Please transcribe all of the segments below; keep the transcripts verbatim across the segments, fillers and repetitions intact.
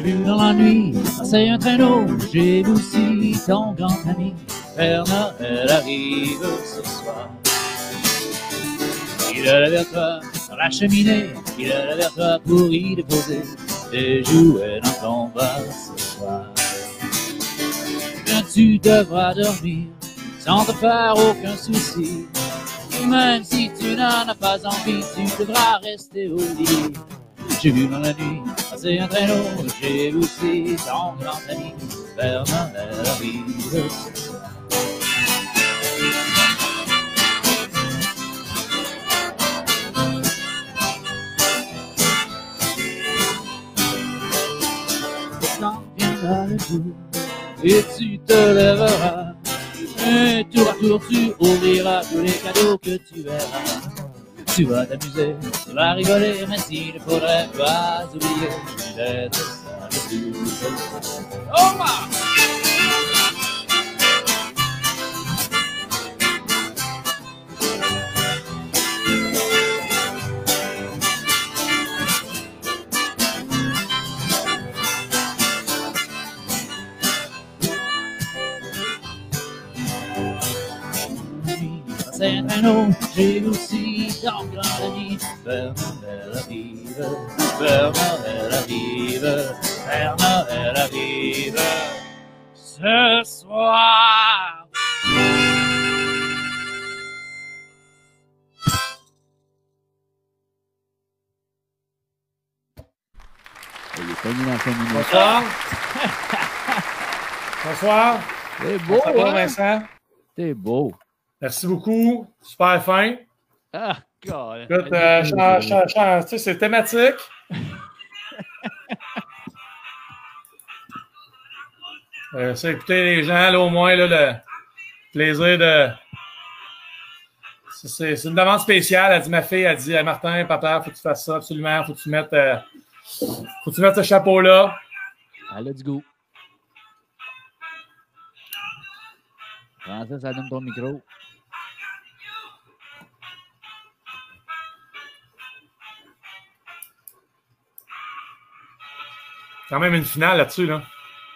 vu dans la nuit passer un traîneau, j'ai vu aussi ton grand ami. Père Noël arrive ce soir. Il a vers toi dans la cheminée, il a vers toi pour y déposer des jouets dans ton bas ce soir. Bien, tu devras dormir sans te faire aucun souci. Même si tu n'en as pas envie, tu devras rester au lit. J'ai vu dans la nuit passer un traîneau, j'ai vu aussi ton grand ami. Père Noël arrive ce soir. Quand viendra le jour et tu te lèveras, et tour à tour tu ouvriras tous les cadeaux que tu verras. Tu vas t'amuser, tu vas rigoler, mais s'il ne faudrait pas oublier d'être ça le plus. Oh ma! C'est un traîneau, j'ai aussi ton grand ami. Père Noël arrive, Père Noël arrive, Père Noël arrive ce soir. Il est pogné dans cinq minutes. Bonsoir. Bonsoir. T'es beau, ça va, hein? Vincent? T'es beau. Merci beaucoup. Super fin. Ah, God. Écoute, euh, cha- cha- cha- tu sais, c'est thématique. euh, c'est écouter les gens, là, au moins, là, le plaisir de... C'est, c'est, c'est une demande spéciale. Elle dit, ma fille, elle dit, hey, Martin, papa, faut que tu fasses ça, absolument. Faut que tu mettes, euh, faut que tu mettes ce chapeau-là. Ah, let's go. Francis, allume ton micro. Quand même une finale là-dessus, là.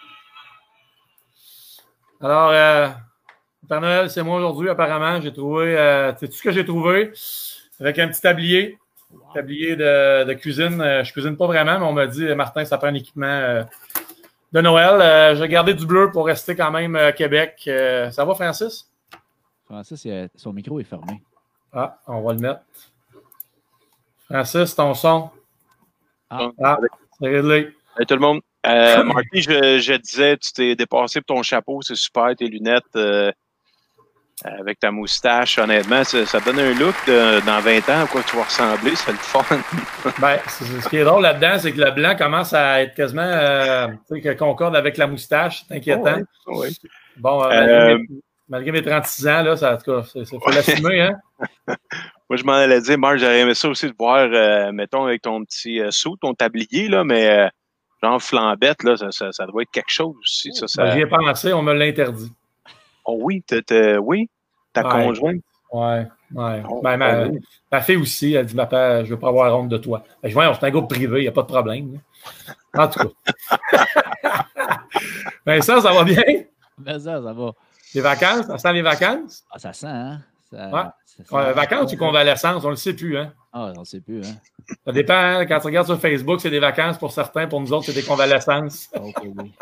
Alors, euh, Père Noël, c'est moi aujourd'hui, apparemment. J'ai trouvé... Euh, sais-tu ce que j'ai trouvé? Avec un petit tablier. Wow. Tablier de, de cuisine. Euh, je cuisine pas vraiment, mais on m'a dit, Martin, ça prend un équipement euh, de Noël. Euh, j'ai gardé du bleu pour rester quand même euh, Québec. Euh, ça va, Francis? Francis, il a, son micro est fermé. Ah, on va le mettre. Francis, ton son. Ah, ah c'est réglé. Salut tout le monde. Euh, Marty, je, je disais, tu t'es dépassé pour ton chapeau, c'est super, tes lunettes euh, avec ta moustache, honnêtement, ça, ça donne un look de, dans vingt ans à quoi tu vas ressembler, ça fait le fun. Ben, ce qui est drôle là-dedans, c'est que le blanc commence à être quasiment, euh, tu sais, concorde avec la moustache, c'est inquiétant. Oh oui, oui. Bon, euh, malgré, euh, mes, malgré mes trente-six ans, là, ça, en tout cas, il faut ouais. l'assumer, hein? Moi, je m'en allais dire, Marc, j'aurais aimé ça aussi de voir, euh, mettons, avec ton petit euh, sou, ton tablier, là, mais euh, genre flambette, là, ça, ça, ça doit être quelque chose aussi. Ça, ça... Ben, j'y ai pensé, on me l'interdit. Oh oui, t'es, t'es, oui, ta ouais. conjointe. Ouais, ouais. Oh, ben, ma, oui. ma fille aussi, elle dit, papa, je veux pas avoir honte de toi. Ben, je vois, c'est un gars privé, il n'y a pas de problème. Là. En tout cas. Ben, ça, ça va bien? Ben, ça, ça va. Les vacances, ça sent les vacances? Ah, ça sent, hein? Ça, ouais. ça sent ouais, vacances ou convalescence, on ne le sait plus, hein? Ah, on ne sait plus, hein? Ça dépend, hein? Quand tu regardes sur Facebook, c'est des vacances pour certains, pour nous autres, c'est des convalescences. Ok, oui.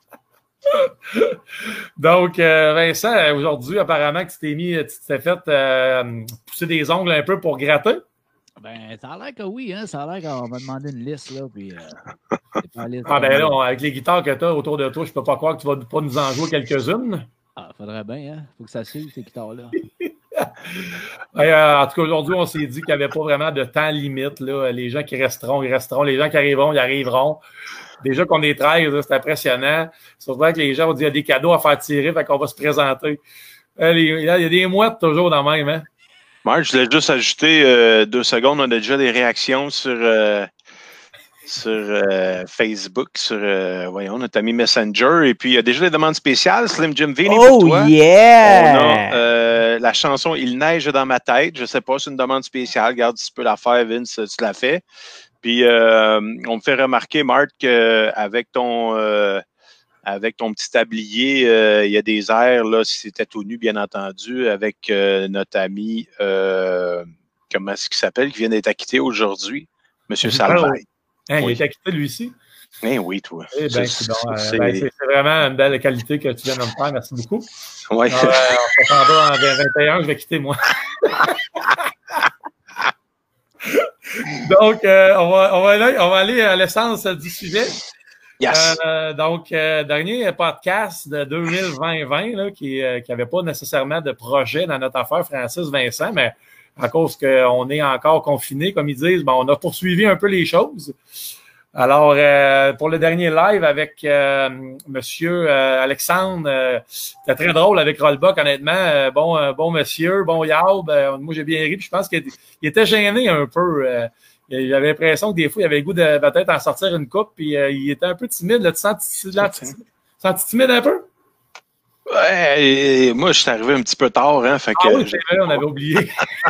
Donc, euh, Vincent, aujourd'hui, apparemment que tu t'es mis, tu t'es fait euh, pousser des ongles un peu pour gratter. Ben, ça a l'air que oui, hein? Ça a l'air qu'on va demander une liste, là, puis... Euh, pas liste, ah, ben là, on, avec les guitares que tu as autour de toi, je peux pas croire que tu vas pas nous en jouer quelques-unes. Ah, faudrait bien, hein? Faut que ça suive, ces guitares-là. Et, euh, en tout cas, aujourd'hui, on s'est dit qu'il n'y avait pas vraiment de temps limite, là. Les gens qui resteront, ils resteront. Les gens qui arriveront, ils arriveront. Déjà qu'on est treize, c'est impressionnant. Surtout que les gens ont dit qu'il y a des cadeaux à faire tirer, fait qu'on va se présenter. Euh, les, il y a des mouettes toujours dans le même, hein? Marc, je voulais juste ajouter euh, deux secondes. On a déjà des réactions sur, euh, sur euh, Facebook, sur euh, voyons, notre ami Messenger. Et puis, il y a déjà des demandes spéciales. Slim Jim Vinny oh, pour toi. Yeah! On a euh, euh, la chanson Il neige dans ma tête. Je ne sais pas, c'est une demande spéciale. Regarde si tu peux la faire, Vince, tu la fais. Puis, euh, on me fait remarquer, Marc, qu'avec ton, euh, avec ton petit tablier, euh, il y a des airs, là, si c'était tout nu, bien entendu, avec euh, notre ami, euh, comment est-ce qu'il s'appelle, qui vient d'être acquitté aujourd'hui, M. Salvaille. Hein, oui. Il est acquitté, lui aussi? Eh oui, toi. Eh ben, c'est, bon, euh, ben, c'est, c'est vraiment une belle qualité que tu viens de me faire. Merci beaucoup. Oui. Alors, euh, on s'attendra en vingt et un, je vais quitter, moi. Donc, euh, on, va, on, va aller, on va aller à l'essence du sujet. Yes. Euh, donc, euh, dernier podcast de deux mille vingt là, qui n'avait euh, pas nécessairement de projet dans notre affaire, Francis Vincent, mais à cause qu'on est encore confiné, comme ils disent, ben, on a poursuivi un peu les choses. Alors, euh, pour le dernier live avec euh, monsieur euh, Alexandre, euh, c'était très drôle avec Rollbuck, honnêtement. Euh, bon, euh, bon monsieur, bon Yaub. Euh, moi, j'ai bien ri. Puis je pense qu'il était gêné un peu. Euh, J'avais l'impression que des fois, il avait le goût de peut-être en sortir une coupe. Puis euh, il était un peu timide. Là. Tu sens, sens timide un peu? Ouais, moi, je suis arrivé un petit peu tard. Hein, fait ah que oui, c'est vrai, on avait oublié.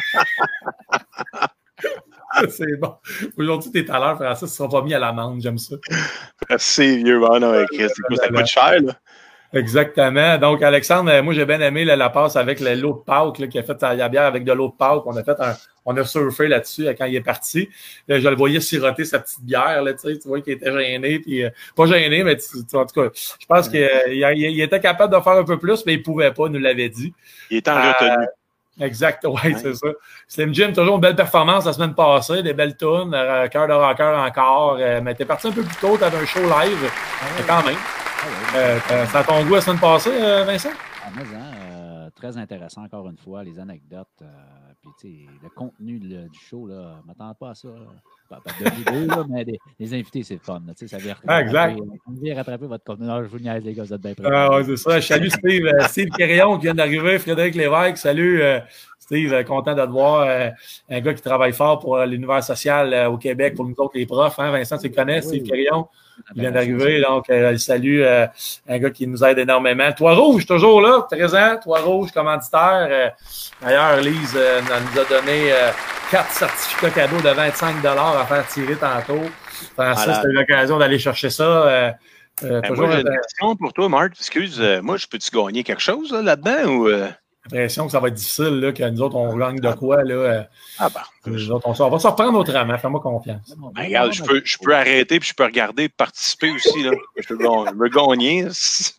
C'est bon. Aujourd'hui, t'es à l'heure, Francis, tu ne seras pas mis à l'amende, j'aime ça. C'est vieux, bon, non, c'est quoi, ça coûte cher, là. Exactement. Donc, Alexandre, moi, j'ai bien aimé là, la passe avec le, l'eau de Pâques, là, qui a fait la bière avec de l'eau de Pâques. On a fait un, on a surfé là-dessus quand il est parti. Là, je le voyais siroter sa petite bière, là, tu sais, tu vois qu'il était gêné, puis euh, pas gêné, mais tu, tu, en tout cas, je pense qu'il euh, il, il était capable de faire un peu plus, mais il pouvait pas, il nous l'avait dit. Il était en retenue. Euh, Exact, oui, ouais. C'est ça. Slim Jim, toujours une belle performance la semaine passée, des belles tunes, euh, cœur de rocker encore, euh, mais t'es parti un peu plus tôt, t'avais un show live, ah, mais quand même. Ah, oui. euh, ça a ton goût la semaine passée, euh, Vincent? Ah, mais, hein, euh, très intéressant encore une fois, les anecdotes, euh, puis tu sais, le contenu le, du show, là, je m'attends pas à ça. Là. Pas, pas de vidéo, là, mais des, les invités, c'est le fun. Là, ça vient ah, exact. On vient rattraper votre contenu. Non, je vous niaise, les gars, vous êtes bien prêts. Ah, ouais, c'est ça. Salut Steve, euh, Steve Quérillon qui vient d'arriver, Frédéric Lévesque, salut. Euh, Steve, euh, content de te voir. Euh, un gars qui travaille fort pour euh, l'univers social euh, au Québec, pour nous autres, les profs. Hein, Vincent, tu le connais, Steve oui. Quérillon. Il vient d'arriver, donc euh, salut, euh, un gars qui nous aide énormément. Toi Rouge, toujours là, présent. Toi Rouge, commanditaire. Euh, d'ailleurs, Lise euh, nous a donné euh, quatre certificats cadeaux de vingt-cinq dollars à faire tirer tantôt. Francis, tu as eu l'occasion d'aller chercher ça. Euh, euh, ben moi, j'ai une question pour toi, Marc. Excuse, euh, moi, je peux-tu gagner quelque chose là, là-dedans ou... Euh... J'ai l'impression que ça va être difficile, là, que nous autres, on gagne de quoi, là. Ah ben. Nous autres, on, on va se reprendre autrement, fais-moi confiance. Ben, regarde, je peux, je peux arrêter puis je peux regarder et participer aussi, là. Je peux me gagner.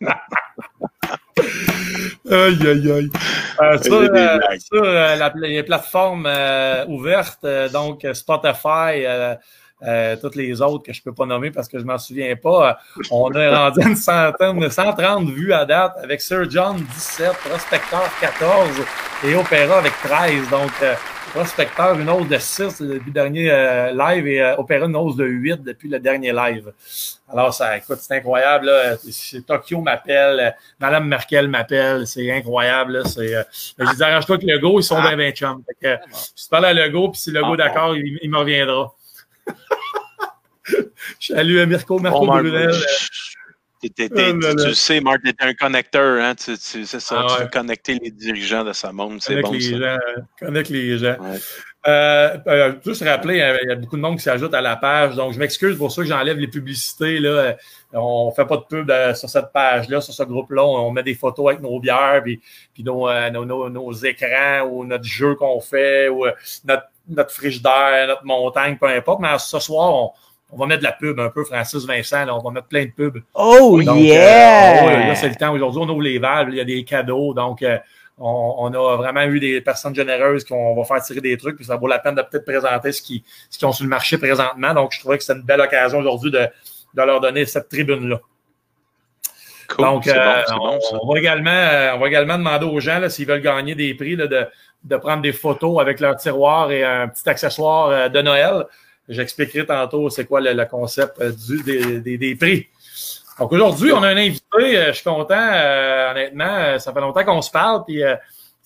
Aïe, aïe, aïe. Euh, sur euh, sur euh, la, les plateformes euh, ouvertes, euh, donc Spotify, euh, Euh, toutes les autres que je peux pas nommer parce que je m'en souviens pas. On a rendu une centaine, cent trente vues à date avec Sir John dix-sept, Prospecteur quatorze et Opéra avec treize. Donc, euh, Prospecteur une hausse de six depuis le dernier euh, live et euh, Opéra une hausse de huit depuis le dernier live. Alors, ça, écoute, c'est incroyable. Là. C'est, Tokyo m'appelle, euh, Madame Merkel m'appelle, c'est incroyable. Là. C'est, euh, je dis, arrange-toi avec Legault, ils sont bien vingt chums. Fait que, si tu parles à Legault, puis si Legault est d'accord, il, il me reviendra. Salut Mirko, Marco bon, Brunel. T'es, t'es, t'es, oh, tu le sais, Marc, t'es un connecteur, hein? Tu, tu, c'est ça, ah, tu ouais. veux connecter les dirigeants de sa monde, c'est bon les ça. Gens, connecte les gens. Ouais. Euh, euh, juste rappeler, il y a beaucoup de monde qui s'ajoute à la page, donc je m'excuse pour ça que j'enlève les publicités. Là. On fait pas de pub de, sur cette page-là, sur ce groupe-là. On met des photos avec nos bières, puis, puis nos, euh, nos, nos, nos écrans, ou notre jeu qu'on fait, ou notre, notre frigidaire, notre montagne, peu importe. Mais ce soir, on On va mettre de la pub un peu, Francis Vincent. Là, on va mettre plein de pubs. Oh, donc, yeah! Euh, oh, là, c'est le temps. Aujourd'hui, on ouvre les valves. Il y a des cadeaux. Donc, euh, on, on a vraiment eu des personnes généreuses qu'on va faire tirer des trucs. Puis ça vaut la peine de peut-être présenter ce qu'ils ce qu'ils ont sur le marché présentement. Donc, je trouvais que c'est une belle occasion aujourd'hui de, de leur donner cette tribune-là. Cool, donc, c'est euh, bon, c'est bon, ça. On, va également, on va également demander aux gens, là, s'ils veulent gagner des prix, là, de, de prendre des photos avec leur tiroir et un petit accessoire de Noël. J'expliquerai tantôt c'est quoi le, le concept euh, du, des, des, des prix. Donc aujourd'hui, on a un invité, euh, je suis content, euh, honnêtement, euh, ça fait longtemps qu'on se parle, puis euh,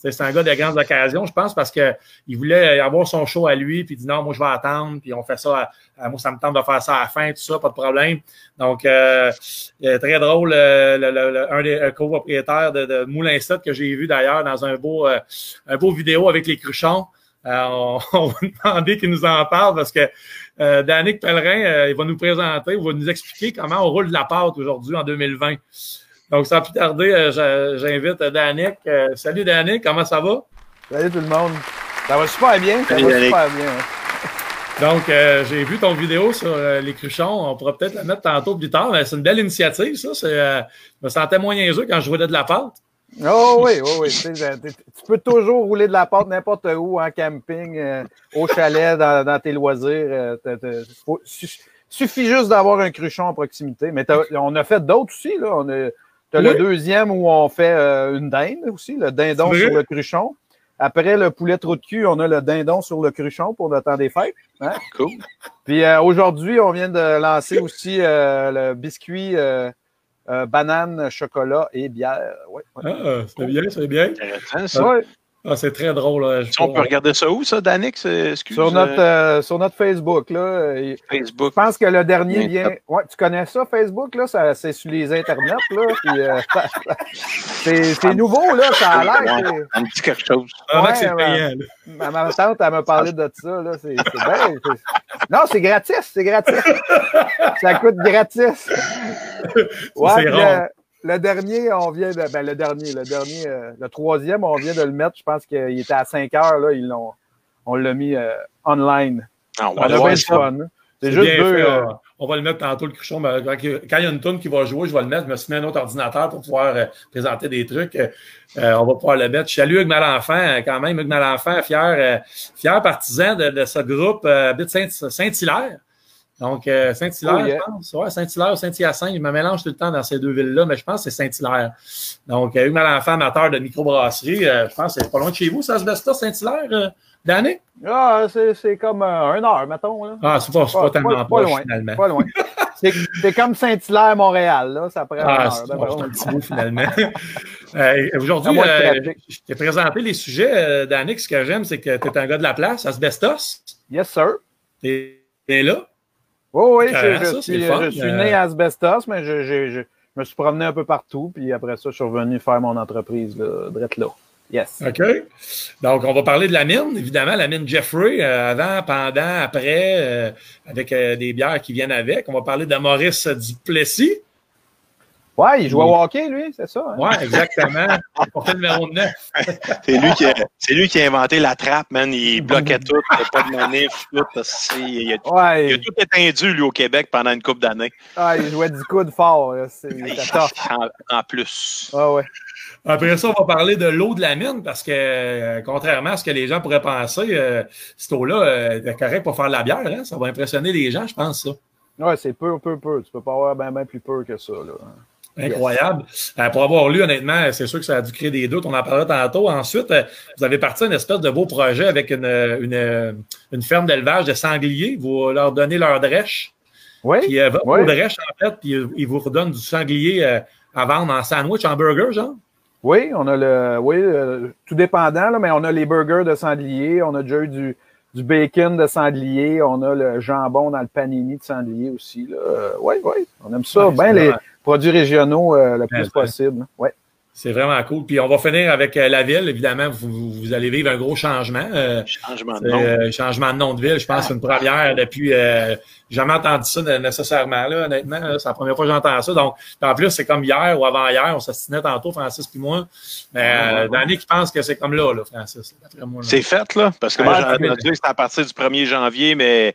c'est un gars de grandes occasions, je pense, parce qu'il voulait avoir son show à lui, puis il dit non, moi, je vais attendre, puis on fait ça, à, à, moi, ça me tente de faire ça à la fin, tout ça, pas de problème. Donc, euh, très drôle, euh, le, le, le, un des copropriétaires de, de Moulin sept que j'ai vu d'ailleurs dans un beau, euh, un beau vidéo avec les cruchons. Euh, on, on va demander qu'il nous en parle parce que euh, Danick Pellerin, euh, il va nous présenter, il va nous expliquer comment on roule de la pâte aujourd'hui en deux mille vingt. Donc, sans plus tarder, euh, j'invite Danick. Euh, salut Danick, comment ça va? Salut tout le monde. Ça va super bien, ça salut, va Danick. super bien. Ouais. Donc, euh, j'ai vu ton vidéo sur euh, les cruchons. On pourra peut-être la mettre tantôt plus tard, mais c'est une belle initiative, ça. Euh, je me sentais moins niaiseux quand je roulais de la pâte. Oh oui, oui, oui. Tu, sais, tu peux toujours rouler de la pâte n'importe où, en camping, euh, au chalet, dans, dans tes loisirs. Euh, t'as, t'as, faut, suffit juste d'avoir un cruchon à proximité. Mais on a fait d'autres aussi. Là. On a, t'as oui. le deuxième où on fait euh, une dinde aussi, le dindon sur le cruchon. Après le poulet trou de cul, on a le dindon sur le cruchon pour le temps des fêtes. Hein? Cool. Puis euh, aujourd'hui, on vient de lancer aussi euh, le biscuit euh, euh, banane, chocolat et bière. Ouais, ouais. Ah, c'est bien, c'est bien. Intéressant, ça. Ouais. Ah, c'est très drôle. Là. On peut regarder ça où, ça, Danick? Excuse, sur, notre, euh, sur notre Facebook. Là. Facebook. Je pense que le dernier vient... Ouais, tu connais ça, Facebook? Là? Ça, c'est sur les internets. Là, puis, euh, c'est nouveau, là, ça a l'air. Ouais, un petit quelque chose. Ah, ouais, c'est payant. Ma, ma tante, elle m'a parlé de ça. C'est bien. Non, c'est gratis, c'est gratis. Ça coûte gratis. Ouais, c'est rare. Le dernier, on vient de. Ben, le dernier, le dernier, euh, le troisième, on vient de le mettre. Je pense qu'il était à cinq heures, là. Ils l'ont, on l'a mis euh, online. Ah, on a bien du fun. C'est juste deux. Fait, euh, on va le mettre tantôt, le cruchon. Ben, quand, quand il y a une toune qui va jouer, je vais le mettre. Je me suis mis un autre ordinateur pour pouvoir euh, présenter des trucs. Euh, on va pouvoir le mettre. Je salue Hugues Malenfant, quand même. Hugues Malenfant, fier, euh, fier partisan de, de ce groupe euh, Saint-Hilaire. Donc, euh, Saint-Hilaire, oh, yeah. je pense. Ouais, Saint-Hilaire ou Saint-Hyacinthe, je me mélange tout le temps dans ces deux villes-là, mais je pense que c'est Saint-Hilaire. Donc, euh, Hugues Malenfant, amateur de microbrasserie, euh, je pense que c'est pas loin de chez vous, ça se baisse là, Saint-Hilaire, euh, d'année? Ah, c'est comme euh, une heure, mettons. Là. Ah, c'est pas, pas, pas tellement pas, pas proche, loin, finalement. Pas loin. C'est comme Saint-Hilaire, Montréal, là, ça prend ah, une heure. C'est bon, un petit bout, finalement. euh, Aujourd'hui, euh, je t'ai présenté les sujets, euh, Danick. Ce que j'aime, c'est que tu es un gars de la place, Asbestos. Yes, sir. T'es là? Oh, oui, je, je, ça, suis, fun, je suis euh... né à Asbestos, mais je, je, je, je me suis promené un peu partout, puis après ça, je suis revenu faire mon entreprise là, drette là. Yes. OK. Donc, on va parler de la mine, évidemment, la mine Jeffrey, euh, avant, pendant, après, euh, avec euh, des bières qui viennent avec. On va parler de Maurice Duplessis. Ouais, il joue au hockey, lui, c'est ça? Hein? Oui, exactement. Il portait le numéro neuf. C'est lui, qui a, lui qui a inventé la trappe, man. Il bloquait tout, il n'y a pas de manif, tout. Il a, ouais. il a tout éteindu, lui, au Québec, pendant une couple d'années. Ah, il jouait du coude fort. En, en plus. Ah, ouais. Après ça, on va parler de l'eau de la mine parce que, euh, contrairement à ce que les gens pourraient penser, euh, cette eau-là euh, est correcte pour faire de la bière. Hein? Ça va impressionner les gens, je pense, ça. Oui, c'est peu, peu, peu. Tu peux pas avoir bien, bien plus peu que ça, là. Incroyable. Yes. Euh, pour avoir lu, honnêtement, c'est sûr que ça a dû créer des doutes. On en parlera tantôt. Ensuite, euh, vous avez parti une espèce de beau projet avec une, une, une ferme d'élevage de sangliers. Vous leur donnez leur drèche. Oui. Puis, euh, votre oui. drèche, en fait, puis ils vous redonnent du sanglier euh, à vendre en sandwich, en burger, genre? Oui, on a le. Oui, euh, tout dépendant, là, mais on a les burgers de sanglier. On a déjà eu du, du bacon de sanglier. On a le jambon dans le panini de sanglier aussi. Là. Euh, oui, oui. On aime ça. Ouais, bien les. Produits régionaux euh, le plus ouais, possible. Ouais. C'est vraiment cool. Puis on va finir avec euh, la ville. Évidemment, vous, vous allez vivre un gros changement. Euh, changement de nom. Euh, changement de nom de ville. Je pense que c'est une première depuis... Euh, j'ai jamais entendu ça nécessairement, là, honnêtement. Là, c'est la première fois que j'entends ça. Donc, en plus, c'est comme hier ou avant-hier. On s'assinait tantôt, Francis puis moi. Mais euh, Danny qui pense que c'est comme là, là Francis. C'est fait, là. Parce que moi, j'ai entendu que c'était à partir du premier janvier, mais...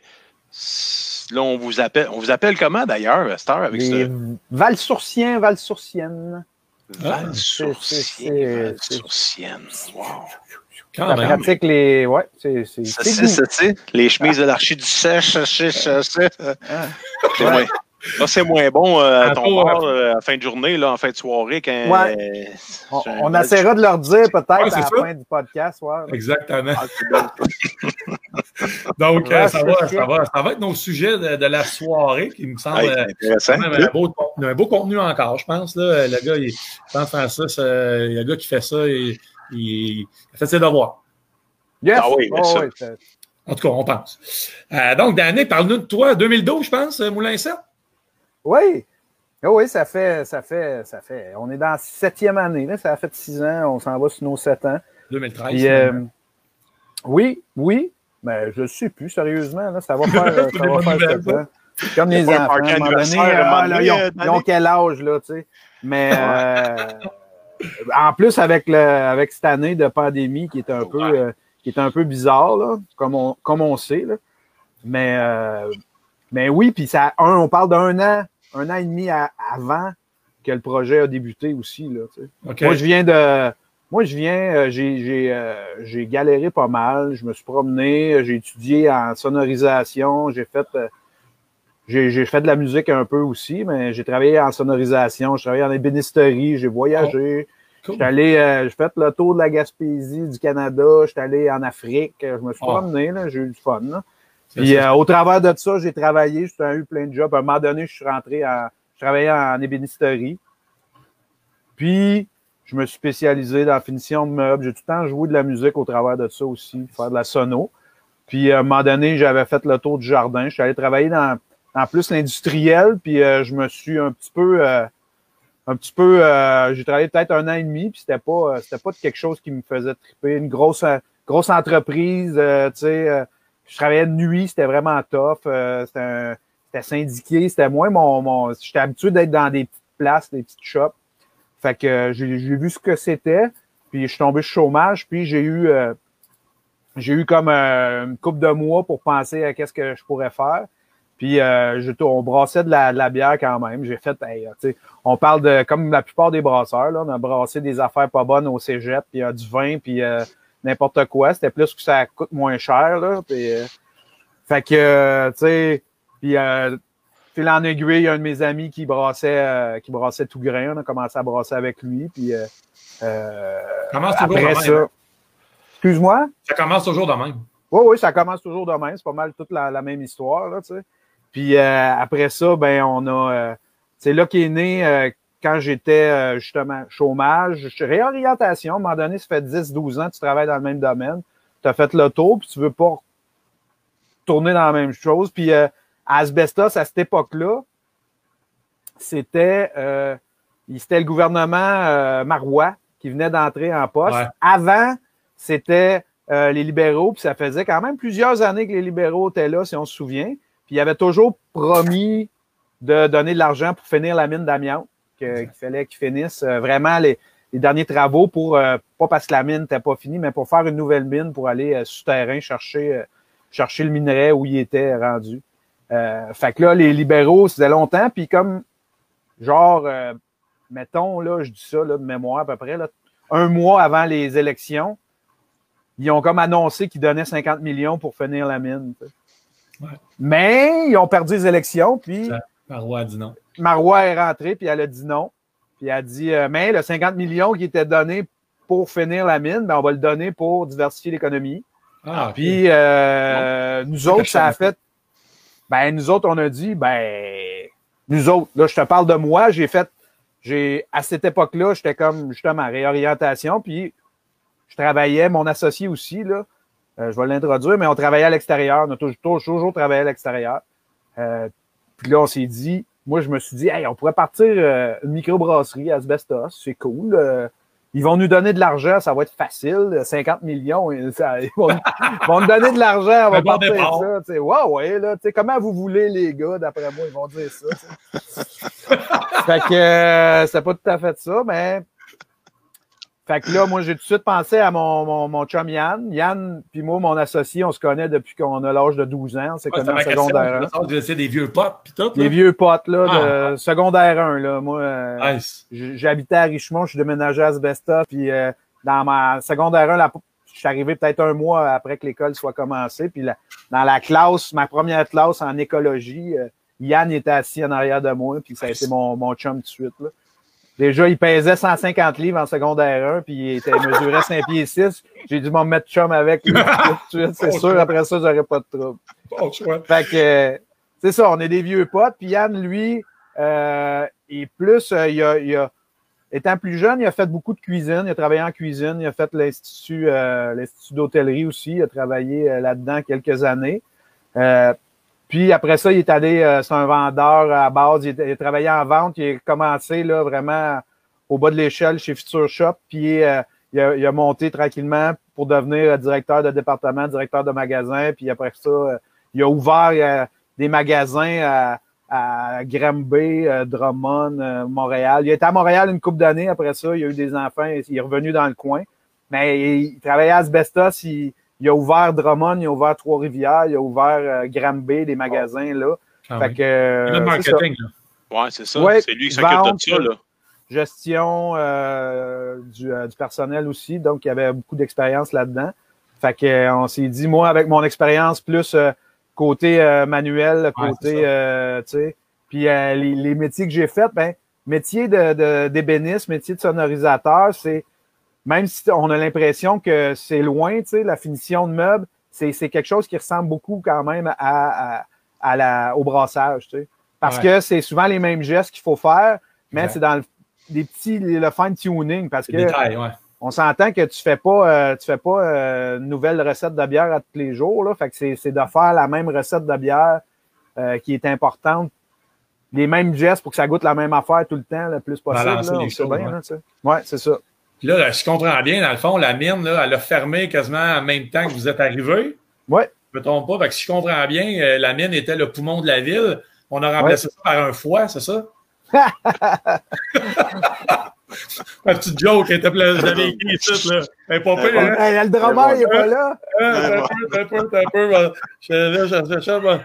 Là, on vous appelle, on vous appelle comment d'ailleurs, Star, avec les ce... Val-Sourciens, Val-Sourciennes. Val-Sourciens, Val-Sourciennes. Wow. Quand ça même. Pratique les... Ouais, c'est... C'est ça, tu sais. Les chemises de l'archi du sèche, sèche, sèche. Là, c'est moins bon euh, à ton bord euh, à fin de journée, là, en fin de soirée. Quand, ouais. euh, on on essaiera de leur dire peut-être ouais, à la ça. fin du podcast. Ouais. Exactement. Ah, Donc, euh, ça, va, ça, va, ça va être nos sujets de, de la soirée qui me semble hey, quand même un beau, un beau contenu encore, je pense. Là. Le gars, il, je pense Francis, euh, il y a un gars qui fait ça. Il, il, il a fait ses devoirs. Yes! Ah oui, bien oh, sûr. oui, c'est- En tout cas, on pense. Euh, donc, Danny, parle-nous de toi, deux mille douze, je pense, Moulin sept. oui. Oh oui, ça fait, ça fait, ça fait. On est dans la septième année, là. Ça a fait six ans, on s'en va sur nos sept ans. deux mille treize. Puis, euh, oui, oui, mais je ne sais plus, sérieusement, là, ça va faire, ça des va bonnes faire nouvelles, sept ans. Comme les pas un enfants, party à un moment donné, anniversaire, à un ah, moment là, ils, ont, donné, ils ont quel âge, là, tu sais. Mais euh, en plus, avec, le, avec cette année de pandémie qui est un peu, euh, qui est un peu bizarre, là, comme on, comme on sait, là. Mais, euh, mais oui, puis ça, un, on parle d'un an, un an et demi à- avant que le projet a débuté aussi, là, tu sais. OK. Moi, je viens de. Moi, je viens, euh, j'ai, j'ai, euh, j'ai galéré pas mal. Je me suis promené, j'ai étudié en sonorisation, j'ai fait, euh, j'ai, j'ai fait de la musique un peu aussi, mais j'ai travaillé en sonorisation, j'ai travaillé en ébénisterie, j'ai voyagé. Cool. J'étais allé, euh, j'ai fait le tour de la Gaspésie, du Canada, j'étais allé en Afrique, je me suis Oh. promené, là, j'ai eu du fun. Là. C'est Puis ça. euh, au travers de ça, j'ai travaillé, j'ai eu plein de jobs. À un moment donné, je suis rentré en, je travaillais en ébénisterie. Puis, je me suis spécialisé dans la finition de meubles. J'ai tout le temps joué de la musique au travers de ça aussi, faire de la sono. Puis, à un moment donné, j'avais fait le tour du jardin. Je suis allé travailler dans, dans plus l'industriel. Puis, euh, je me suis un petit peu... Euh, un petit peu... Euh, j'ai travaillé peut-être un an et demi. Puis, c'était pas, euh, c'était pas quelque chose qui me faisait triper. Une grosse, euh, grosse entreprise, euh, tu sais... Euh, je travaillais de nuit. C'était vraiment tough. Euh, c'était, un, c'était syndiqué. C'était moins mon... mon j'étais habitué d'être dans des petites places, des petites shops. Fait que euh, j'ai, j'ai vu ce que c'était, puis je suis tombé sur chômage, puis j'ai eu euh, j'ai eu comme euh, une couple de mois pour penser à qu'est-ce que je pourrais faire. Puis euh, je, on brassait de la, de la bière quand même. J'ai fait, hey, tu sais, on parle de comme la plupart des brasseurs, là, on a brassé des affaires pas bonnes au cégep, puis euh, du vin, puis euh, n'importe quoi. C'était plus que ça coûte moins cher, là. Puis, euh, fait que, euh, tu sais, puis euh, fil en aiguille, il y a un de mes amis qui brassait, euh, qui brassait tout grain. On a commencé à brasser avec lui. Puis, euh, euh, Commence toujours après de même, ça. hein? Excuse-moi? Ça commence toujours de même. Oui, oui, ça commence toujours de même. C'est pas mal toute la, la même histoire, là, tu sais. Puis euh, après ça, ben, on a. Euh, c'est là qu'est né euh, quand j'étais euh, justement chômage, réorientation. À un moment donné, ça fait dix douze ans que tu travailles dans le même domaine. Tu as fait le tour, puis tu veux pas tourner dans la même chose. Puis euh, à Asbestos, à cette époque-là, c'était, euh, c'était le gouvernement euh, Marois qui venait d'entrer en poste. Ouais. Avant, c'était euh, les libéraux, puis ça faisait quand même plusieurs années que les libéraux étaient là, si on se souvient. Puis ils avaient toujours promis de donner de l'argent pour finir la mine d'amiante, que, qu'il fallait qu'ils finissent euh, vraiment les, les derniers travaux pour, euh, pas parce que la mine n'était pas finie, mais pour faire une nouvelle mine, pour aller euh, souterrain chercher, euh, chercher le minerai où il était rendu. Euh, fait que là, les libéraux, ça faisait longtemps, puis comme, genre, euh, mettons, là, je dis ça là, de mémoire à peu près, là, un mois avant les élections, ils ont comme annoncé qu'ils donnaient cinquante millions pour finir la mine. Ouais. Mais ils ont perdu les élections, puis Ça, Marois a dit non. Marois est rentrée, puis elle a dit non. Puis elle a dit, euh, mais le cinquante millions qui était donné pour finir la mine, ben, on va le donner pour diversifier l'économie. Ah, Puis euh, nous Pas autres, que ça a je fait. Ben, nous autres, on a dit, ben, nous autres, là, je te parle de moi, j'ai fait, j'ai, à cette époque-là, j'étais comme, justement, à réorientation, puis je travaillais, mon associé aussi, là, euh, je vais l'introduire, mais on travaillait à l'extérieur, on a toujours, toujours, toujours travaillé à l'extérieur. Euh, puis là, on s'est dit, moi, je me suis dit, hey, on pourrait partir euh, une microbrasserie à Asbestos, c'est cool. Euh, ils vont nous donner de l'argent, ça va être facile, cinquante millions, ça, ils, vont, ils vont nous donner de l'argent, on va Un bon partir départ. ça. Tu sais, ouais, ouais, là, tu sais, comment vous voulez, les gars, d'après moi, ils vont dire ça. Tu sais. Fait que euh, c'est pas tout à fait ça, mais. Fait que là, moi, j'ai tout de suite pensé à mon, mon, mon chum Yann. Yann, puis moi, mon associé, on se connaît depuis qu'on a l'âge de douze ans. On s'est Ouais, connus en ma question, secondaire un. c'est c'est des vieux potes, puis tout. Là. Les vieux potes, là, de Ah. secondaire un, là. Moi, euh, Nice. j- j'habitais à Richemont, je suis déménagé à Asbestos, puis euh, dans ma secondaire un, la, je suis arrivé peut-être un mois après que l'école soit commencée, puis la, dans la classe, ma première classe en écologie, euh, Yann était assis en arrière de moi, puis ça a été mon, mon chum tout de suite, là. Déjà, il pesait cent cinquante livres en secondaire un, puis il, était, il mesurait cinq pieds six. J'ai dû m'en mettre chum avec lui tout de suite, c'est sûr. Après ça, j'aurais pas de trouble. Bon choix. Fait que, euh, c'est ça, on est des vieux potes. Puis Yann, lui, euh, est plus, euh, il, a, il, a, étant plus jeune, il a fait beaucoup de cuisine. Il a travaillé en cuisine. Il a fait l'Institut euh, l'Institut d'hôtellerie aussi. Il a travaillé euh, là-dedans quelques années. Euh, puis après ça, il est allé, euh, c'est un vendeur à base. Il, il a travaillé en vente. Il a commencé là vraiment au bas de l'échelle chez Future Shop. Puis euh, il, a, il a monté tranquillement pour devenir directeur de département, directeur de magasin. Puis après ça, euh, il a ouvert euh, des magasins à à Granby, euh, Drummond, euh, Montréal. Il était à Montréal une couple d'années après ça. Il a eu des enfants. Il est revenu dans le coin. Mais il, il travaillait à Asbestos. Il, il a ouvert Drummond, il a ouvert Trois-Rivières, il a ouvert euh, Granby, des magasins là. Ah, fait oui. que, euh, le marketing, là. Ouais, c'est ça. Ouais, c'est lui qui s'occupe de ça, là. Gestion euh, du, euh, du personnel aussi. Donc, il y avait beaucoup d'expérience là-dedans. Fait que euh, on s'est dit, moi, avec mon expérience plus euh, côté euh, manuel, côté, ouais, euh, tu sais, puis euh, les, les métiers que j'ai faits, ben, métier de, de, d'ébéniste, métier de sonorisateur, c'est, même si on a l'impression que c'est loin, tu sais, la finition de meubles, c'est, c'est quelque chose qui ressemble beaucoup quand même à, à, à la, au brassage, tu sais. Parce ouais. que c'est souvent les mêmes gestes qu'il faut faire, mais ouais. c'est dans le, les petits, le fine tuning, parce que détail, ouais. on s'entend que tu fais pas, euh, tu fais pas euh, une nouvelle recette de bière à tous les jours, là. Fait que c'est, c'est de faire la même recette de bière euh, qui est importante, les mêmes gestes pour que ça goûte la même affaire tout le temps, le plus possible. Là, on sait bien, ouais. là, tu sais. Ouais, c'est ça. Puis là, si je comprends bien, dans le fond, la mine, là, elle a fermé quasiment en même temps que vous êtes arrivé. Ouais. Je me trompe pas. Fait que si je comprends bien, la mine était le poumon de la ville. On a remplacé ouais. ça par un foie, c'est ça? Ma petite joke, elle était pleine. Je l'avais écrit ici, là. Elle est pas pire, hein? Hey, le drummer, il est pas là. Un peu, un peu, un peu. Je là, je cherche.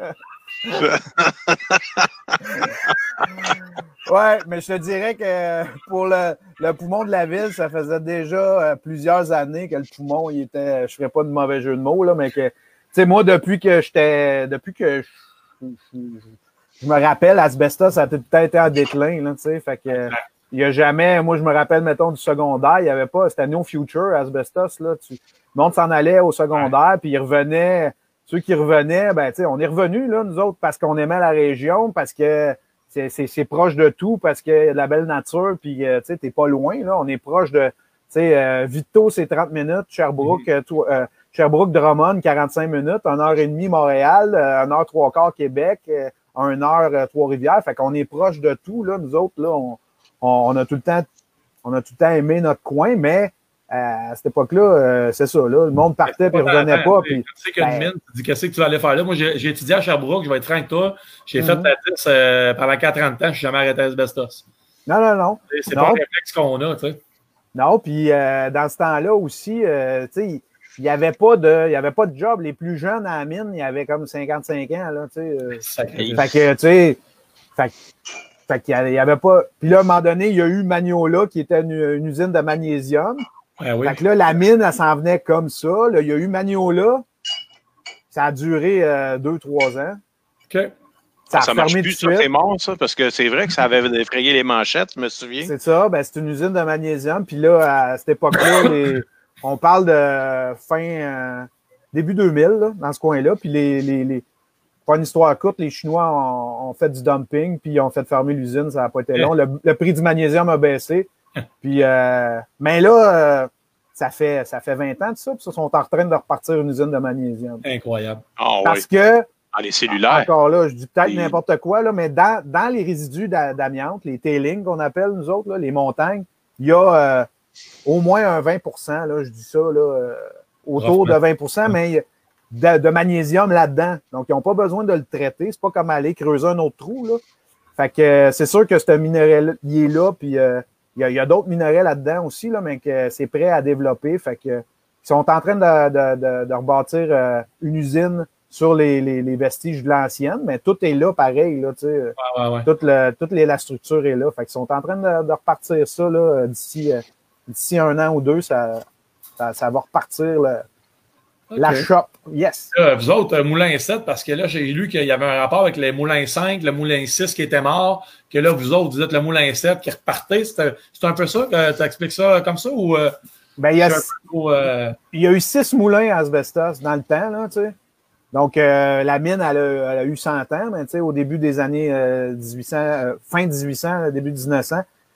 Ouais, mais je te dirais que pour le, le poumon de la ville, ça faisait déjà euh, plusieurs années que le poumon, il était, je ferais pas de mauvais jeu de mots, là, mais que, tu sais, moi, depuis que j'étais, depuis que je, je, je, je me rappelle, Asbestos, ça a peut-être été en déclin, là, tu sais, fait que, il y a jamais, moi, je me rappelle, mettons, du secondaire, il y avait pas, c'était No Future, Asbestos, là, tu, le monde s'en allait au secondaire, puis il revenait, ceux qui revenaient, ben, tu sais, on est revenus, là, nous autres, parce qu'on aimait la région, parce que c'est, c'est, c'est proche de tout, parce qu'il y a de la belle nature, puis, euh, tu sais, t'es pas loin, là, on est proche de, tu sais, euh, Vito, c'est trente minutes, Sherbrooke, mm-hmm. euh, euh, Sherbrooke, Drummond, quarante-cinq minutes, une heure et demie, Montréal, euh, une heure trois quarts, Québec, euh, une heure, euh, Trois-Rivières, fait qu'on est proche de tout, là, nous autres, là, on, on, on a tout le temps, on a tout le temps aimé notre coin, mais, à cette époque-là, euh, c'est ça, là, le monde partait puis revenait pas. Puis, tu sais qu'une ben, mine, tu dis qu'est-ce que tu vas aller faire là? Moi, j'ai, j'ai étudié à Sherbrooke, je vais être franc avec toi. J'ai mm-hmm. fait la dix euh, pendant quatre ans de temps, je suis jamais arrêté à Asbestos. Non, non, non. C'est, c'est non. pas un réflexe qu'on a, tu sais. Non, puis euh, dans ce temps-là aussi, euh, tu sais, il n'y avait pas de, il y avait pas de job. Les plus jeunes à la mine, il y avait comme cinquante-cinq ans, là, tu sais. Euh, fait que, tu sais, fait, fait qu'il y avait pas. Puis là, à un moment donné, il y a eu Magnola, qui était une, une usine de magnésium. Ah oui. Fait que là, la mine, elle s'en venait comme ça. Là, il y a eu Magnola. Ça a duré euh, deux, trois ans. OK. Ça, ça marche plus, ça, c'est mort, ça, parce que c'est vrai que ça avait effrayé les manchettes, je me souviens. C'est ça, ben, c'est une usine de magnésium. Puis là, à cette époque-là, les, on parle de fin, euh, début deux mille, là, dans ce coin-là. Puis les, les, les, pour une histoire courte, les Chinois ont, ont fait du dumping, puis ils ont fait fermer l'usine, ça n'a pas été long. Le, le prix du magnésium a baissé. Puis, euh, mais là, euh, ça fait, ça fait vingt ans de ça, puis ils sont en train de repartir une usine de magnésium. Incroyable. Oh, Parce oui. que, dans les cellulaires. Encore là, je dis peut-être Et... n'importe quoi, là, mais dans, dans les résidus d'amiante, les tailings qu'on appelle nous autres, là, les montagnes, il y a euh, au moins un vingt pour cent, là, je dis ça, là, euh, autour de vingt pour cent, mais de, de magnésium là-dedans. Donc, ils n'ont pas besoin de le traiter. C'est pas comme aller creuser un autre trou, là. Fait que euh, c'est sûr que ce minerai-là, il est là, puis euh, il y a, il y a d'autres minerais là-dedans aussi, là, mais que c'est prêt à développer. Fait que ils sont en train de, de, de, de rebâtir euh, une usine sur les, les, les vestiges de l'ancienne, mais tout est là pareil, là, tu sais. Ouais, ouais, ouais. Toute, le, toute les, la structure est là. Fait qu'ils sont en train de, de repartir ça, là, d'ici, euh, d'ici un an ou deux, ça, ça, ça va repartir, là. Okay. La shop, yes. Là, vous autres, euh, Moulin sept, parce que là, j'ai lu qu'il y avait un rapport avec les Moulin cinq, le Moulin six qui était mort, que là, vous autres, vous êtes le Moulin sept qui repartait. C'est, c'est un peu ça que tu expliques ça comme ça ou euh, ben, il, y a, peu, euh... il y a eu six moulins à Asbestos dans le temps, là, tu sais. Donc, euh, la mine, elle a, elle a eu cent ans, mais tu sais, au début des années euh, mille huit cents, euh, fin mille huit cents, début mille neuf cents,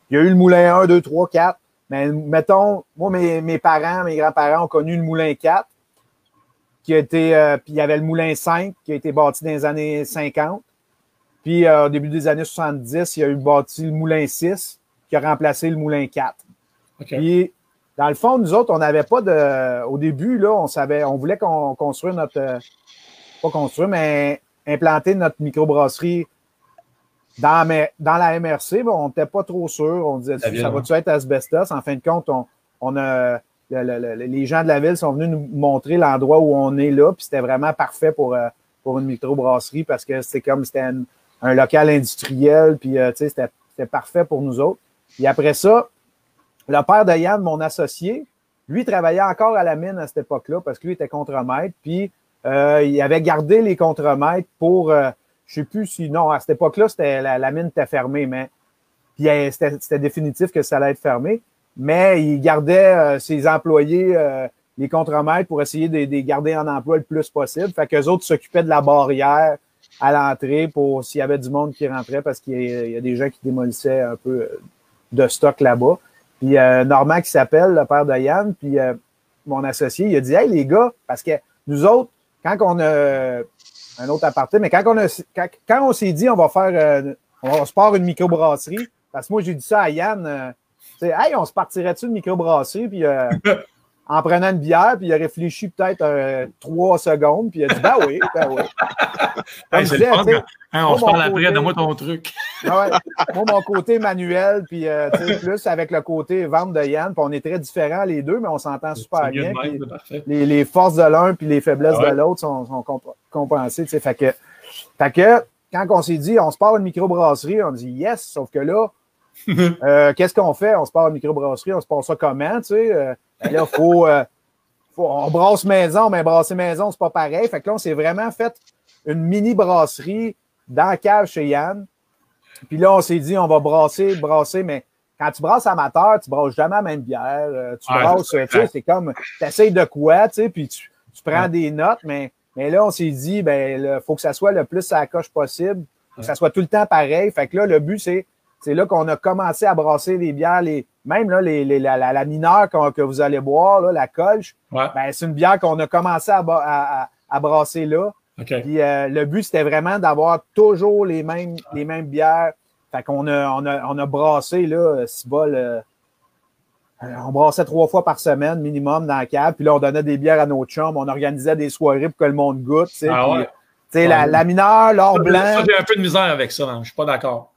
il y a eu le moulin un, deux, trois, quatre. Mais mettons, moi, mes, mes parents, mes grands-parents ont connu le moulin quatre, qui a été, euh, puis il y avait le moulin cinq, qui a été bâti dans les années cinquante. Puis euh, au début des années soixante-dix, il y a eu bâti le moulin six, qui a remplacé le moulin quatre. Okay. Puis, dans le fond, nous autres, on n'avait pas de. Au début, là, on savait, on voulait qu'on construise notre. Euh, pas construire, mais implanter notre microbrasserie dans, dans la M R C. Mais on n'était pas trop sûr. On disait, ça va-tu être asbestos? En fin de compte, on, on a. Le, le, le, les gens de la ville sont venus nous montrer l'endroit où on est là, puis c'était vraiment parfait pour, euh, pour une microbrasserie parce que c'était comme c'était un, un local industriel, puis euh, tu sais, c'était, c'était parfait pour nous autres. Puis après ça, le père de Yann, mon associé, lui travaillait encore à la mine à cette époque-là parce que lui était contremaître, puis euh, il avait gardé les contremaîtres pour, euh, je sais plus si, non, à cette époque-là, c'était la, la mine était fermée, mais puis euh, c'était, c'était définitif que ça allait être fermé. Mais il gardait euh, ses employés, euh, les contremaîtres, pour essayer de les garder en emploi le plus possible. Fait qu'eux autres s'occupaient de la barrière à l'entrée pour s'il y avait du monde qui rentrait parce qu'il y a, il y a des gens qui démolissaient un peu de stock là-bas. Puis euh, Normand qui s'appelle, le père de Yann, puis euh, mon associé, il a dit « Hey les gars, parce que nous autres, quand on a un autre aparté, mais quand on a quand, quand on s'est dit on va faire euh, on va se part une microbrasserie, parce que moi j'ai dit ça à Yann. Euh, Tu sais, hey, on se partirait-tu de microbrasserie, puis euh, en prenant une bière, puis il a réfléchi peut-être euh, trois secondes, puis il a dit, ben oui, ben oui. Hey, c'est disait, le fun, quand, hein, on moi, se parle mon après, côté- donne-moi ton truc. Ouais, moi, mon côté manuel, puis euh, tu sais, plus avec le côté vente de Yann, puis on est très différents les deux, mais on s'entend super C'est mieux bien. de même, puis c'est parfait. les, les forces de l'un puis les faiblesses Ah ouais. de l'autre sont, sont comp- compensées. Tu sais, fait que, fait que quand on s'est dit on se part une microbrasserie, on dit yes, sauf que là, euh, qu'est-ce qu'on fait? On se part une microbrasserie, on se passe ça comment? Tu sais? Euh, ben là, faut, euh, faut, on brasse maison, mais brasser maison, c'est pas pareil. Fait que là, on s'est vraiment fait une mini brasserie dans la cave chez Yann. Puis là, on s'est dit, on va brasser, brasser, mais quand tu brasses amateur, tu brasses jamais la même bière. Euh, tu Ouais, brasses, c'est tu sais, c'est comme, tu essayes de quoi, tu sais, puis tu, tu prends Ouais. des notes, mais, mais là, on s'est dit, ben, il faut que ça soit le plus à la coche possible, faut que ça soit tout le temps pareil. Fait que là, le but, c'est, c'est là qu'on a commencé à brasser les bières, les, même là, les, les, la, la, la mineure qu'on- que vous allez boire, là, la Kolsch, Ouais. ben, c'est une bière qu'on a commencé à, ba- à, à, à brasser là. OK. Puis euh, le but, c'était vraiment d'avoir toujours les mêmes, les mêmes bières. Fait qu'on a, on a, on a brassé, là, six bols, euh, euh, on brassait trois fois par semaine minimum dans la cave. Puis là, on donnait des bières à nos chums. On organisait des soirées pour que le monde goûte. Tu sais, Ah puis, ouais. tu sais, la, la mineure, l'or Ça, blanc, ça, j'ai un peu de misère avec ça, hein. Je suis pas d'accord.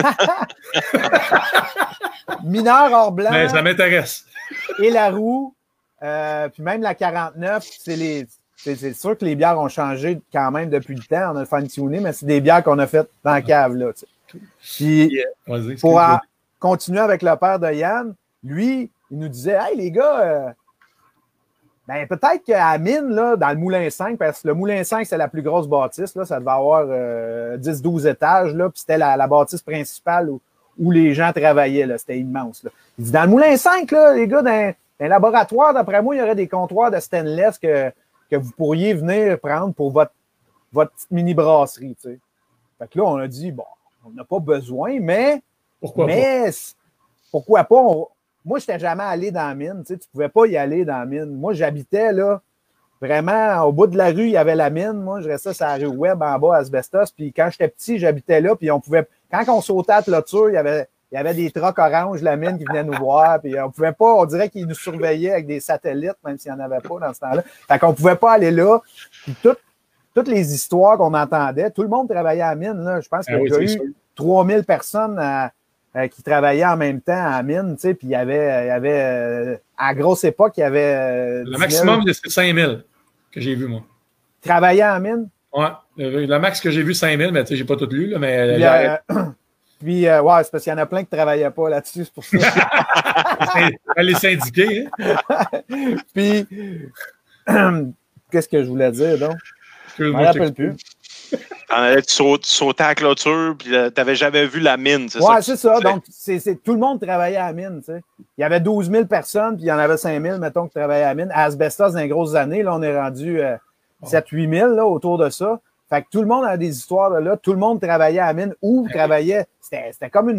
mineure, or blanc Mais ça m'intéresse. et la roue. Euh, puis même la quarante-neuf, c'est les. C'est, c'est sûr que les bières ont changé quand même depuis le temps. On a le fine-tuné, mais c'est des bières qu'on a faites dans la cave, là. Tu sais. Puis, Vas-y, pour excuse-moi. en continuer avec le père de Yann, lui, il nous disait, hey, les gars, euh, ben, peut-être qu'à la mine, là, dans le Moulin cinq, parce que le Moulin cinq, c'est la plus grosse bâtisse, là, ça devait avoir euh, dix douze étages, là, puis c'était la, la bâtisse principale où, où les gens travaillaient, là, c'était immense, là. Il dit, dans le Moulin cinq, là, les gars, dans, dans un laboratoire, d'après moi, il y aurait des comptoirs de stainless que, que vous pourriez venir prendre pour votre, votre petite mini-brasserie, tu sais. Fait que là, on a dit, bon, on n'a pas besoin, mais, Pourquoi mais c- pourquoi pas? On- moi, je n'étais jamais allé dans la mine, tu sais, tu pouvais pas y aller dans la mine. Moi, j'habitais là, vraiment, au bout de la rue, il y avait la mine. Moi, je restais sur la rue Webb, en bas, à Asbestos. Puis quand j'étais petit, j'habitais là, puis on pouvait, quand on sautait à la clôture, il y avait, il y avait des trucks orange, la mine, qui venaient nous voir, puis on pouvait pas, on dirait qu'ils nous surveillaient avec des satellites, même s'il n'y en avait pas dans ce temps-là. Fait qu'on pouvait pas aller là. Puis tout- toutes les histoires qu'on entendait, tout le monde travaillait à la mine, là. Je pense qu'il y a Ah oui, déjà c'est eu sûr. trois mille personnes à- euh, qui travaillaient en même temps à la mine, tu sais, puis il y avait, il y avait euh, à la grosse époque, il y avait euh, Le dix mille maximum, c'est cinq mille que j'ai vu, moi. qui travaillaient en mine. Ouais. Le, le max que j'ai vu, cinq mille, mais tu sais, j'ai pas tout lu, là, mais Puis, euh, puis euh, ouais, c'est parce qu'il y en a plein qui ne travaillaient pas là-dessus, c'est pour ça. les syndiqués, hein? Puis, qu'est-ce que je voulais dire, donc? Je ne me Excuse-moi, je rappelle t'excuse. plus. T'en allais, tu sautes, tu sautais à la clôture, puis euh, t'avais jamais vu la mine, c'est Ouais, ça? c'est ça. Donc, c'est, c'est, tout le monde travaillait à la mine, tu sais. Il y avait douze mille personnes, puis il y en avait cinq mille, mettons, qui travaillaient à la mine. À Asbestos, dans les grosses années, là, on est rendu euh, sept huit mille, là, autour de ça. Fait que tout le monde a des histoires de là. Tout le monde travaillait à la mine ou travaillait. C'était, c'était comme une.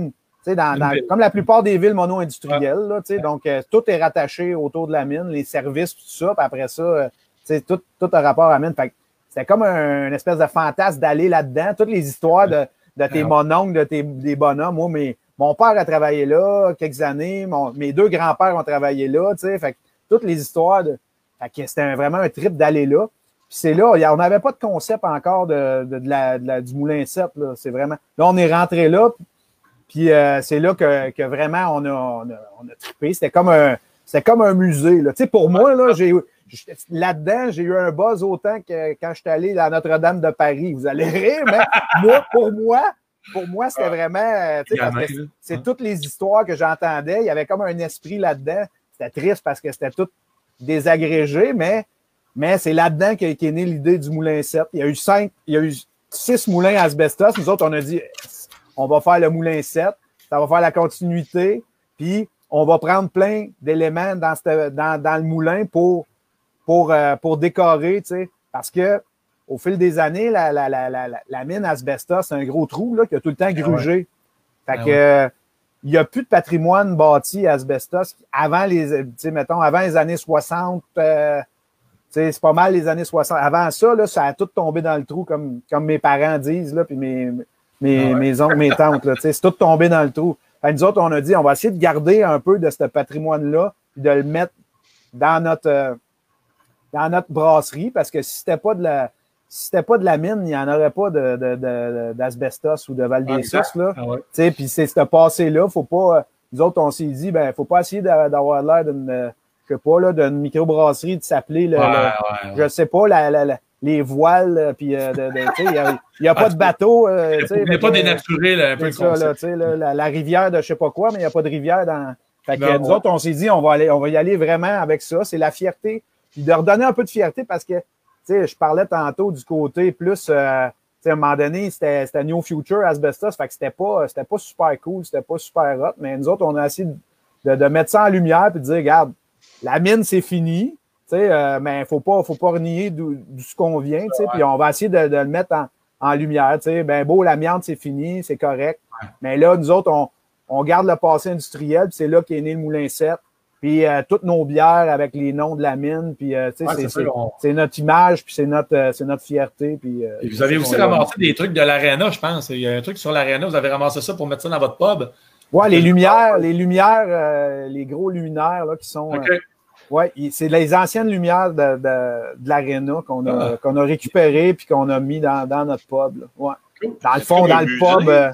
Dans, dans, comme la plupart des villes mono-industrielles. Là, donc, euh, tout est rattaché autour de la mine, les services, tout ça. Puis après ça, euh, tout, tout a rapport à la mine. Fait que c'était comme un, une espèce de fantasme d'aller là-dedans. Toutes les histoires de, de tes mononcles, de tes des bonhommes. Moi, mes, mon père a travaillé là quelques années. Mon, mes deux grands-pères ont travaillé là. Fait que toutes les histoires de. Fait que c'était vraiment un trip d'aller là. Puis c'est là, on n'avait pas de concept encore de, de, de, la, de la, du Moulin sept. Là. C'est vraiment. Là, on est rentré là. Puis euh, c'est là que, que vraiment on a, on a, on a trippé. C'était comme un, c'était comme un musée. Là. Tu sais, pour moi, là, j'ai, là-dedans, j'ai eu un buzz autant que quand je suis allé à Notre-Dame de Paris. Vous allez rire, mais moi, pour moi, pour moi, c'était vraiment. Tu sais, parce que c'est toutes les histoires que j'entendais. Il y avait comme un esprit là-dedans. C'était triste parce que c'était tout désagrégé, mais, mais c'est là-dedans qu'est est née l'idée du Moulin sept. Il y a eu cinq, il y a eu six moulins asbestos. Nous autres, on a dit. On va faire le Moulin sept, ça va faire la continuité, puis on va prendre plein d'éléments dans, dans, dans le moulin pour, pour, euh, pour décorer, tu sais, parce que au fil des années, la, la, la, la, la mine asbestos, c'est un gros trou là, qui a tout le temps grugé. Ah ouais. Fait ah que ouais. Il n'y a plus de patrimoine bâti asbestos avant les, tu sais, mettons, avant les années soixante, euh, tu sais, c'est pas mal les années soixante. Avant ça, là, ça a tout tombé dans le trou, comme, comme mes parents disent, là, puis mes. Mes, ah ouais. mes oncles, mes tantes, là, c'est tout tombé dans le trou. Fait, nous autres, on a dit, on va essayer de garder un peu de ce patrimoine-là, puis de le mettre dans notre, euh, dans notre brasserie, parce que si c'était pas de la, si c'était pas de la mine, il n'y en aurait pas de, de, de, d'asbestos ou de Val-des-Sources, là. Ah ouais. Puis c'est ce passé-là, faut pas, nous autres, on s'est dit, ben, faut pas essayer d'avoir l'air d'une, je sais pas, là, d'une microbrasserie, de s'appeler, le, ouais, le, ouais, ouais. je sais pas, la, la, la les voiles, puis euh, il n'y a, y a pas de bateau. Euh, il n'y a pas dénaturé là, un peu ça, là, là, la, la rivière de je sais pas quoi, mais il n'y a pas de rivière dans. Fait que non, nous ouais. autres, on s'est dit, on va aller, on va y aller vraiment avec ça. C'est la fierté. Puis de redonner un peu de fierté parce que, tu sais, je parlais tantôt du côté plus, euh, tu sais, à un moment donné, c'était New Future Asbestos, fait que c'était pas, c'était pas super cool, c'était pas super hot, mais nous autres, on a essayé de, de mettre ça en lumière puis de dire, regarde, la mine, c'est fini. Euh, mais il ne faut pas, faut pas renier d'où ce qu'on vient, ouais. Puis on va essayer de, de le mettre en, en lumière. Ben beau, l'amiante, c'est fini, c'est correct. Ouais. Mais là, nous autres, on, on garde le passé industriel, c'est là qu'est né le Moulin sept. Puis euh, toutes nos bières avec les noms de la mine, puis euh, ouais, c'est on... notre image, puis c'est notre, euh, notre fierté. Puis, euh, Et vous avez aussi ramassé des trucs de l'Arena, je pense. Il y a un truc sur l'Arena, vous avez ramassé ça pour mettre ça dans votre pub. Oui, les lumières, les lumières, euh, les gros luminaires là, qui sont. Okay. Euh, Oui, c'est les anciennes lumières de, de, de l'Arena qu'on a, ah. qu'on a récupérées puis qu'on a mis dans, dans notre pub. Là. Ouais. Dans le fond, dans le pub. Euh,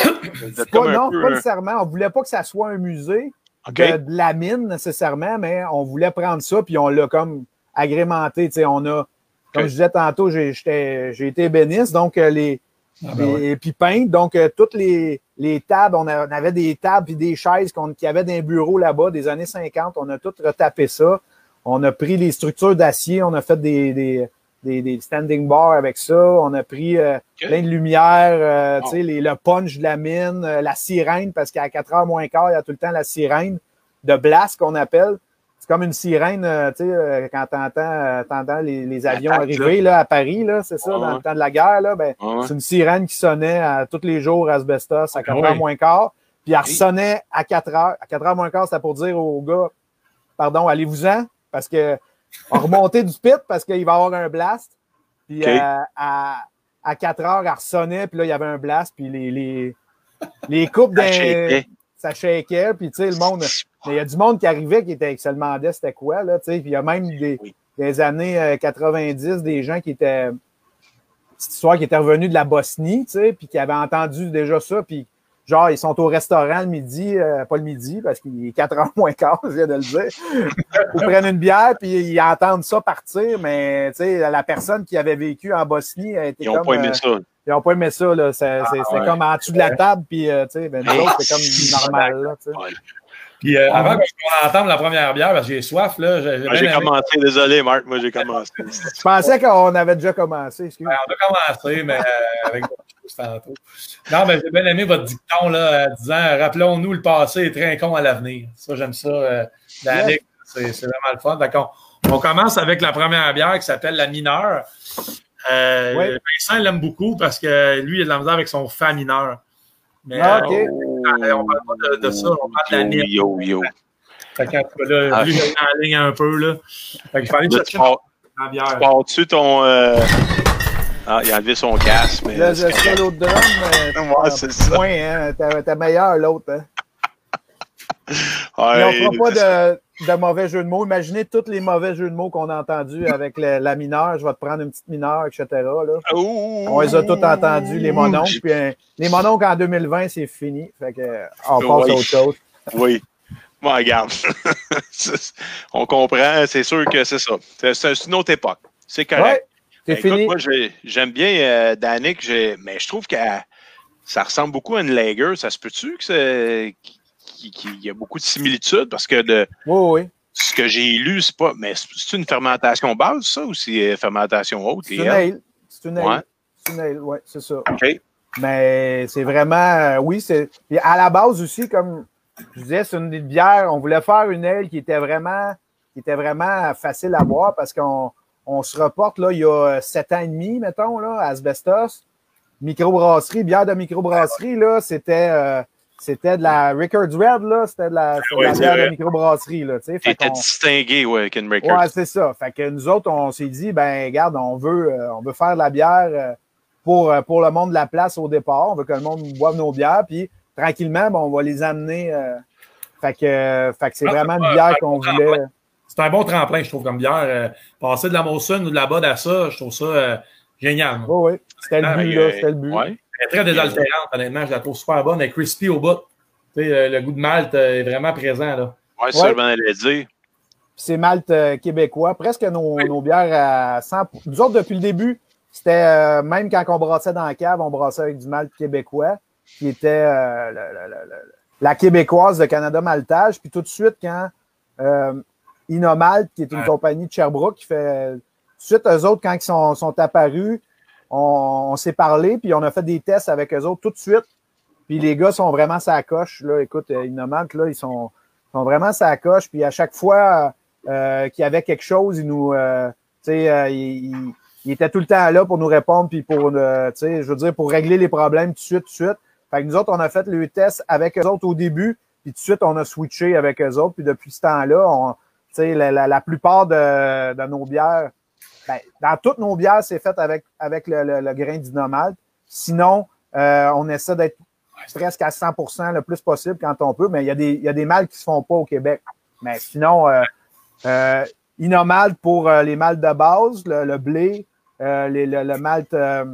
pas, non, peu... pas nécessairement. On ne voulait pas que ça soit un musée okay. de, de la mine nécessairement, mais on voulait prendre ça puis on l'a comme agrémenté. Tu sais, on a, comme okay. je disais tantôt, j'ai été ébéniste, donc euh, les. Ah ben ouais. Et puis peinte, donc euh, toutes les, les tables, on, a, on avait des tables et des chaises qu'on qu'il y avait dans les bureaux là-bas des années cinquante, on a tout retapé ça. On a pris les structures d'acier, on a fait des, des, des, des standing bars avec ça, on a pris euh, okay. plein de lumière, euh, oh. tu sais, le punch de la mine, euh, la sirène, parce qu'à quatre heures moins quart, il y a tout le temps la sirène de blast qu'on appelle. C'est comme une sirène, euh, tu sais, euh, quand t'entends euh, t'entends les, les avions Attaque, arriver là, à Paris, là, c'est ça, oh, dans ouais. le temps de la guerre, là, ben, oh, ouais. c'est une sirène qui sonnait à, tous les jours à Asbestos à quatre heures moins quart, puis elle ressonnait à quatre heures. À quatre heures moins quart, c'était pour dire aux gars, pardon, allez-vous-en, parce que on remontait du pit parce qu'il va y avoir un blast. Puis okay. euh, à, à quatre heures, elle ressonnait, puis là, il y avait un blast, puis les, les, les coupes d'un. Ça shakeait, puis tu sais, le monde. Mais il y a du monde qui arrivait qui, était, qui se demandait c'était quoi, là, tu sais. Puis il y a même des, oui. des années quatre-vingt-dix, des gens qui étaient. Cette histoire qui était revenue de la Bosnie, tu sais, puis qui avaient entendu déjà ça, puis genre, ils sont au restaurant le midi, euh, pas le midi, parce qu'il est quatre heures moins quart, je viens de le dire. Ils prennent une bière, puis ils entendent ça partir, mais tu sais, la personne qui avait vécu en Bosnie a été ils comme. Ils n'ont pas aimé euh, ça. Ils n'ont pas aimé ça, là. C'est ah, ouais. comme en dessous de la table, puis euh, tu sais, ben, nous autres, c'est comme normal, là, tu sais. Ouais. Puis euh, avant qu'on entende la première bière, parce que j'ai soif, là. J'ai commencé, désolé, Marc, moi j'ai commencé. Je pensais qu'on avait déjà commencé, excuse. Ouais, on a commencé, mais euh, avec tantôt. Non, mais j'ai bien aimé votre dicton, là, disant rappelons-nous le passé et trinquons à l'avenir. Ça, j'aime ça. Euh, yes. C'est vraiment le fun. Donc, on, on commence avec la première bière qui s'appelle la mineure. Euh, oui. Vincent l'aime beaucoup parce que lui, il a de la misère avec son fa mineur. Mais Ah, OK. euh, on parle pas de, de ça, on parle de la nette. Yo, yo. Fait que, en tout cas, là, Ah. lui, j'ai en ligne un peu, là. Fait que je vais aller Là, chercher tu pars, la tu bière. pars dessus ton. Euh... Ah, il a enlevé son casque, mais. Là, c'est je sais l'autre drum, mais Ouais, c'est ça. moins, hein. T'as t'as meilleur l'autre, hein. correct. Mais on Ouais, fera pas c'est ça. de, de mauvais jeux de mots. Imaginez tous les mauvais jeux de mots qu'on a entendus avec le- la mineure. Je vais te prendre une petite mineure, et cetera. Là. Ouh. On les a tous entendus, les mononcles. J'ai- Puis, euh, les mononcles en deux mille vingt, c'est fini. Fait que, euh, on passe Oui. à autre chose. Oui. Bon, regarde. C'est- On comprend, c'est sûr que c'est ça. C'est c'est une autre époque. C'est correct. Ouais, c'est Ben, écoute, fini. moi, j'ai- j'aime bien euh, Danick, j'ai- mais je trouve que ça ressemble beaucoup à une Lager. Ça se peut-tu que c'est qu'il qu'il y a beaucoup de similitudes? Parce que de Oui, oui. ce que j'ai lu, c'est pas. Mais c'est une fermentation basse, ça, ou c'est fermentation haute? C'est les une L? ale. C'est une ale. Ouais. C'est une ale, oui, c'est ça. OK. Mais c'est vraiment, euh, oui, c'est. Puis à la base aussi, comme je disais, c'est une des bières. On voulait faire une aile qui était vraiment, qui était vraiment facile à boire parce qu'on on se reporte là, il y a sept ans et demi, mettons, là, à Asbestos. Microbrasserie, bière de microbrasserie, là, c'était, euh, c'était de la Rickard's Red, là, c'était de la, c'était de Oui, la c'est bière vrai. de microbrasserie, là, tu sais. Fait T'étais qu'on- distingué, ouais, Ken Records. Ouais, c'est ça. Fait que nous autres, on s'est dit, ben, regarde, on veut, euh, on veut faire de la bière euh, pour, euh, pour le monde de la place au départ. On veut que le monde boive nos bières, puis tranquillement, ben, on va les amener. euh, fait que, euh, fait que c'est Ah, vraiment c'est une pas- bière c'est qu'on pas voulait. C'est un bon tremplin, je trouve, comme bière. Euh, passer de la Molson ou de la Bud à ça, je trouve ça euh, génial. moi. Oui, oui. C'était le Ah, but, mais, là. euh, C'était le but. ouais. Elle est très désaltérante, honnêtement. Je la trouve super bonne. Elle est crispy au bout. Tu sais, euh, le goût de malt euh, est vraiment présent, là. Ouais, c'est ça Ouais. que je m'en allais dire. Puis c'est malt euh, québécois. Presque nos, Oui. nos bières à cent pour cent. Nous autres, depuis le début, c'était euh, même quand on brassait dans la cave, on brassait avec du malt québécois, qui était euh, le- le- le- le- la québécoise de Canada Maltage. Puis tout de suite, quand euh, Inomalt, qui est une Ouais. compagnie de Sherbrooke, qui fait. Tout de suite, eux autres, quand ils sont, sont apparus, on, on s'est parlé, puis on a fait des tests avec eux autres tout de suite. Puis les gars sont vraiment sa coche. Là. Écoute, euh, Inomalt, là, ils sont, sont vraiment sa coche. Puis à chaque fois euh, qu'il y avait quelque chose, ils nous. Euh, tu sais, euh, ils, ils- ils étaient tout le temps là pour nous répondre, puis pour, euh, tu sais, je veux dire, pour régler les problèmes tout de suite, tout de suite. Fait que nous autres, on a fait le test avec eux autres au début, puis tout de suite, on a switché avec eux autres. Puis depuis ce temps-là, on, tu sais, la, la, la plupart de, de nos bières, ben, dans toutes nos bières, c'est fait avec, avec le, le, le grain d'Inomalt. Sinon, euh, on essaie d'être presque à cent pour cent le plus possible quand on peut, mais il y a des, il y a des mâles qui se font pas au Québec. Mais sinon, euh, euh, Inomalt pour euh, les maltes de base, le, le blé, euh, les, le, le malt, euh,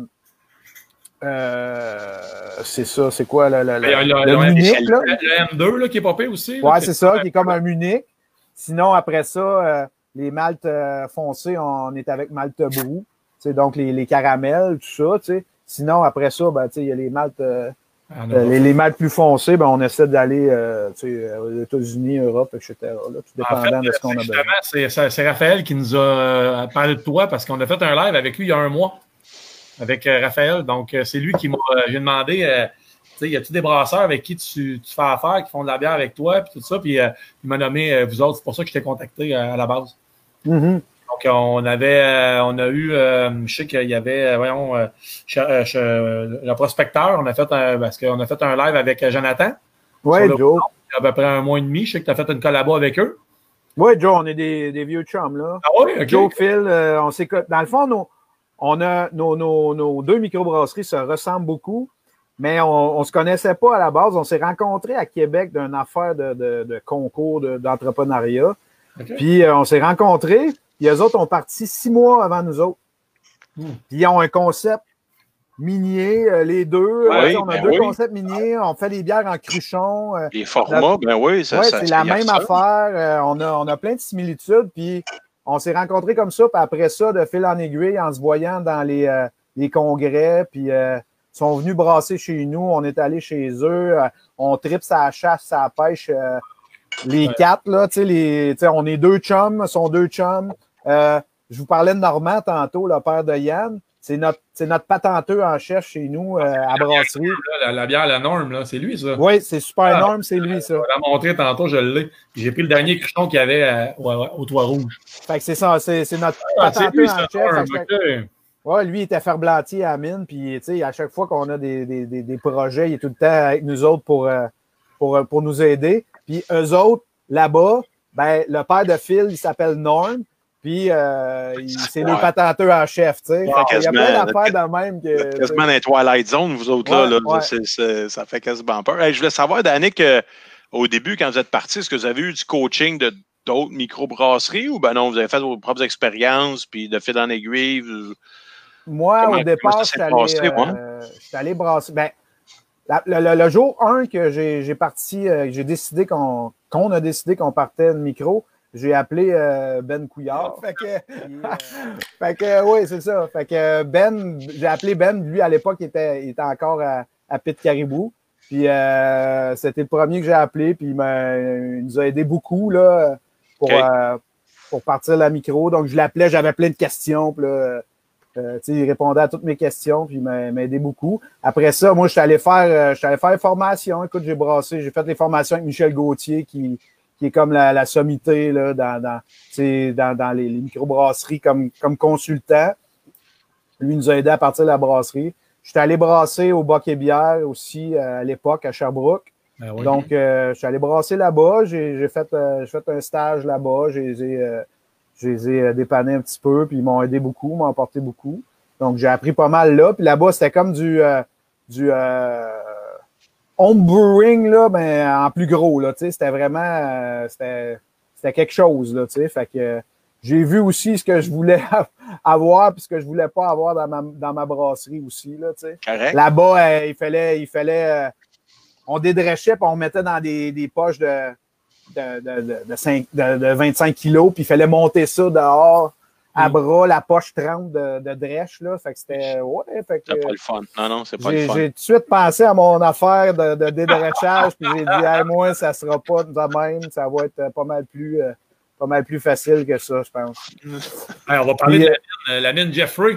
euh, c'est ça, c'est quoi le, le, le, Il y a le- le le- Munich, là? Le M deux là, qui est popé aussi. là, Ouais, qui- c'est ça, qui est comme un Munich. Sinon, après ça, euh, les maltes euh, foncés, on est avec malte brou. Tu sais, donc les, les caramels, tout ça, tu sais. Sinon, après ça, ben, tu sais, il y a les maltes, euh, Ah, non. euh, les, les maltes plus foncés, ben, on essaie d'aller, euh, tu sais, euh, aux États-Unis, Europe, et cetera. Là, tout En dépendant fait, de ce qu'on a besoin. justement, c'est- c'est c'est Raphaël qui nous a euh, parlé de toi parce qu'on a fait un live avec lui il y a un mois avec euh, Raphaël. Donc, euh, c'est lui qui m'a euh, j'ai demandé euh, tu sais, y a-tu des brasseurs avec qui tu, tu fais affaire, qui font de la bière avec toi, puis tout ça. Puis euh, il m'a nommé euh, vous autres. C'est pour ça que je t'ai contacté euh, à la base. Mhm. Donc, on avait, euh, on a eu, euh, je sais qu'il y avait, euh, voyons, euh, che- euh, che- le prospecteur, on a fait un, parce qu'on a fait un live avec euh, Jonathan, Ouais, Sur le- Joe. il y a à peu près un mois et demi. Je sais que tu as fait une collabo avec eux. Ouais, Joe, on est des, des vieux chums, là. Ah oui, OK. Joe, Phil, euh, on s'est, co- dans le fond, nos, on a, nos, nos, nos deux microbrasseries se ressemblent beaucoup, mais on, on se connaissait pas à la base. On s'est rencontrés à Québec d'une affaire de, de, de concours de- d'entrepreneuriat. OK. Puis euh, on s'est rencontrés, puis eux autres ont parti six mois avant nous autres. Hmm. Puis ils ont un concept minier, euh, les deux. Oui, Euh, on a ben deux oui. concepts miniers. On fait des bières en cruchon. euh, Les formats, ben oui, ça, oui, ça c'est ça la y même ressemble. affaire. Euh, on, a, on a plein de similitudes. Puis on s'est rencontrés comme ça. Puis après ça, de fil en aiguille, en se voyant dans les, euh, les congrès. Puis euh, ils sont venus brasser chez nous. On est allé chez eux. Euh, on tripe sa chasse, sa pêche. euh, les Ouais. quatre, là, tu sais, les, tu sais, on est deux chums, sont deux chums. Euh, je vous parlais de Normand tantôt, le père de Yann. C'est notre, c'est notre patenteux en chef chez nous euh, à brasserie. Là, la, la bière, la norme, là, c'est lui, ça. Oui, c'est super Ah. énorme, c'est lui, ça. On l'a montré tantôt, je l'ai. J'ai pris le dernier cruchon qu'il y avait euh, au, au Toit Rouge. Fait que c'est ça, c'est, c'est notre Ah, c'est patenteux lui, en ça, chef. Norm, Fait que- OK. Ouais, lui, il était ferblantier à la mine, puis à chaque fois qu'on a des, des, des, des projets, il est tout le temps avec nous autres pour, euh, pour, pour nous aider. Puis eux autres, là-bas, ben, le père de Phil, il s'appelle Norm, puis euh, c'est ouais. le patenteur en chef. Tu sais. Ouais, il y a plein d'affaires de même. Que, quasiment dans les Twilight Zone, vous autres, ouais, là, là ouais. c'est, c'est, ça fait quasiment peur. Hey, je voulais savoir, Danick, euh, au début, quand vous êtes parti, est-ce que vous avez eu du coaching de d'autres microbrasseries ou ben non, vous avez fait vos propres expériences, puis de fil en aiguille? Vous... Moi, comment, au départ, je suis allé, euh, allé brasser. Ben, la, le, le jour un que j'ai, j'ai parti, euh, j'ai décidé qu'on, qu'on a décidé qu'on partait de micro, j'ai appelé euh, Ben Couillard. Fait que, euh, fait que oui, c'est ça. Fait que Ben, j'ai appelé Ben, lui, à l'époque, il était, il était encore à, à Pit Caribou. Puis euh, c'était le premier que j'ai appelé, puis il, il nous a aidé beaucoup là, pour, okay. euh, pour partir la micro. Donc, je l'appelais, j'avais plein de questions. Puis là, Euh, il répondait à toutes mes questions, puis il m'a, m'a aidé beaucoup. Après ça, moi, je suis allé faire, euh, je suis allé faire les formations. Écoute, j'ai brassé, j'ai fait les formations avec Michel Gauthier, qui, qui est comme la, la sommité là, dans, dans, dans, dans les, les microbrasseries comme, comme consultant. Lui, il nous a aidé à partir de la brasserie. Je suis allé brasser au Boc et Bière aussi euh, à l'époque, à Sherbrooke. Ben oui. Donc, euh, je suis allé brasser là-bas. J'ai, j'ai, fait, euh, j'ai fait un stage là-bas. J'ai, j'ai euh, Je les ai dépannés un petit peu, puis ils m'ont aidé beaucoup, m'ont apporté beaucoup. Donc, j'ai appris pas mal là. Puis là-bas, c'était comme du, euh, du euh, homebrewing, là, mais en plus gros, là, tu sais. C'était vraiment, euh, c'était, c'était quelque chose, là, tu sais. Fait que euh, j'ai vu aussi ce que je voulais avoir puis ce que je voulais pas avoir dans ma, dans ma brasserie aussi, là, tu sais. Correct. Là-bas, euh, il fallait, il fallait, euh, on dédréchait puis on mettait dans des, des poches de De, de, de, de, cinq, de, de vingt-cinq kilos, puis il fallait monter ça dehors à bras, la poche trente de, de drèche, là. Fait que c'était, ouais, fait que. C'est pas le fun. Non, non, c'est pas j'ai, le fun. J'ai tout de suite pensé à mon affaire de, de dédréchage, puis j'ai dit, hey, moi, ça sera pas de même, ça va être pas mal plus, euh, pas mal plus facile que ça, je pense. Hey, on va parler puis, de la mine, la mine Jeffrey.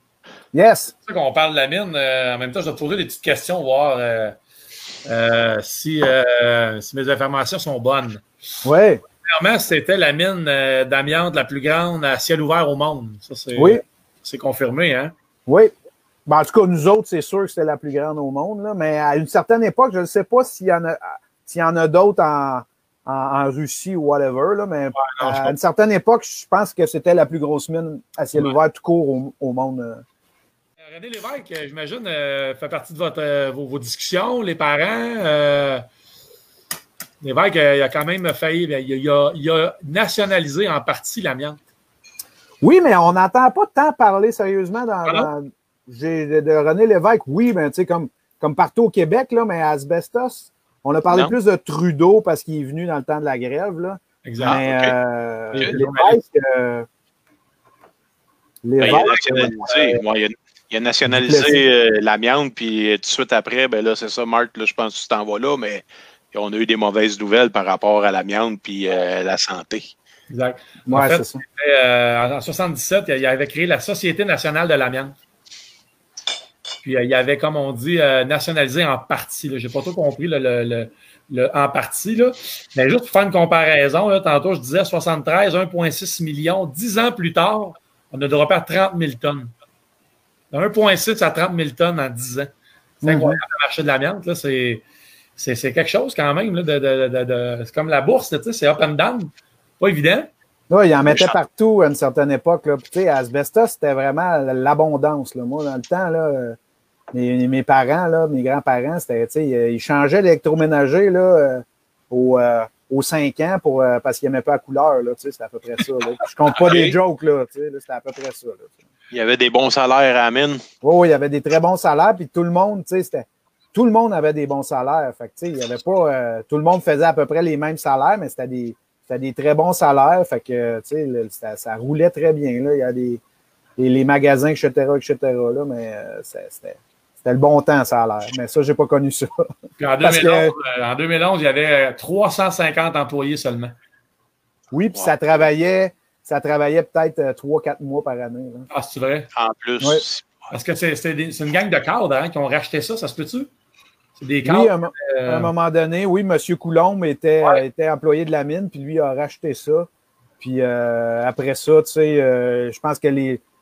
Yes. C'est ça qu'on parle de la mine. Euh, en même temps, je vais te poser des petites questions, voir. Euh, Euh, si, euh, si mes informations sont bonnes. Oui. Premièrement, c'était la mine euh, d'amiante la plus grande à ciel ouvert au monde. Ça, c'est, oui. C'est confirmé, hein? Oui. Ben, en tout cas, nous autres, c'est sûr que c'était la plus grande au monde, là, mais à une certaine époque, je ne sais pas s'il y en a, s'il y en a d'autres en, en, en Russie ou whatever, là, mais ouais, non, à une certaine époque, je pense que c'était la plus grosse mine à ciel ouais. ouvert tout court au, au monde. René Lévesque, j'imagine, euh, fait partie de votre, euh, vos, vos discussions, les parents. Euh, Lévesque, euh, il a quand même failli, il a, il a, il a nationalisé en partie l'amiante. Oui, mais on n'entend pas tant parler sérieusement dans, ah dans j'ai, de, de René Lévesque. Oui, mais tu sais, comme, comme partout au Québec, là, mais à Asbestos, on a parlé non. plus de Trudeau parce qu'il est venu dans le temps de la grève. Là. Exact. Mais okay. euh, okay. Lévesque, euh, Lévesque, ben, il a nationalisé. Euh, bon, il a... Il a nationalisé euh, l'amiante, puis tout de suite après, ben là, c'est ça, Marc, là, je pense que tu t'en vas là, mais on a eu des mauvaises nouvelles par rapport à l'amiante puis euh, la santé. Exact. Ouais, en fait, c'est ça. Euh, en soixante-dix-sept, il avait créé la Société nationale de l'amiante. Puis euh, il avait, comme on dit, euh, nationalisé en partie. Je n'ai pas tout compris le, le, le, le en partie. Là. Mais juste pour faire une comparaison, là, tantôt je disais soixante-treize, un virgule six million. Dix ans plus tard, on a droppé à trente mille tonnes. un virgule six à trente mille tonnes en dix ans. C'est mm-hmm. incroyable le marché de l'amiante. Là, c'est, c'est, c'est quelque chose quand même. Là, de, de, de, de, c'est comme la bourse, là, c'est up and down. Pas évident. Oui, il en mettait partout à une certaine époque. Là. Puis, à Asbestos, c'était vraiment l'abondance. Là. Moi, dans le temps, là, mes, mes parents, là, mes grands-parents, c'était, ils changeaient l'électroménager là, au, euh, aux cinq ans pour, euh, parce qu'ils n'aimaient pas la couleur. Là, c'était à peu près ça. Là. Je compte pas des jokes. Là, là, c'était à peu près ça. Là, il y avait des bons salaires à la mine. Oui, oui, il y avait des très bons salaires, puis tout le monde, tu sais, c'était. Tout le monde avait des bons salaires. Fait que, tu sais, il y avait pas. Euh, tout le monde faisait à peu près les mêmes salaires, mais c'était des, c'était des très bons salaires. Fait que, tu sais, ça, ça roulait très bien. Là. Il y a des. Les, les magasins, et cetera, et cetera, là, mais euh, c'était. C'était le bon temps, ça a l'air. Mais ça, j'ai pas connu ça. Puis en deux mille onze, que, euh, en deux mille onze, il y avait trois cent cinquante employés seulement. Oui, puis wow. ça travaillait. Ça travaillait peut-être trois quatre mois par année. Là. Ah, c'est vrai? En plus. Oui. Parce que c'est, c'est, des, c'est une gang de cadres hein, qui ont racheté ça, ça se peut-tu? C'est des cadres. Oui, à, euh... à un moment donné, oui, M. Coulombe était, ouais. était employé de la mine, puis lui a racheté ça. Puis euh, après ça, tu sais, euh, je pense que les,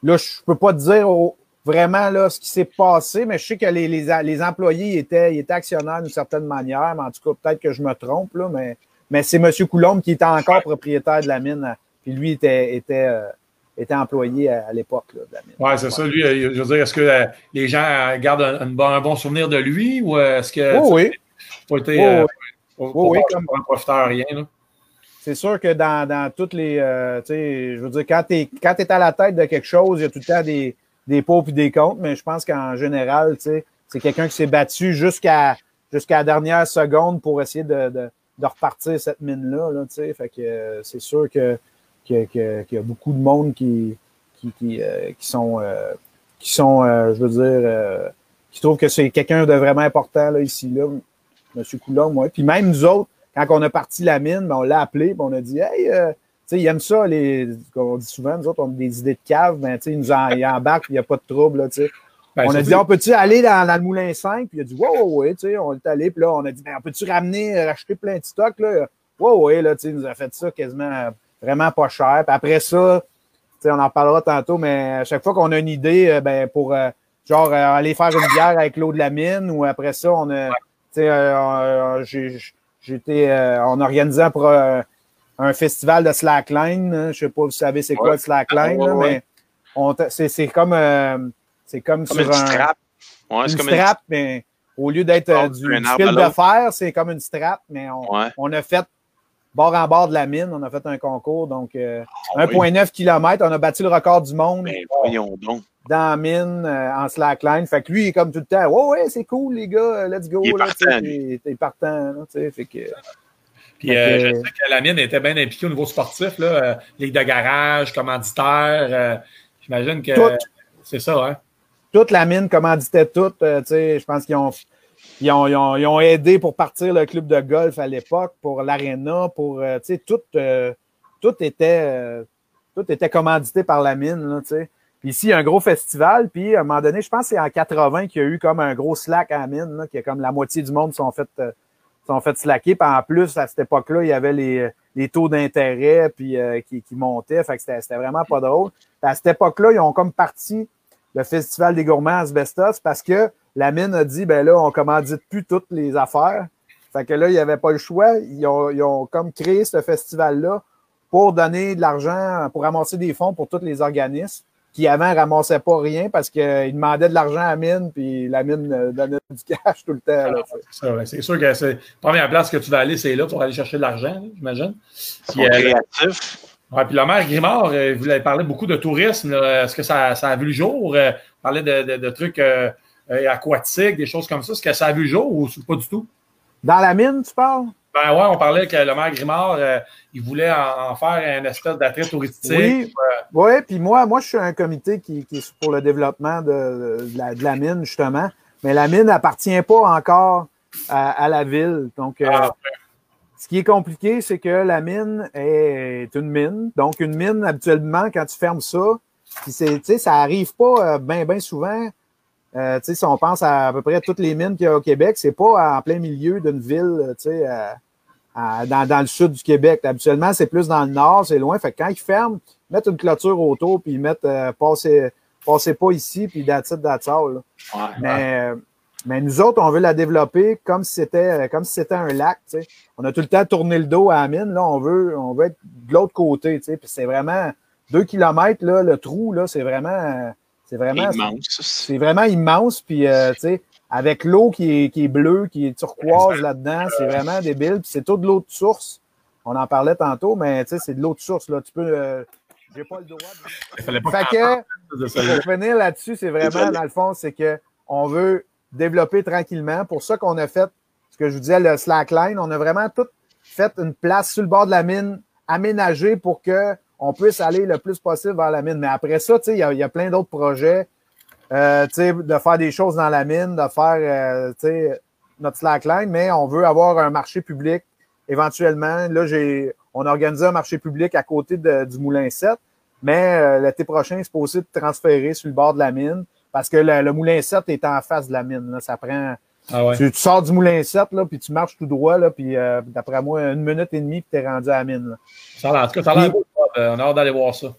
là, je peux pas te dire oh, vraiment là, ce qui s'est passé, mais je sais que les, les, les employés étaient, ils étaient actionnaires d'une certaine manière, mais en tout cas, peut-être que je me trompe, là, mais, mais c'est M. Coulombe qui était encore propriétaire de la mine, puis lui était, était, euh, était employé à, à l'époque là, de la mine. Oui, c'est ouais. ça. Lui, je veux dire, est-ce que euh, les gens gardent un, un, bon, un bon souvenir de lui ou est-ce que. Oh, oui. Pas été. Oh, euh, oui, oh, oui comme un profiteur, rien, là. C'est sûr que dans, dans toutes les. Euh, tu sais, je veux dire, quand tu es, quand t'es à la tête de quelque chose, il y a tout le temps des, des pour et des contre, mais je pense qu'en général, tu sais, c'est quelqu'un qui s'est battu jusqu'à jusqu'à la dernière seconde pour essayer de, de, de repartir cette mine-là. Là, tu sais. Fait que euh, c'est sûr que, que, que, qu'il y a beaucoup de monde qui, qui, qui, euh, qui sont, euh, qui sont euh, je veux dire, euh, qui trouvent que c'est quelqu'un de vraiment important là, ici, là, M. Coulombe. Ouais. Puis même nous autres, quand on a parti la mine, ben on l'a appelé, puis on a dit, hey, euh, tu sais, il aime ça, les, on dit souvent, nous autres, on a des idées de cave, ben, tu sais, il nous en, il embarque, il n'y a pas de trouble, là, tu sais. Ben, on a dit, plus... on peut-tu aller dans, dans le moulin cinq? Puis il a dit, wow, ouais, tu sais, on est allé, puis là, on a dit, ben, on peut-tu ramener, racheter plein de stocks, là? Wow, ouais, là, tu sais, il nous a fait ça quasiment vraiment pas cher. Puis après ça, tu sais, on en parlera tantôt, mais à chaque fois qu'on a une idée, ben, pour, euh, genre, euh, aller faire une bière avec l'eau de la mine, ou après ça, on a, tu sais, euh, j'ai, J'étais, euh, on organisait pour euh, un festival de slackline. Hein. Je sais pas, vous savez c'est quoi ouais. le slackline, ouais, là, ouais. mais on c'est, c'est comme, euh, c'est comme, comme sur une un strap. Ouais, une c'est comme strap, une... mais au lieu d'être euh, du, du fil de fer, c'est comme une strap, mais on, ouais. on a fait bord en bord de la mine, on a fait un concours, donc euh, oh, un virgule neuf oui. kilomètres, on a battu le record du monde. Ben, voyons donc. Dans la mine, euh, en slackline. Fait que lui, il est comme tout le temps, ouais, ouais, c'est cool, les gars, let's go. Il est là, partant. Il est partant, tu sais, fait que. Puis euh, je sais que la mine était bien impliquée au niveau sportif, là, euh, ligue de garage, commanditaire. Euh, j'imagine que tout, c'est ça, hein? Toute la mine commanditait tout. Euh, tu sais, je pense qu'ils ont, ils ont, ils ont, ils ont aidé pour partir le club de golf à l'époque, pour l'aréna, pour, euh, tu sais, tout, euh, tout était, euh, tout était commandité par la mine, là, tu sais. Puis ici, il y a un gros festival, puis à un moment donné, je pense que c'est en quatre-vingts qu'il y a eu comme un gros slack à la mine, là, qu'il y a comme la moitié du monde sont fait, euh, sont fait slacker. Puis en plus, à cette époque-là, il y avait les, les taux d'intérêt puis euh, qui, qui montaient. Fait que c'était, c'était vraiment pas drôle. Puis à cette époque-là, ils ont comme parti le Festival des gourmands Asbestos parce que la mine a dit, ben là, on commandite plus toutes les affaires. Fait que là, il n'y avait pas le choix. Ils ont, ils ont comme créé ce festival-là pour donner de l'argent, pour ramasser des fonds pour tous les organismes qui avant ramassaient pas rien parce qu'ils demandaient de l'argent à la mine, puis la mine donnait du cash tout le temps. Là, c'est, ça, c'est sûr que c'est la première place que tu vas aller, c'est là pour aller chercher de l'argent, j'imagine. Puis, euh, créatif. Ouais, puis le maire Grimard, euh, vous avez parlé beaucoup de tourisme. Là. Est-ce que ça, ça a vu le jour? Euh, parlait de, de, de trucs euh, euh, aquatiques, des choses comme ça. Est-ce que ça a vu le jour ou pas du tout? Dans la mine, tu parles? Ben ouais, on parlait que le maire Grimard, euh, il voulait en, en faire une espèce d'attrait touristique. Oui, euh... ouais, puis moi, moi, je suis un comité qui, qui est pour le développement de, de, la, de la mine, justement. Mais la mine n'appartient pas encore à, à la ville. Donc, euh, ah, okay. Ce qui est compliqué, c'est que la mine est une mine. Donc, une mine, habituellement, quand tu fermes ça, puis c'est, tu sais, ça arrive pas bien, bien souvent. Euh, tu sais, si on pense à à peu près toutes les mines qu'il y a au Québec, c'est pas en plein milieu d'une ville, tu sais, à, à, dans, dans le sud du Québec. Habituellement, c'est plus dans le nord, c'est loin. Fait que quand ils ferment, ils mettent une clôture autour, puis ils mettent euh, passez, passez pas ici, puis that's it, that's all. Ouais, mais, ouais. mais nous autres, on veut la développer comme si c'était comme si c'était un lac, tu sais. On a tout le temps tourné le dos à la mine, là, on veut, on veut être de l'autre côté, tu sais. Puis c'est vraiment deux kilomètres, là, le trou, là, c'est vraiment. C'est vraiment immense. C'est vraiment immense. Puis, euh, tu sais, avec l'eau qui est, qui est bleue, qui est turquoise là-dedans, c'est vraiment débile. Puis, c'est tout de l'eau de source. On en parlait tantôt, mais tu sais, c'est de l'eau de source. Là. Tu peux. Euh, j'ai pas le droit de. Il fallait pas fait que, pour finir là-dessus, c'est vraiment, dans le fond, c'est qu'on veut développer tranquillement. Pour ça qu'on a fait, ce que je vous disais, le slackline, on a vraiment tout fait une place sur le bord de la mine aménagée pour que on puisse aller le plus possible vers la mine. Mais après ça, tu sais, il y a, y a plein d'autres projets, euh, tu sais, de faire des choses dans la mine, de faire, euh, tu sais, notre slackline, mais on veut avoir un marché public éventuellement. Là, j'ai, on a organisé un marché public à côté de, du Moulin sept, mais euh, l'été prochain, c'est possible de transférer sur le bord de la mine parce que le, le Moulin sept est en face de la mine. Là. Ça prend... Ah ouais. tu, tu sors du Moulin sept, là, puis tu marches tout droit, là, puis euh, d'après moi, une minute et demie, puis t'es rendu à la mine. Là. Ça a l'air, en tout cas, ça a l'air beau. On a hâte d'aller voir ça.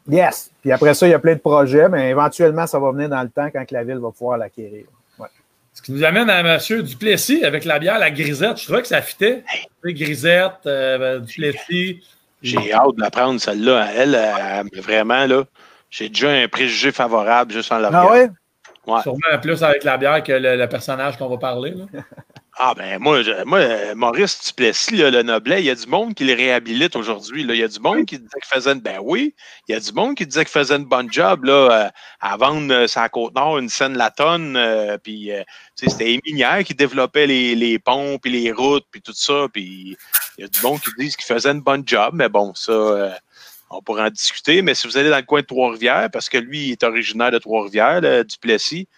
Yes. Puis après ça, il y a plein de projets, mais éventuellement, ça va venir dans le temps quand la ville va pouvoir l'acquérir. Ouais. Ce qui nous amène à M. Duplessis avec la bière, la grisette. Je trouvais que ça fitait. Hey. Grisette, euh, Duplessis. J'ai hâte de la prendre, celle-là. Elle, elle, elle, vraiment, là, j'ai déjà un préjugé favorable juste en la regardant. Ah ouais? Ouais. Sûrement plus avec la bière que le, le personnage qu'on va parler. Là. Ah ben moi, je, moi Maurice Duplessis, là, le Noblet, il y a du monde qui le réhabilite aujourd'hui. Il y a du monde qui disait qu'il faisait une... Ben oui, il y a du monde qui disait qu'il faisait une bonne job là, à vendre euh, sur la Côte-Nord une scène la tonne. Euh, puis euh, c'était les minières qui développaient les, les ponts, puis les routes, puis tout ça. Puis il y a du monde qui disent qu'il faisait une bonne job, mais bon, ça... Euh, on pourra en discuter, mais si vous allez dans le coin de Trois-Rivières, parce que lui, il est originaire de Trois-Rivières, là, Duplessis,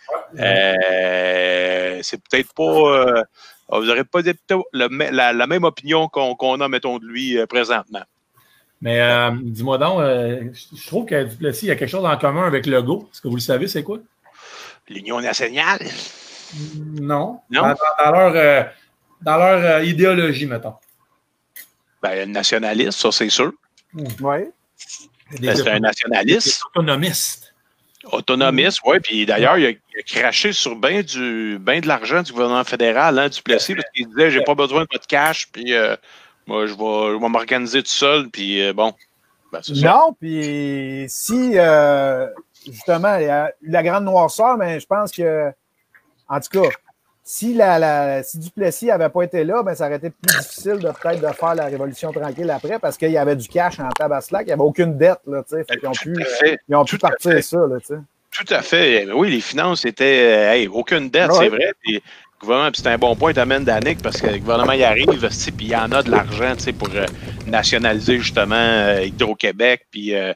euh, c'est peut-être pas... Euh, vous n'aurez pas dit le, la, la même opinion qu'on qu'on a, mettons, de lui euh, présentement. Mais euh, dis-moi donc, euh, je trouve que Duplessis, il y a quelque chose en commun avec le Go. Est-ce que vous le savez, c'est quoi? L'Union nationale? Non. Non? Dans, dans leur, euh, dans leur euh, idéologie, mettons. Ben, nationaliste, ça, c'est sûr. Mmh. Oui. Ben, c'est un nationaliste. Autonomiste. Autonomiste, oui. Puis d'ailleurs, il, il a craché sur bien ben de l'argent du gouvernement fédéral, hein, Duplessis, parce qu'il disait j'ai pas besoin de votre cash, puis euh, moi, je vais, je vais m'organiser tout seul, puis euh, bon. Ben, c'est ça. Non, puis si, euh, justement, il y a eu la grande noirceur, mais je pense que, en tout cas, si, la, la, si Duplessis n'avait pas été là, ben, ça aurait été plus difficile de peut-être de faire la Révolution tranquille après parce qu'il y avait du cash en tabaslac, il n'y avait aucune dette. Là, fait ils ont pu, euh, ils ont pu partir ça. Là, tout à fait. Oui, les finances étaient hey, aucune dette, ouais. C'est vrai. Puis, le gouvernement, c'est un bon point, tu amènes Danick, parce que le gouvernement y arrive, puis il y en a de l'argent pour euh, nationaliser justement euh, Hydro-Québec, puis euh,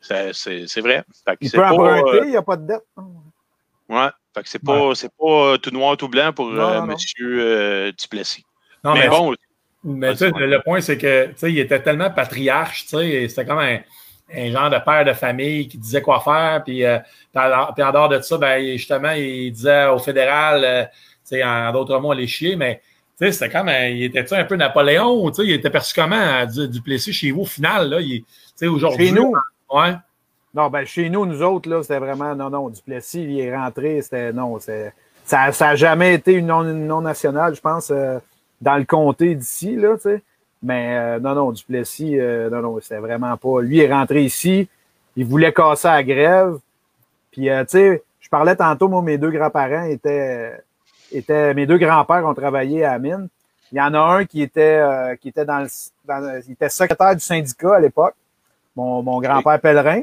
c'est vrai. Fait que il peut emprunter, il euh, n'y a pas de dette. Ouais. Fait que c'est pas, ouais. c'est pas tout noir, tout blanc pour non, euh, non, monsieur euh, Duplessis. Non, mais, mais bon. Mais tu sais, le, le point, c'est que il était tellement patriarche, tu sais, c'était comme un, un genre de père de famille qui disait quoi faire, puis, euh, puis, en, puis en dehors de ça, ben, justement, il disait au fédéral, euh, tu sais, en d'autres mots, les chier, mais tu sais, c'était comme, un, il était un peu Napoléon, tu sais, il était perçu comment, Duplessis chez vous, au final, là, tu sais, aujourd'hui. Chez nous? Ouais. Non, ben chez nous, nous autres, là, c'était vraiment non, non, Duplessis, il est rentré, c'était non, c'est ça ça a jamais été une non, une non nationale, je pense, euh, dans le comté d'ici, là, tu sais. Mais euh, non, non, Duplessis, euh, non, non, c'était vraiment pas. Lui, il est rentré ici, il voulait casser la grève. Puis euh, tu sais, je parlais tantôt, moi, mes deux grands-parents étaient étaient mes deux grands-pères ont travaillé à la mine. Il y en a un qui était euh, qui était dans le dans, il était secrétaire du syndicat à l'époque, mon, mon grand-père oui. Pellerin.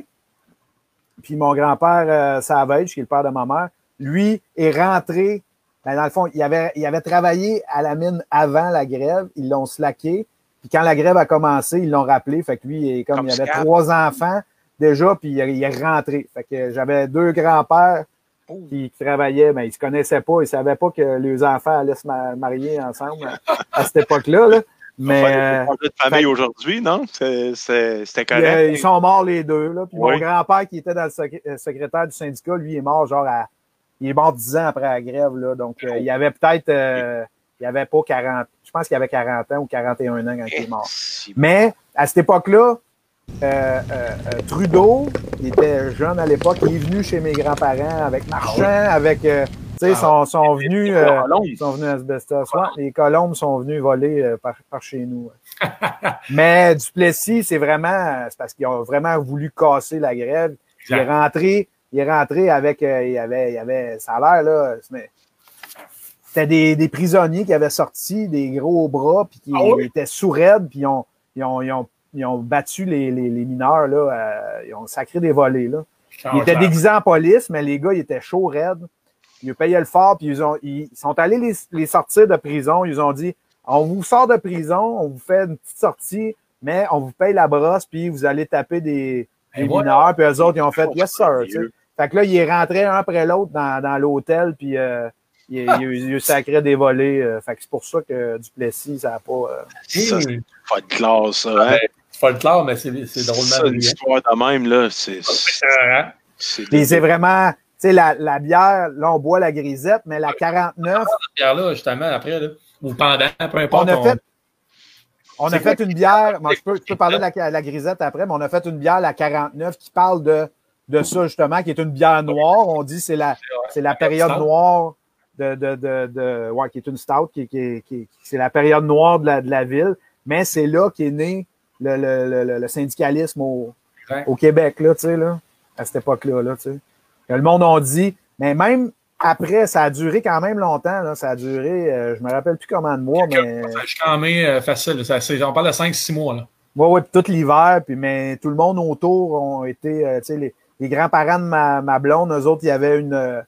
Puis mon grand-père euh, Savage, qui est le père de ma mère, lui est rentré. Ben dans le fond, il avait, il avait travaillé à la mine avant la grève. Ils l'ont slacké. Puis quand la grève a commencé, ils l'ont rappelé. Fait que lui, comme, comme il avait trois enfants déjà, puis il, il est rentré. Fait que j'avais deux grands-pères qui, qui travaillaient. Ben, ils se connaissaient pas. Ils savaient pas que les enfants allaient se marier ensemble à cette époque-là. Là. Mais euh, de famille aujourd'hui, non? C'était correct. Ils, ils sont morts les deux. Là. Puis oui. Mon grand-père qui était dans le secrétaire du syndicat, lui, il est mort genre à. Il est mort dix ans après la grève. Là. Donc, euh, il y avait peut-être. Euh, il n'y avait pas quarante. Je pense qu'il avait quarante ans ou quarante et un ans quand il est mort. Mais à cette époque-là, euh, euh, euh, Trudeau, il était jeune à l'époque, il est venu chez mes grands-parents avec Marchand, avec. Euh, Tu sais, ils sont, sont venus, euh, sont venus à Asbestos. Ouais, les colombes sont venus voler euh, par, par chez nous. Mais Duplessis, c'est vraiment, c'est parce qu'ils ont vraiment voulu casser la grève. Il est rentré, il est rentré avec, euh, il y avait, il y avait, ça a l'air, là, c'était des, des prisonniers qui avaient sorti des gros bras, puis qui ah oui? étaient sourds-raides, puis ils ont, ils ont, ils ont, ils ont battu les, les, les mineurs, là, euh, ils ont sacré des volets, là. Ils étaient déguisés en police, mais les gars, ils étaient chauds raides. Ils payaient le fort, puis ils, ont, ils sont allés les, les sortir de prison. Ils ont dit, on vous sort de prison, on vous fait une petite sortie, mais on vous paye la brosse, puis vous allez taper des, des mineurs. Puis eux autres, ils ont fait, yes sir. Tu sais. Fait que là, il est rentré un après l'autre dans, dans l'hôtel, puis euh, il, il, il, il sacré des volets. Euh, fait que c'est pour ça que Duplessis, ça n'a pas... Euh... Ça, c'est pas de classe, ça. Hein? C'est pas de classe, mais c'est drôlement... C'est une histoire de même, là. C'est c'est vraiment... Tu sais, la, la bière, là, on boit la grisette, mais la quarante-neuf... Cette bière-là, justement, après, là, ou pendant, peu importe. On a on... fait... On a fait une bière, bon, je, peux, je peux parler de la, la grisette après, mais on a fait une bière, la quarante-neuf, qui parle de, de ça, justement, qui est une bière noire. On dit que c'est la, c'est la période noire de, de, de, de, ouais, qui est une stout, qui, qui, qui, c'est la période noire de la, de la ville, mais c'est là qu'est né le, le, le, le syndicalisme au, ouais. au Québec, là, tu sais, là, à cette époque-là, là, tu sais. Le monde a dit, mais même après, ça a duré quand même longtemps. Là. Ça a duré, euh, je me rappelle plus combien de mois, mais. Ça a jusqu'en mai euh, facile. Ça, on parle de cinq six mois. Là. Oui, oui, puis tout l'hiver, puis mais tout le monde autour ont été. Euh, tu sais, les, les grands-parents de ma, ma blonde, eux autres, il y avait une. Euh,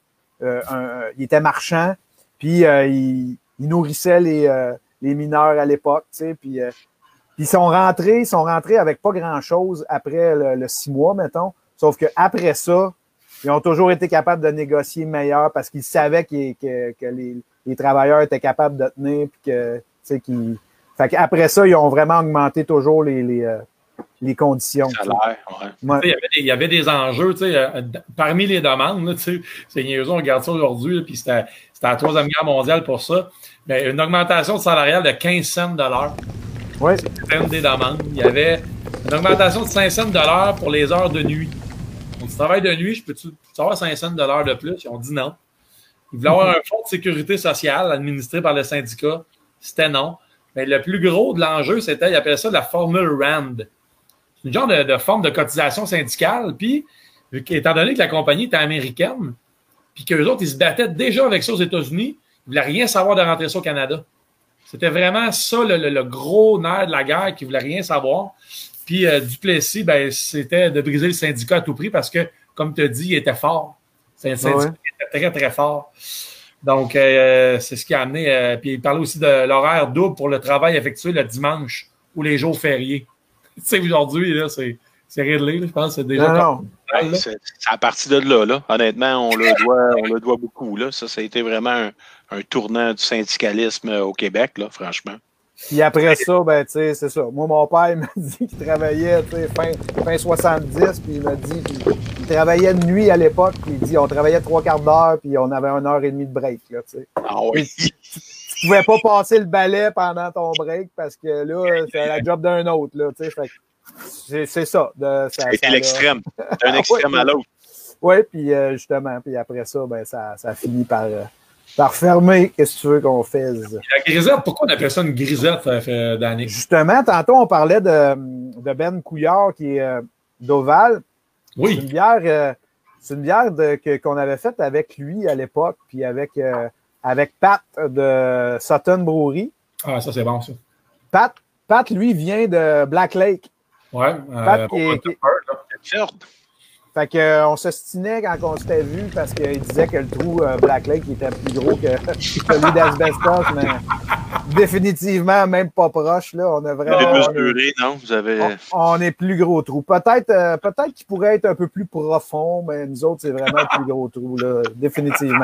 un, ils étaient marchands, puis euh, ils, ils nourrissaient les, euh, les mineurs à l'époque, tu sais, puis euh, ils sont rentrés, ils sont rentrés avec pas grand-chose après le, le six mois, mettons. Sauf qu'après ça, ils ont toujours été capables de négocier meilleur parce qu'ils savaient que, que, que les, les travailleurs étaient capables de tenir. Puis que, tu sais, qu'ils... Fait qu'après ça, ils ont vraiment augmenté toujours les, les, euh, les conditions. Salaire, ouais. Ouais. Il, y avait des, il y avait des enjeux, tu sais, euh, parmi les demandes, là, tu sais, c'est niaiseux, on regarde ça aujourd'hui, puis c'était, c'était la Troisième Guerre mondiale pour ça. Mais une augmentation salariale de quinze cents de l'heure. Oui. C'était une des demandes. Il y avait une augmentation de cinq cents de l'heure pour les heures de nuit. Donc, tu travailles de nuit, je peux-tu avoir cinq cents de l'heure de plus? Ils ont dit non. Ils voulaient avoir un fonds de sécurité sociale administré par le syndicat. C'était non. Mais le plus gros de l'enjeu, c'était, ils appelaient ça la formule RAND. C'est une genre de, de forme de cotisation syndicale. Puis, étant donné que la compagnie était américaine, puis qu'eux autres, ils se battaient déjà avec ça aux États-Unis, ils ne voulaient rien savoir de rentrer ça au Canada. C'était vraiment ça, le, le, le gros nerf de la guerre, qui ne voulait rien savoir. Puis euh, Duplessis, ben, c'était de briser le syndicat à tout prix parce que, comme tu as dit, il était fort. C'est un syndicat ouais. qui était très, très fort. Donc, euh, c'est ce qui a amené. Euh, puis il parlait aussi de l'horaire double pour le travail effectué le dimanche ou les jours fériés. Tu sais, aujourd'hui, là, c'est, c'est réglé, là, je pense. C'est déjà. Non, non. Ouais, c'est, c'est à partir de là, là. Honnêtement, on le doit, on le doit beaucoup. Là. Ça, ça a été vraiment un, un tournant du syndicalisme au Québec, là, franchement. Puis après ça, ben, tu sais, c'est ça. Moi, mon père, il m'a dit qu'il travaillait, tu sais, fin, fin soixante-dix, puis il m'a dit qu'il il travaillait de nuit à l'époque, puis il dit, on travaillait trois quarts d'heure, puis on avait une heure et demie de break, là, tu sais. Ah oui. Tu, tu pouvais pas passer le balai pendant ton break, parce que là, c'est la job d'un autre, là, tu sais. Fait que c'est, c'est ça. De, ça C'était l'extrême. D'un extrême ouais, à l'autre. Oui, puis euh, justement, puis après ça, ben, ça, ça finit par... Euh, Par fermer, qu'est-ce que tu veux qu'on fasse? La grisette, pourquoi on appelle ça une grisette, euh, Danny? Justement, tantôt, on parlait de, de Ben Couillard, qui est euh, d'Oval. Oui. C'est une bière, euh, c'est une bière de, que, qu'on avait faite avec lui à l'époque, puis avec, euh, avec Pat de Sutton Brewery. Ah, ça, c'est bon, ça. Pat, Pat, lui, vient de Black Lake. Ouais. Pat Euh, qui est, qui... Absurde. Fait qu'on s'ostinait quand on s'était vu parce qu'il disait que le trou euh, Black Lake était plus gros que celui d'Asbestos, mais définitivement même pas proche. Là. On a vraiment. Vous avez mesuré, non? Vous avez. On, on est plus gros trou. Peut-être, euh, peut-être qu'il pourrait être un peu plus profond, mais nous autres, c'est vraiment le plus gros trou, là, définitivement.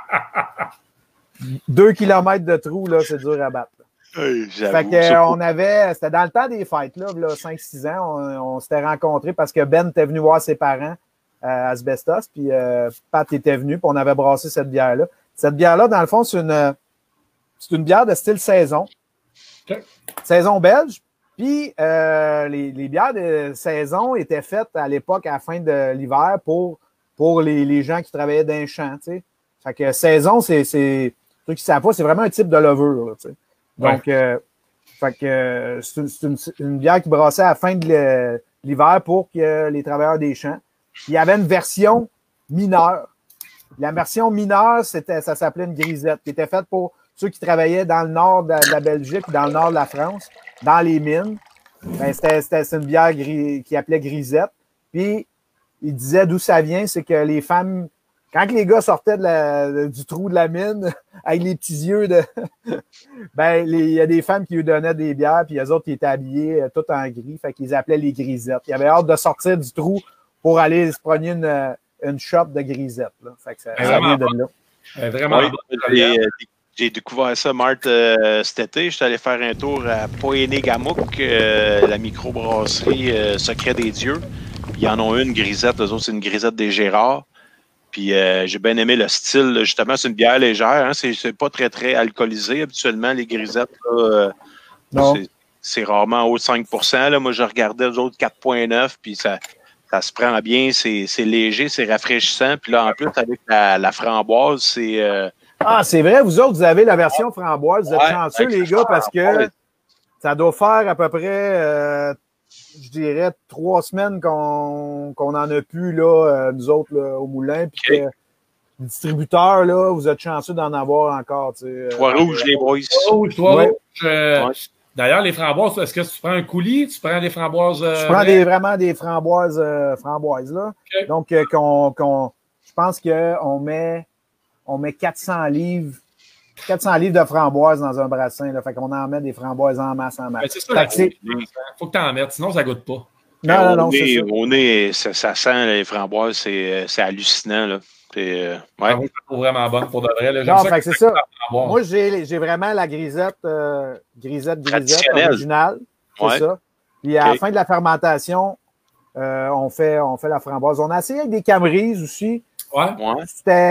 Deux kilomètres de trou, là, c'est dur à battre. Hey, fait que, on avait, c'était dans le temps des fêtes, là, là cinq six ans, on, on s'était rencontrés parce que Ben était venu voir ses parents à Asbestos, puis euh, Pat était venu, puis on avait brassé cette bière-là. Cette bière-là, dans le fond, c'est une, c'est une bière de style saison. Okay. Saison belge. Puis euh, les, les bières de saison étaient faites à l'époque, à la fin de l'hiver, pour, pour les, les gens qui travaillaient dans les champs, tu sais. Fait que saison, c'est, c'est, ceux qui ne savent pas, c'est vraiment un type de levure, là, tu sais. Donc, ouais. euh, fait que, euh, c'est, une, c'est une, une bière qui brassait à la fin de le, l'hiver pour que les travailleurs des champs. Il y avait une version mineure. La version mineure, c'était, ça s'appelait une grisette, qui était faite pour ceux qui travaillaient dans le nord de la, de la Belgique, dans le nord de la France, dans les mines. Ben, c'était, c'était, c'était une bière gris, qui appelait grisette. Puis, il disait d'où ça vient, c'est que les femmes... Quand les gars sortaient de la, du trou de la mine avec les petits yeux de... ben, il y a des femmes qui lui donnaient des bières, puis les autres qui étaient habillés euh, tout en gris, fait qu'ils appelaient les grisettes. Ils avaient hâte de sortir du trou pour aller se prendre une, une shop de grisettes. Là. Fait que ça, ça vient de là. Euh, vraiment. Oui, j'ai, j'ai découvert ça, Marthe, euh, cet été. J'étais allé faire un tour à Poéné-Gamouk, euh, la microbrasserie euh, Secret des Dieux. Ils en ont une grisette, eux autres, c'est une grisette des Gérards. Puis euh, j'ai bien aimé le style. Justement, c'est une bière légère. Hein? C'est, c'est pas très, très alcoolisé habituellement, les grisettes. Là, non. C'est, c'est rarement haut de cinq pour cent. Là. Moi, je regardais les autres quatre virgule neuf, puis ça, ça se prend bien, c'est léger, c'est rafraîchissant. Puis là, en plus, avec la, la framboise, c'est... Euh... Ah, c'est vrai, vous autres, vous avez la version framboise. Vous êtes ouais, chanceux, les gars, parce que ça doit faire à peu près, euh, je dirais, trois semaines qu'on qu'on en a plus, là, euh, nous autres, là, au moulin. Puis okay. que les distributeurs, là, vous êtes chanceux d'en avoir encore. Trois-Rouges, euh, les boys. Trois-Rouges, Trois-Rouges. Ouais. Ouais. D'ailleurs, les framboises, est-ce que tu prends un coulis? Tu prends des framboises? Euh, je prends des, vraiment des framboises, euh, framboises là. Okay. Donc, euh, qu'on, qu'on, je pense qu'on met, on met quatre cents livres, quatre cents livres de framboises dans un brassin. Là. Fait qu'on en met des framboises en masse, en masse. C'est ça, il faut que tu en mettes, sinon ça ne goûte pas. Non, non, non, c'est ça. Au nez, ça, ça sent les framboises, c'est hallucinant, là. Euh, ouais. Moi, je la trouve vraiment bonne pour de vrai. Là. Non, ça fait que c'est ça. Moi, j'ai vraiment la grisette, euh, grisette, grisette originale. C'est ouais. ça. Puis à okay. la fin de la fermentation, euh, on, fait, on fait la framboise. On a essayé avec des camerises aussi. Ouais. ouais.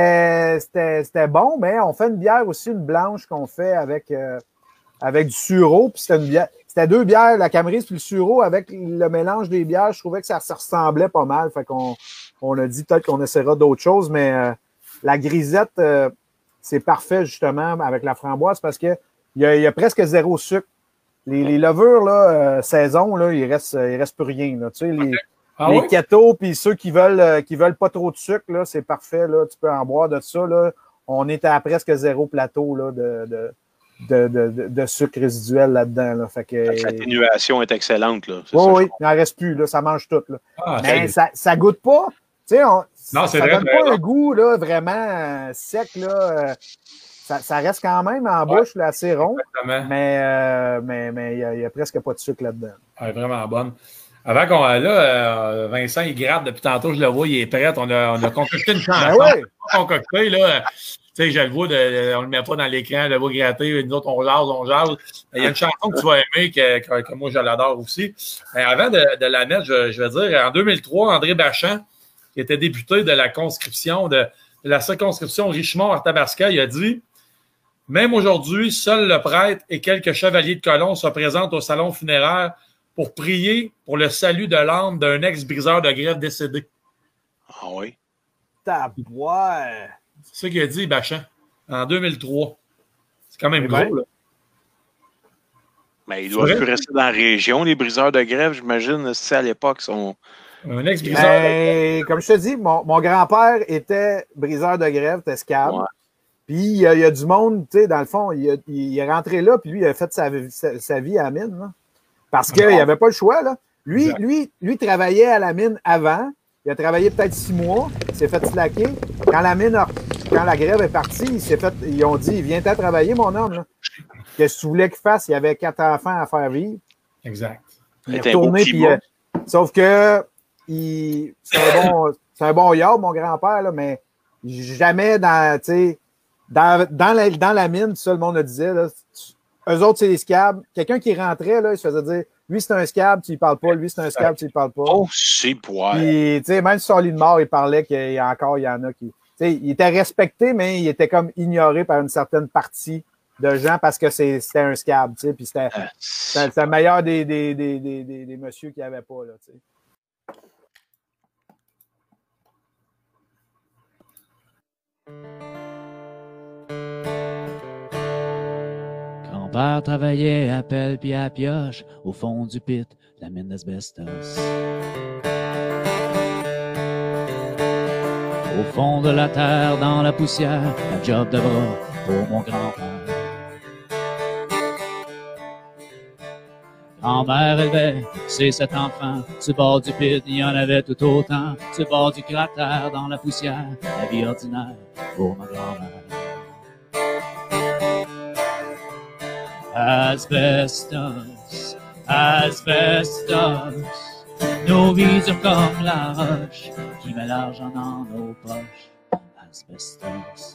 C'était bon, mais on fait une bière aussi, une blanche qu'on fait avec, euh, avec du sureau. Puis c'était une bière. C'était deux bières, la camerise puis le sureau. Avec le mélange des bières, je trouvais que ça se ressemblait pas mal. Fait qu'on on a dit peut-être qu'on essaiera d'autres choses, mais euh, la grisette, euh, c'est parfait justement avec la framboise parce qu'il y a, y a presque zéro sucre. Les, les levures, là, euh, saison, là, il reste, il reste plus rien. Là. Tu sais, les, ah les oui? ketos puis ceux qui veulent, euh, qui veulent pas trop de sucre, là, c'est parfait. Là, tu peux en boire de ça. Là. On est à presque zéro plateau là, de, de, de, de, de sucre résiduel là-dedans. Là. Fait que l'atténuation est excellente. Là. Oui, oui, il n'en reste plus. Là, ça mange tout. Là. Ah, mais ça, ça goûte pas. Tu sais, on, non, ça ne donne pas un goût là, vraiment euh, sec. Là, euh, ça, ça reste quand même en ouais, bouche là, assez rond, exactement. mais euh, mais mais il n'y a, a presque pas de sucre là-dedans. Elle est vraiment bonne. Avant qu'on là, euh, Vincent, il gratte depuis tantôt, je le vois, il est prêt. On a, on a concocté une chanson. Ben oui. concocté, là. Tu sais, je le vois, de, on le met pas dans l'écran, je le vois gratter. Nous autres, on jase, on jase. Il y a une chanson que tu vas aimer, que, que, que moi, je l'adore aussi. Mais avant de, de la mettre, je, je vais dire, en deux mille trois, André Bachand, qui était député de la conscription, de, de la circonscription Richemont-Arthabasca, il a dit « Même aujourd'hui, seul le prêtre et quelques chevaliers de colon se présentent au salon funéraire pour prier pour le salut de l'âme d'un ex-briseur de grève décédé. » Ah oui? Tabouais! C'est ça qu'il a dit, Bachand, en deux mille trois. C'est quand même gros, ben, là. Mais ils doivent plus rester dans la région, les briseurs de grève, j'imagine, si à l'époque, sont... Un ex-briseur. Ben, comme je te dis, mon, mon grand-père était briseur de grève, Tescab. Ouais. Puis il y, a, il y a du monde, tu sais, dans le fond, il, a, il est rentré là, puis lui, il a fait sa, sa, sa vie à la mine, là. Parce qu'il n'avait pas le choix, là. Lui, lui, lui travaillait à la mine avant. Il a travaillé peut-être six mois. Il s'est fait slacker. Quand la mine, a, quand la grève est partie, il s'est fait, ils ont dit, viens-t'en travailler, mon homme, là. Qu'est-ce que tu voulais qu'il fasse? Il y avait quatre enfants à faire vivre. Exact. Il est retourné, puis, euh, sauf que c'est un bon, c'est un bon yard, mon grand-père, là, mais jamais dans, tu sais, dans, dans, la, dans la mine, ça, le monde le disait, là, eux autres, c'est des scabs. Quelqu'un qui rentrait, là, il se faisait dire, lui, c'est un scab, tu ne parles pas, lui, c'est un scab, tu ne parles pas. Oh, c'est poil. Puis, tu sais, même sur son lit de mort, il parlait qu'il y a encore, il y en a qui, tu sais, il était respecté, mais il était comme ignoré par une certaine partie de gens parce que c'était un scab, tu sais, puis c'était le meilleur des, des, des, des, des, des messieurs qu'il n'y avait pas, là, tu sais. Grand-père travaillait à pelle puis à pioche au fond du pit de la mine d'asbestos. Au fond de la terre, dans la poussière, un job de bras pour mon grand-père. Grand-mère élevait ses sept enfants, sur bord du pit, il y en avait tout autant, sur bord du cratère, dans la poussière, la vie ordinaire pour ma grand-mère. Asbestos, asbestos, nos vies sont comme la roche qui met l'argent dans nos poches. Asbestos.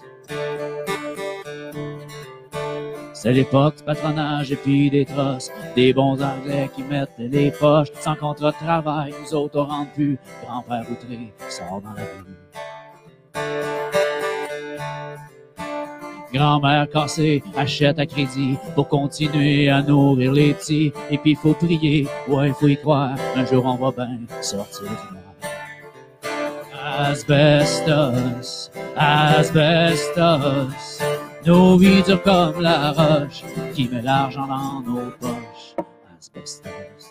C'est l'époque du patronage et puis des trosses, des bons anglais qui mettent les poches. Sans contrat de travail, nous autres on rentre plus. Grand-père outré sort dans la rue. Grand-mère cassée achète à crédit pour continuer à nourrir les petits. Et puis faut prier, ouais, faut y croire, un jour on va bien sortir du noir. Asbestos, asbestos, nos vies durent comme la roche qui met l'argent dans nos poches. Asbestos.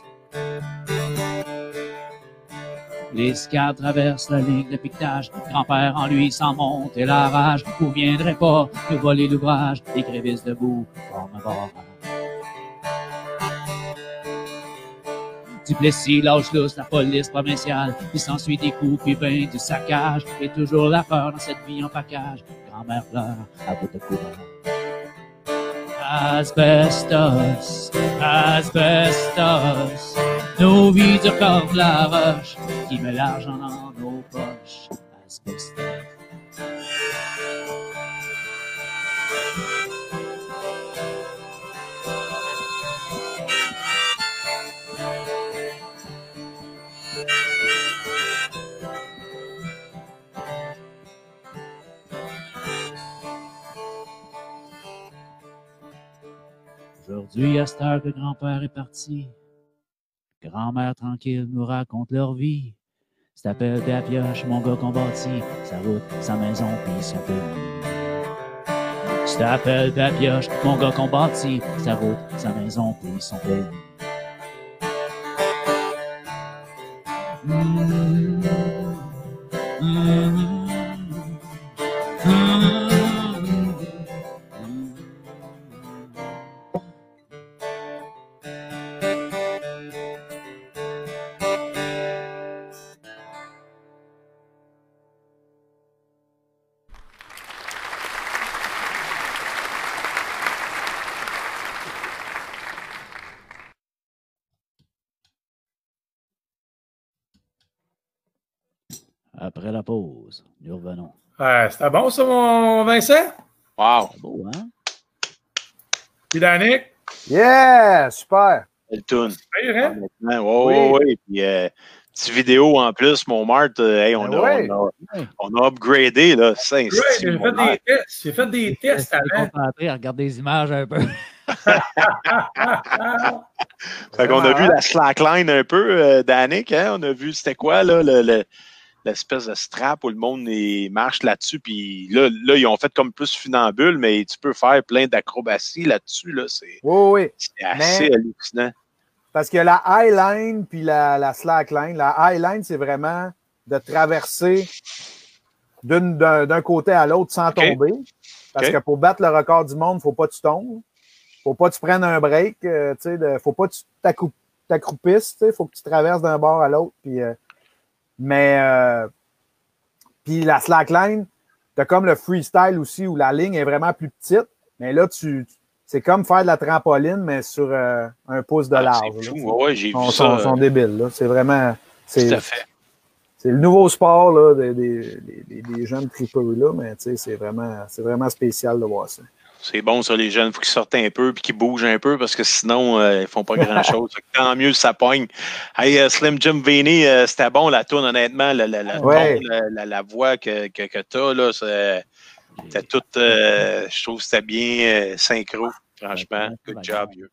Les scars traversent la ligne de piquetage. Grand-père en lui s'en monte et la rage. Vous viendrez pas nous voler l'ouvrage. Les grévistes debout forment un barrage. Duplessis lâche lousse la police provinciale. Puis s'ensuit des coups puis ben du saccage. Et toujours la peur dans cette vie en package. Grand-mère pleure à bout de courage. Asbestos, asbestos, nos vies durent comme la roche qui met l'argent dans nos poches. Asbestos. Aujourd'hui, à cette heure que grand-père est parti, grand-mère tranquille nous raconte leur vie. C'est appel de la pioche, mon gars qu'on bâtit, sa route, sa maison, puis son pays. C'est appel de la pioche, mon gars qu'on bâtit, sa route, sa maison, puis son pays. Mmh. Mmh. Mmh. Après la pause, nous revenons. Ouais, c'était bon, ça, mon Vincent? Wow! C'est beau, hein? Puis Danick? Yeah! Super! Belle toune. Super, hein? Oui, oui, oui. Puis, euh, petite vidéo en plus, mon Marthe. Euh, hey, on, Ben a, ouais. on, a, on a upgradé, là. Ça, Ouais, j'ai fait des tests. J'ai fait des tests avant. Concentré à regarder des images un peu. Fait qu'on a vu la slackline un peu, euh, Danick, hein? On a vu c'était quoi, là, le, le, l'espèce de strap où le monde est, marche là-dessus. Puis là, là, ils ont fait comme plus funambule, mais tu peux faire plein d'acrobaties là-dessus. Là. C'est, Oui, oui. c'est assez Mais, hallucinant. parce que la highline puis la, la slackline, la highline, c'est vraiment de traverser d'une, d'un, d'un côté à l'autre sans Okay. tomber. Parce Okay. que pour battre le record du monde, il ne faut pas que tu tombes. Faut pas que tu prennes un break. Euh, il ne faut pas que tu t'accou- t'accroupisses. Il faut que tu traverses d'un bord à l'autre. Puis, euh, mais euh, puis la slackline, tu as comme le freestyle aussi où la ligne est vraiment plus petite. Mais là, tu, c'est comme faire de la trampoline, mais sur euh, un pouce de Ah, large. c'est là. fou. Ouais, ouais, j'ai Ils vu sont, ça. sont, sont débiles. Là. C'est vraiment. C'est, Tout à fait. c'est le nouveau sport là, des, des, des, des jeunes tripeux, là, mais c'est vraiment, c'est vraiment spécial de voir ça. C'est bon, ça, les jeunes. Il faut qu'ils sortent un peu et qu'ils bougent un peu parce que sinon, euh, ils font pas grand-chose. Fait que tant mieux, ça pogne. Hey, uh, Slim Jim Vini, uh, c'était bon, la tourne, honnêtement. La, la, la, Ouais. ton, la, la, la voix que, que, que tu as, là, c'est, c'était tout, euh, je trouve que c'était bien euh, synchro, franchement. Good job, you.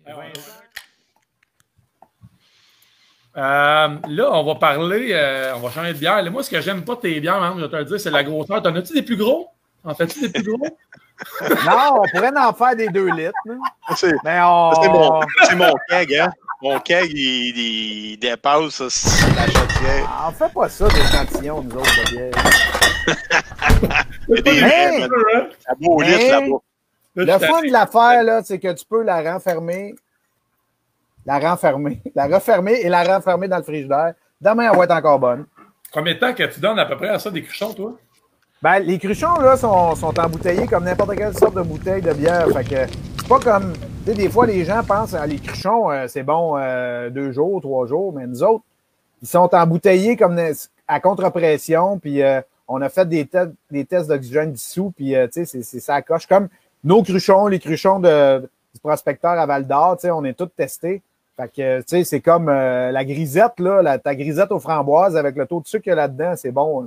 Euh, là, on va parler, euh, on va changer de bière. Là, moi, ce que j'aime pas de tes bières, même, je vais te le dire, c'est la grosseur. T'en as-tu des plus gros? En fais-tu des plus gros? Non, on pourrait en faire des deux litres. Là. C'est, Mais on. c'est, mon, c'est mon keg, hein? Mon keg, il, il dépasse la chaudière. On fait pas ça d'échantillons, nous autres, de bière. Il y a des Mais- vrais, man. Ça vaut au Mais- litre là-bas. Là, Le tu fun de l'affaire, là, c'est que tu peux la renfermer, la renfermer, la refermer et la renfermer dans le frigidaire. Demain, elle va être encore bonne. Combien de temps que tu donnes à peu près à ça des cruchons, toi? Ben, les cruchons, là, sont, sont embouteillés comme n'importe quelle sorte de bouteille de bière. Fait que c'est pas comme. Tu sais, des fois, les gens pensent à les cruchons, euh, c'est bon euh, deux jours, trois jours, mais nous autres, ils sont embouteillés comme à contre-pression, puis euh, on a fait des, te- des tests d'oxygène dissous, puis euh, tu sais, c'est, c'est ça coche. Comme nos cruchons, les cruchons de, du prospecteur à Val-d'Or, tu sais, on est tous testés. Fait que, tu sais, c'est comme euh, la grisette, là, la, ta grisette aux framboises avec le taux de sucre qu'il y a là-dedans, c'est bon. hein.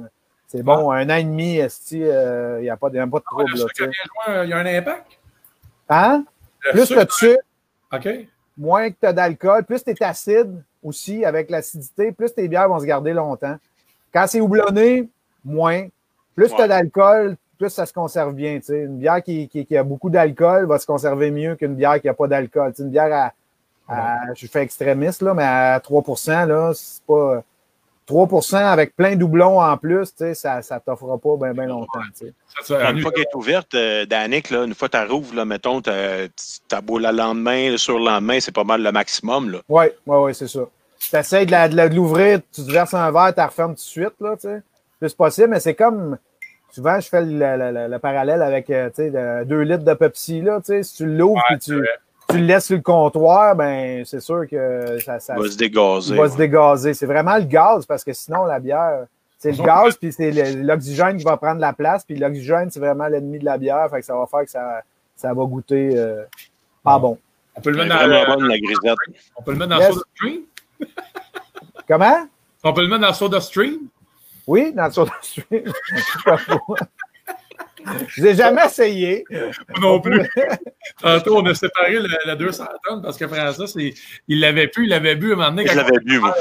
C'est bon, ah. un an et demi, il n'y euh, a, a pas de trouble. Ah, le sucre, il y a un impact? Hein? Le plus tu as de sucre, okay. moins que tu as d'alcool, plus tu es acide aussi avec l'acidité, plus tes bières vont se garder longtemps. Quand c'est houblonné, moins. Plus ouais. tu as d'alcool, plus ça se conserve bien. T'sais. Une bière qui, qui, qui a beaucoup d'alcool va se conserver mieux qu'une bière qui n'a pas d'alcool. Une bière à, à ouais. je fais extrémiste, là, mais à trois pour cent, là, c'est pas. trois pour cent avec plein de doublons en plus, ça ne t'offrira pas bien ben longtemps. Ça, une fois qu'elle est ouverte, euh, Danick, là, une fois que tu rouvres, là, mettons, tu as beau le lendemain, le surlendemain, c'est pas mal le maximum. Oui, oui, oui, c'est ça. Tu essaies de, de, de l'ouvrir, tu te verses un verre, tu la refermes tout de suite, là, le plus possible, mais c'est comme, souvent, je fais le, le, le, le parallèle avec le, deux litres de Pepsi, là, si tu l'ouvres et ouais, tu, tu le laisses sur le comptoir, ben c'est sûr que ça, ça va se dégazer. va ouais. se dégazer. C'est vraiment le gaz, parce que sinon, la bière, c'est le gaz, puis c'est l'oxygène qui va prendre la place, puis l'oxygène, c'est vraiment l'ennemi de la bière, fait que ça va faire que ça, ça va goûter euh, pas bon. On peut le mettre dans la, bonne, la grisette. On peut le mettre dans yes. SodaStream? Comment? On peut le mettre dans SodaStream? Oui, dans SodaStream. Je n'ai jamais essayé. Moi non plus. Tantôt, on a séparé le, la deux cents tonnes parce que Francis, il, il l'avait pu, il l'avait bu à un moment donné. Je l'avais bu, moi.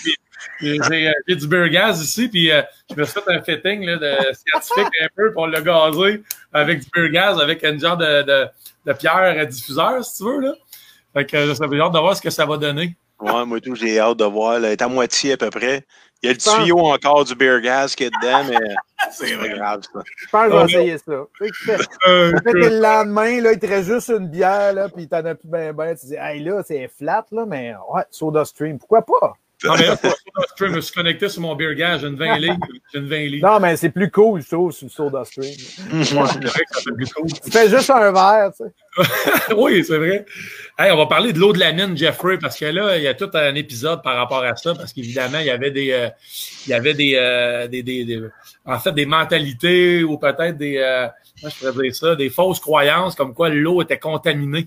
J'ai du beer gaz ici, puis euh, je me suis fait un fitting là, de scientifique un peu pour le gazer avec du beer gaz, avec une genre de, de, de pierre diffuseur, si tu veux. Là. Fait que euh, ça veut dire de voir ce que ça va donner. Ouais, moi tout, j'ai hâte de voir. Elle est à moitié à peu près. Il y a le tuyau encore du beer gas qui est dedans, mais c'est pas grave, ça. Je pense que je vais essayer ça. Tu sais, que le lendemain, là, il te reste juste une bière, là, puis t'en as plus ben ben. Tu dis, hey, là, c'est flat, là, mais ouais, SodaStream, pourquoi pas? Non, mais là, je me suis connecté sur mon beer gas, j'ai une vingt litres. J'ai une vingt litres. Non, mais c'est plus cool, je trouve, sur le SodaStream. Ouais, c'est vrai que c'est plus cool. Tu fais juste un verre, tu sais. Oui, c'est vrai. Hey, on va parler de l'eau de la mine, Jeffrey, parce que là, il y a tout un épisode par rapport à ça, parce qu'évidemment, il y avait des, euh, il y avait des, euh, des, des, des, en fait, des mentalités ou peut-être des, euh, comment je pourrais dire ça, des fausses croyances comme quoi l'eau était contaminée.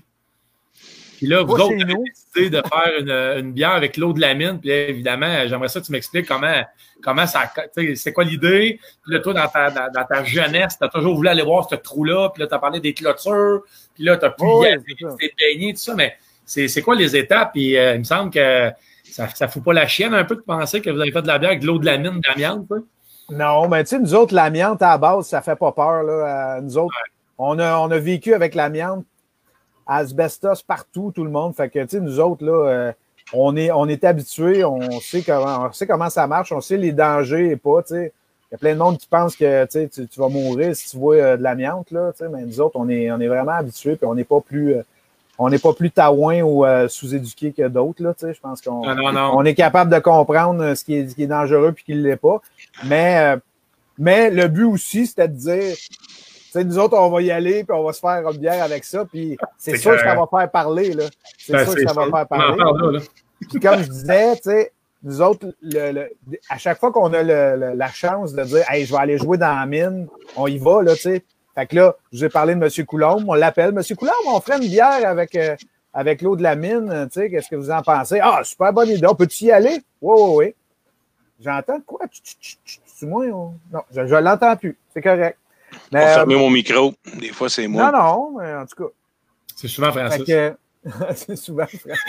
Puis là, vous autres, vous avez décidé de faire une, une bière avec l'eau de la mine. Puis là, évidemment, j'aimerais ça que tu m'expliques comment, comment ça, tu sais, c'est quoi l'idée. Puis là, toi, dans ta, dans, dans ta jeunesse, tu as toujours voulu aller voir ce trou-là. Puis là, tu as parlé des clôtures. Puis là, tu as pu oh, y aller, tu t'es baigné, tout ça. Mais c'est, c'est quoi les étapes? Puis euh, il me semble que ça, ça fout pas la chienne un peu de penser que vous avez fait de la bière avec de l'eau de la mine d'amiante, quoi. Non, mais tu sais, nous autres, l'amiante, à la base, ça fait pas peur, là. Nous autres, ouais. on a, on a vécu avec l'amiante. Asbestos partout, tout le monde. Fait que, tu sais, nous autres, là, euh, on est, on est habitués, on sait comment, on sait comment ça marche, on sait les dangers et pas, tu sais. Il y a plein de monde qui pense que, tu sais, tu, tu vas mourir si tu vois euh, de l'amiante, là, tu sais. Mais nous autres, on est, on est vraiment habitués, puis on n'est pas plus, euh, on n'est pas plus taouin ou euh, sous-éduqués que d'autres, là, tu sais. Je pense qu'on non, non, non. on est capable de comprendre ce qui est, ce qui est dangereux puis qui ne l'est pas. Mais, euh, mais le but aussi, c'était de dire, t'sais, nous autres, on va y aller, puis on va se faire une bière avec ça, puis c'est, c'est sûr que... que ça va faire parler, là. C'est ben, sûr c'est que ça sûr. va faire parler. Là, là. Puis comme je disais, tu sais, nous autres, le, le, à chaque fois qu'on a le, le, la chance de dire « Hey, je vais aller jouer dans la mine », on y va, là, tu sais. Fait que là, je vous ai parlé de M. Coulombe, on l'appelle. M. Coulombe, on ferait une bière avec, euh, avec l'eau de la mine, tu sais, qu'est-ce que vous en pensez? Ah, super bonne idée, on peut-tu y aller? Oui, oui, oui. J'entends quoi? C'est moi? On... Non, je ne l'entends plus, c'est correct. Mais, pour fermer euh, mon micro. Des fois, c'est moi. Non, non, mais en tout cas. C'est souvent Francis. Fait que, c'est souvent Francis.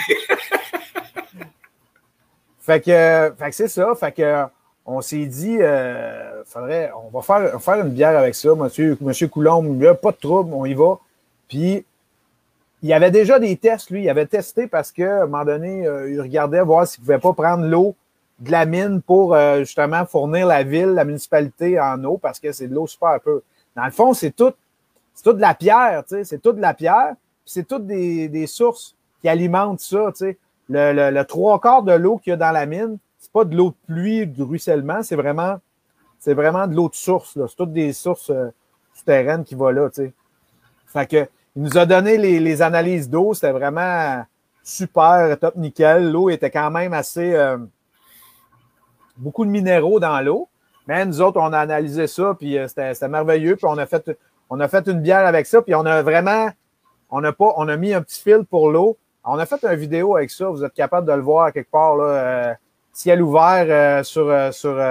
fait que, fait que c'est ça. Fait que, on s'est dit, euh, faudrait, on va faire, on va faire une bière avec ça. Monsieur, Monsieur Coulombe, il n'y a pas de trouble, on y va. Puis, il y avait déjà des tests, lui. Il avait testé parce qu'à un moment donné, euh, il regardait voir s'il ne pouvait pas prendre l'eau de la mine pour euh, justement fournir la ville, la municipalité en eau parce que c'est de l'eau super peu. Dans le fond, c'est tout, c'est tout de la pierre, tu sais, c'est tout de la pierre, puis c'est toutes des, des sources qui alimentent ça, tu sais. Le, le, le trois quarts de l'eau qu'il y a dans la mine, c'est pas de l'eau de pluie, du ruissellement, c'est vraiment, c'est vraiment de l'eau de source, là. C'est toutes des sources euh, souterraines qui vont là, tu sais. Fait que, il nous a donné les, les analyses d'eau, c'était vraiment super, top nickel. L'eau était quand même assez... Euh, beaucoup de minéraux dans l'eau. Mais nous autres, on a analysé ça, puis euh, c'était, c'était merveilleux. Puis on a fait on a fait une bière avec ça, puis on a vraiment, on a pas, on a mis un petit fil pour l'eau. On a fait une vidéo avec ça. Vous êtes capable de le voir quelque part, là, euh, ciel ouvert euh, sur, euh, sur, euh,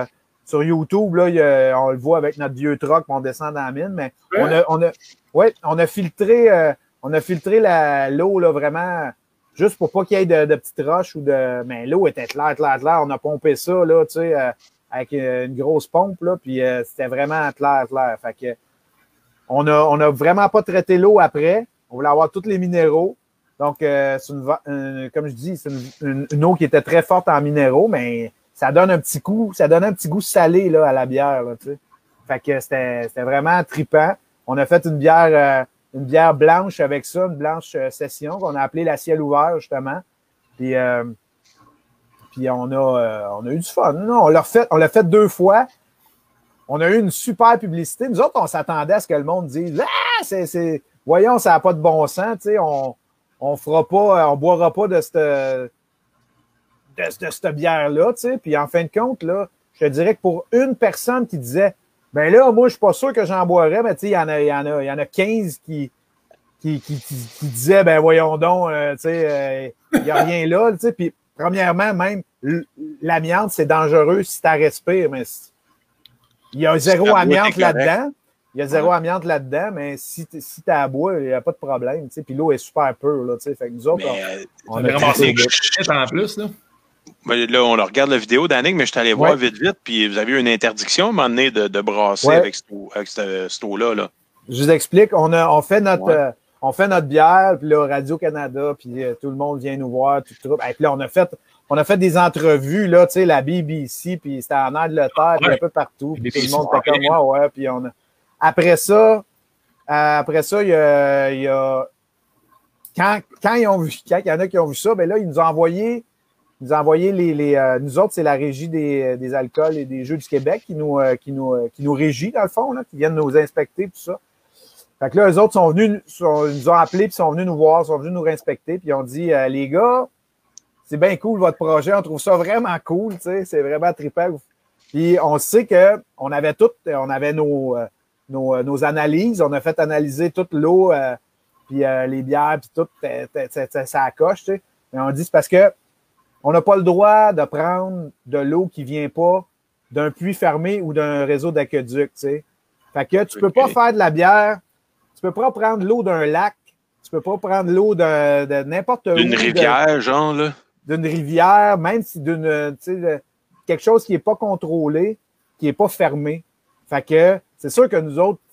sur YouTube, là, il y a, on le voit avec notre vieux truck, on descend dans la mine, mais Ouais. on a, on a, ouais, on a filtré, euh, on a filtré la, l'eau, là, vraiment, juste pour pas qu'il y ait de, de petites roches ou de, mais l'eau était claire, claire, claire. On a pompé ça, là, tu sais, euh, avec une grosse pompe, là, puis euh, c'était vraiment clair, clair. Fait que, on a, on a vraiment pas traité l'eau après. On voulait avoir tous les minéraux. Donc, euh, c'est une, une, comme je dis, c'est une, une, une eau qui était très forte en minéraux, mais ça donne un petit goût, ça donne un petit goût salé là, à la bière. Là, tu sais. Fait que c'était, c'était vraiment trippant. On a fait une bière, euh, une bière blanche avec ça, une blanche euh, session qu'on a appelée la ciel ouvert, justement. Puis, euh, puis on, a, euh, on a eu du fun. Non, on l'a fait, on l'a fait deux fois. On a eu une super publicité. Nous autres, on s'attendait à ce que le monde dise ah, c'est, c'est, voyons, ça n'a pas de bon sens, tu sais, on on fera pas, on boira pas de cette, de, de cette bière-là, tu sais. Puis en fin de compte, là, je te dirais que pour une personne qui disait ben là, moi, je suis pas sûr que j'en boirais, mais tu sais, il y en a, il y en a, il y en a quinze qui, qui, qui, qui, qui disaient ben voyons donc, euh, tu sais, il euh, n'y a rien là, tu sais. Puis premièrement, même, l'amiante, c'est dangereux si tu respires, mais il y a zéro amiante là-dedans. Il y a zéro ouais. amiante là-dedans, mais si tu si es à bois, il n'y a pas de problème. Puis l'eau est super pure. Là, fait que nous autres, mais, on, on a vraiment fait en plus. Là. Mais là, on regarde la vidéo d'Annick, mais je suis allé voir ouais. vite, vite. Puis vous avez eu une interdiction à un moment donné de, de brasser ouais. avec, cette, avec cette, cette eau-là. Là. Je vous explique. On, a, on, fait notre, ouais. euh, on fait notre bière, puis là, Radio-Canada, puis euh, tout le monde vient nous voir. Tout, tout, et puis là, on a fait. On a fait des entrevues, là, tu sais, la B B C, puis c'était en Angleterre, puis ouais. un peu partout. Puis tout le monde était comme moi, ouais. Puis on a. Après ça, après ça, il y a, il y a quand, quand ils ont vu, quand il y en a qui ont vu ça, ben là, ils nous ont envoyé, ils nous ont envoyé les, les euh, nous autres, c'est la régie des, des alcools et des jeux du Québec qui nous, euh, qui nous, euh, qui nous régit, dans le fond, là, qui viennent nous inspecter, tout ça. Fait que là, eux autres sont venus, sont, ils nous ont appelés, puis sont venus nous voir, sont venus nous réinspecter, puis ils ont dit, euh, les gars, c'est bien cool votre projet, on trouve ça vraiment cool, tu sais, c'est vraiment trippant. Puis on sait que on avait tout, on avait nos, euh, nos, nos analyses, on a fait analyser toute l'eau, euh, puis euh, les bières, puis tout, ça accroche, tu sais. Mais on dit c'est parce que on n'a pas le droit de prendre de l'eau qui vient pas d'un puits fermé ou d'un réseau d'aqueduc, tu sais. Fait que tu peux okay. pas faire de la bière, tu peux pas prendre l'eau d'un lac, tu peux pas prendre l'eau de, de n'importe où. D'une rivière, de, genre, là. D'une rivière, même si d'une, tu sais, quelque chose qui est pas contrôlé, qui est pas fermé. Fait que c'est sûr que nous autres,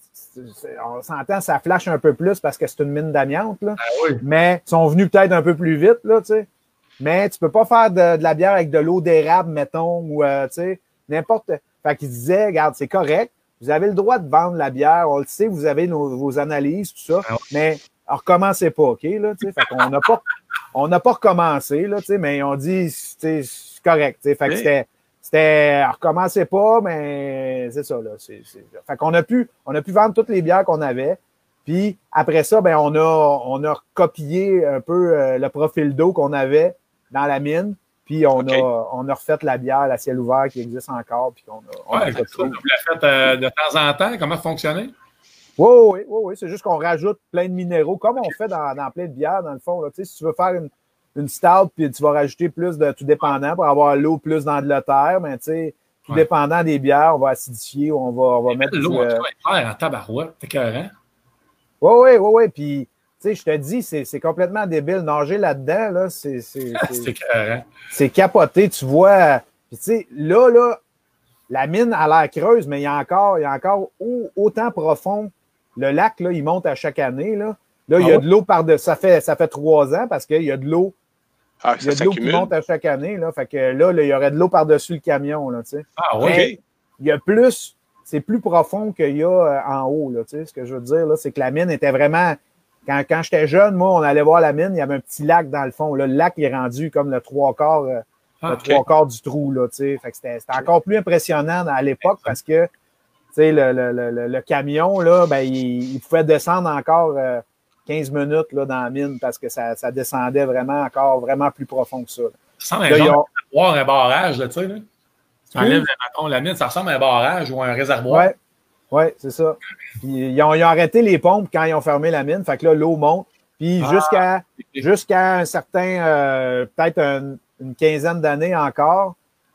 on s'entend, ça flash un peu plus parce que c'est une mine d'amiante, là. Ah oui. Mais ils sont venus peut-être un peu plus vite, là, tu sais. Mais tu peux pas faire de, de la bière avec de l'eau d'érable, mettons, ou, euh, tu sais, n'importe. Fait qu'ils disaient, regarde, c'est correct, vous avez le droit de vendre la bière, on le sait, vous avez nos, vos analyses, tout ça, ah oui. Mais recommencez pas, OK, là, tu sais. Fait qu'on n'a pas, on n'a pas recommencé, là, tu sais, mais on dit, c'est correct, tu sais. Fait que oui. c'était. C'était, recommencez pas, mais c'est ça, là. C'est, c'est... Fait qu'on a pu, on a pu vendre toutes les bières qu'on avait. Puis après ça, ben, on a, on a copié un peu euh, le profil d'eau qu'on avait dans la mine. Puis on okay. a, on a refait la bière, la ciel ouvert qui existe encore. Puis on a, on ouais, a fait ça, vous l'avez fait euh, de temps en temps. Comment ça fonctionnait? Oui, oui, oui, oui. C'est juste qu'on rajoute plein de minéraux, comme on fait dans, dans plein de bières, dans le fond, là. Tu sais, si tu veux faire une, une stout, puis tu vas rajouter plus de tout dépendant pour avoir l'eau plus dans de la terre, mais tu sais, tout ouais. dépendant des bières, on va acidifier, on va, on va mettre l'eau du... Euh... en tabarouette, c'est écœurant. Oui, oui, oui, oui, puis tu sais, je te dis, c'est, c'est complètement débile. Nager là-dedans, là, c'est... C'est, c'est écœurant. C'est capoté, tu vois. Puis tu sais, là, là, la mine a l'air creuse, mais il y a encore, il y a encore autant profond. Le lac, là, il monte à chaque année, là. Là, il y a de l'eau par de ça fait ça fait trois ans parce qu'il y a de l'eau. Ah, il y a de l'eau qui monte à chaque année, là. Fait que là, là il y aurait de l'eau par-dessus le camion, là, tu sais. Ah oui. Mais il y a plus, c'est plus profond qu'il y a euh, en haut, là, tu sais. Ce que je veux dire, là, c'est que la mine était vraiment. Quand, quand j'étais jeune, moi, on allait voir la mine, il y avait un petit lac dans le fond. Là, le lac il est rendu comme le trois quarts, euh, ah, le okay. trois quarts du trou, là, tu sais. Fait que c'était, c'était encore plus impressionnant à l'époque parce que, tu sais, le, le, le, le camion, là, ben, il, il pouvait descendre encore. Euh, quinze minutes là, dans la mine parce que ça, ça descendait vraiment encore vraiment plus profond que ça. Ça ressemble à un, genre de réservoir, un barrage, là, tu sais. Là. Tu enlèves oui. la mine, ça ressemble à un barrage ou à un réservoir. Oui, ouais, c'est ça. Puis, ils, ont, ils ont arrêté les pompes quand ils ont fermé la mine. Fait que là, l'eau monte. Puis ah, jusqu'à, okay. jusqu'à un certain, euh, peut-être un, une quinzaine d'années encore,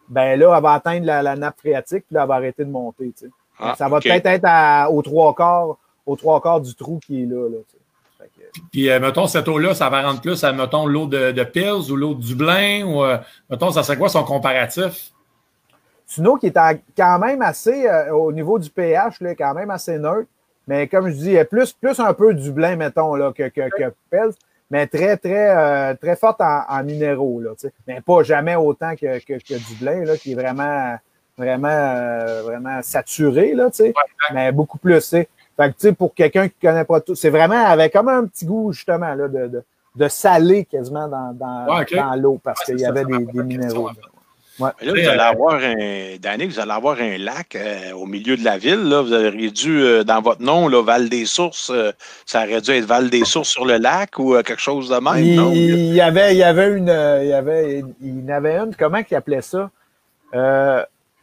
ben là, elle va atteindre la, la nappe phréatique, puis là, elle va arrêter de monter. Tu sais. Ah, ça va okay. peut-être être à, aux trois quarts, aux trois quarts du trou qui est là. là tu sais. Que... Puis, euh, mettons, cette eau-là, ça va rendre plus à, mettons, l'eau de, de Pils ou l'eau de Dublin, ou, euh, mettons, ça serait quoi son comparatif? C'est une eau qui est en, quand même assez, euh, au niveau du pH, là, quand même assez neutre. Mais comme je dis, plus, plus un peu Dublin, mettons, là, que, que, que Pils, mais très, très, euh, très forte en, en minéraux. Là, mais pas jamais autant que, que, que Dublin, là, qui est vraiment, vraiment, euh, vraiment saturé, là, ouais, mais beaucoup plus. T'sais. Fait que, pour quelqu'un qui ne connaît pas tout, c'est vraiment avec comme un petit goût, justement, là, de, de, de salé quasiment dans, dans, ouais, okay. dans l'eau, parce ouais, qu'il y avait ça, des, des minéraux. Ouais. Là, vous allez avoir un, Danick, vous allez avoir un lac euh, au milieu de la ville. Là. Vous auriez dû, euh, dans votre nom, là, Val-des-Sources, euh, ça aurait dû être Val-des-Sources sur le lac ou euh, quelque chose de même, il, non? Il y avait, il y avait une, il y avait, il y en avait une, comment il appelait ça? Euh,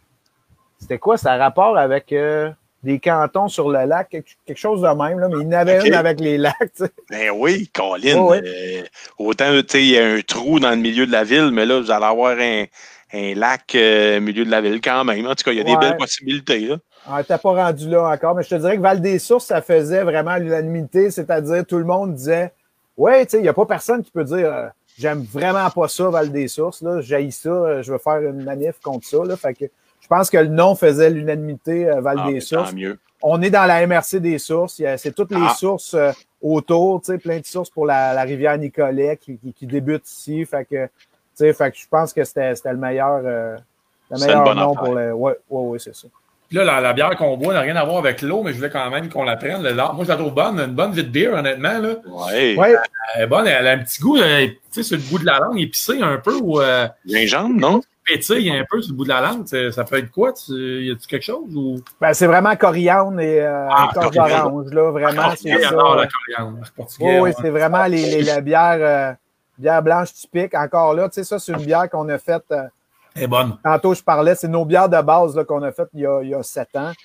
c'était quoi? Ça a rapport avec euh, des cantons sur le lac, quelque, quelque chose de même, là, mais il y en avait okay. une avec les lacs, tu sais. Ben oui, Colin. Oh, oui. euh, autant, tu sais, il y a un trou dans le milieu de la ville, mais là, vous allez avoir un... un lac euh, au milieu de la ville quand même. En tout cas, il y a ouais. des belles possibilités. Là. On n'était pas rendu là encore, mais je te dirais que Val-des-Sources, ça faisait vraiment l'unanimité, c'est-à-dire tout le monde disait « Ouais, tu sais, il n'y a pas personne qui peut dire euh, « J'aime vraiment pas ça, Val-des-Sources, là, j'haïs ça, je veux faire une manif contre ça. » Fait que je pense que le nom faisait l'unanimité euh, Val-des-Sources. Ah, on est dans la M R C des sources, c'est toutes les ah. sources euh, autour, tu sais, plein de sources pour la, la rivière Nicolet qui, qui, qui débute ici. Fait que Tu sais, fait que je pense que c'était le meilleur, euh, le meilleur nom pour le. Oui, oui, oui, c'est ça. Puis là, la, la bière qu'on boit n'a rien à voir avec l'eau, mais je voulais quand même qu'on la prenne. Le, moi, je la trouve bonne, une bonne vite bière, honnêtement. Là. Oui. Ouais. Elle, elle est bonne, elle a un petit goût, tu sais, sur le bout de la langue, épicé un peu. Ou, euh, gingembre, non? Pétille un peu sur le bout de la langue. Ça peut être quoi? Y a-tu quelque chose? Ou... Ben, c'est vraiment coriandre et euh, ah, corps d'orange, là, vraiment. Ah, c'est ça. J'adore la coriandre. Oui, oui, c'est vraiment les, les, la bière. Euh, bière blanche typique. Encore là, tu sais, ça, c'est une bière qu'on a faite. Euh, Elle est bonne. Tantôt, je parlais, c'est nos bières de base qu'on a faites il y a, il y a sept ans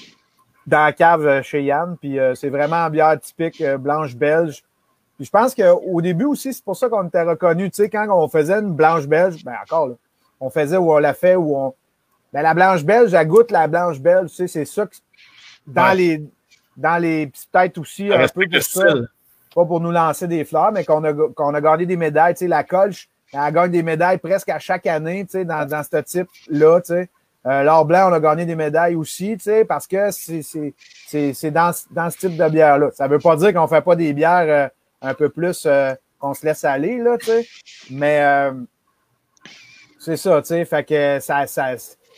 dans la cave euh, chez Yann. Puis euh, c'est vraiment une bière typique euh, blanche belge. Puis je pense qu'au début aussi, c'est pour ça qu'on était reconnus. Tu sais, quand on faisait une blanche belge, ben encore là, on faisait où on l'a fait, où on. Ben, la blanche belge, elle goûte la blanche belge. Tu sais, c'est ça que dans ouais. les. Dans les. Peut-être aussi un peu pour ça. Pas pour nous lancer des fleurs, mais qu'on a, qu'on a gagné des médailles. Tu sais, la Colch, elle gagne des médailles presque à chaque année, tu sais, dans, dans ce type-là, tu sais. Euh, L'or blanc, on a gagné des médailles aussi, tu sais, parce que c'est dans, dans ce type de bière-là. Ça veut pas dire qu'on fait pas des bières euh, un peu plus euh, qu'on se laisse aller, là, tu sais. Mais euh, c'est ça, tu sais, fait que ça, ça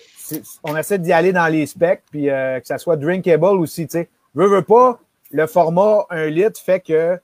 on essaie d'y aller dans les specs, puis euh, que ça soit drinkable aussi, tu sais. Veux, veux pas, le format un litre fait que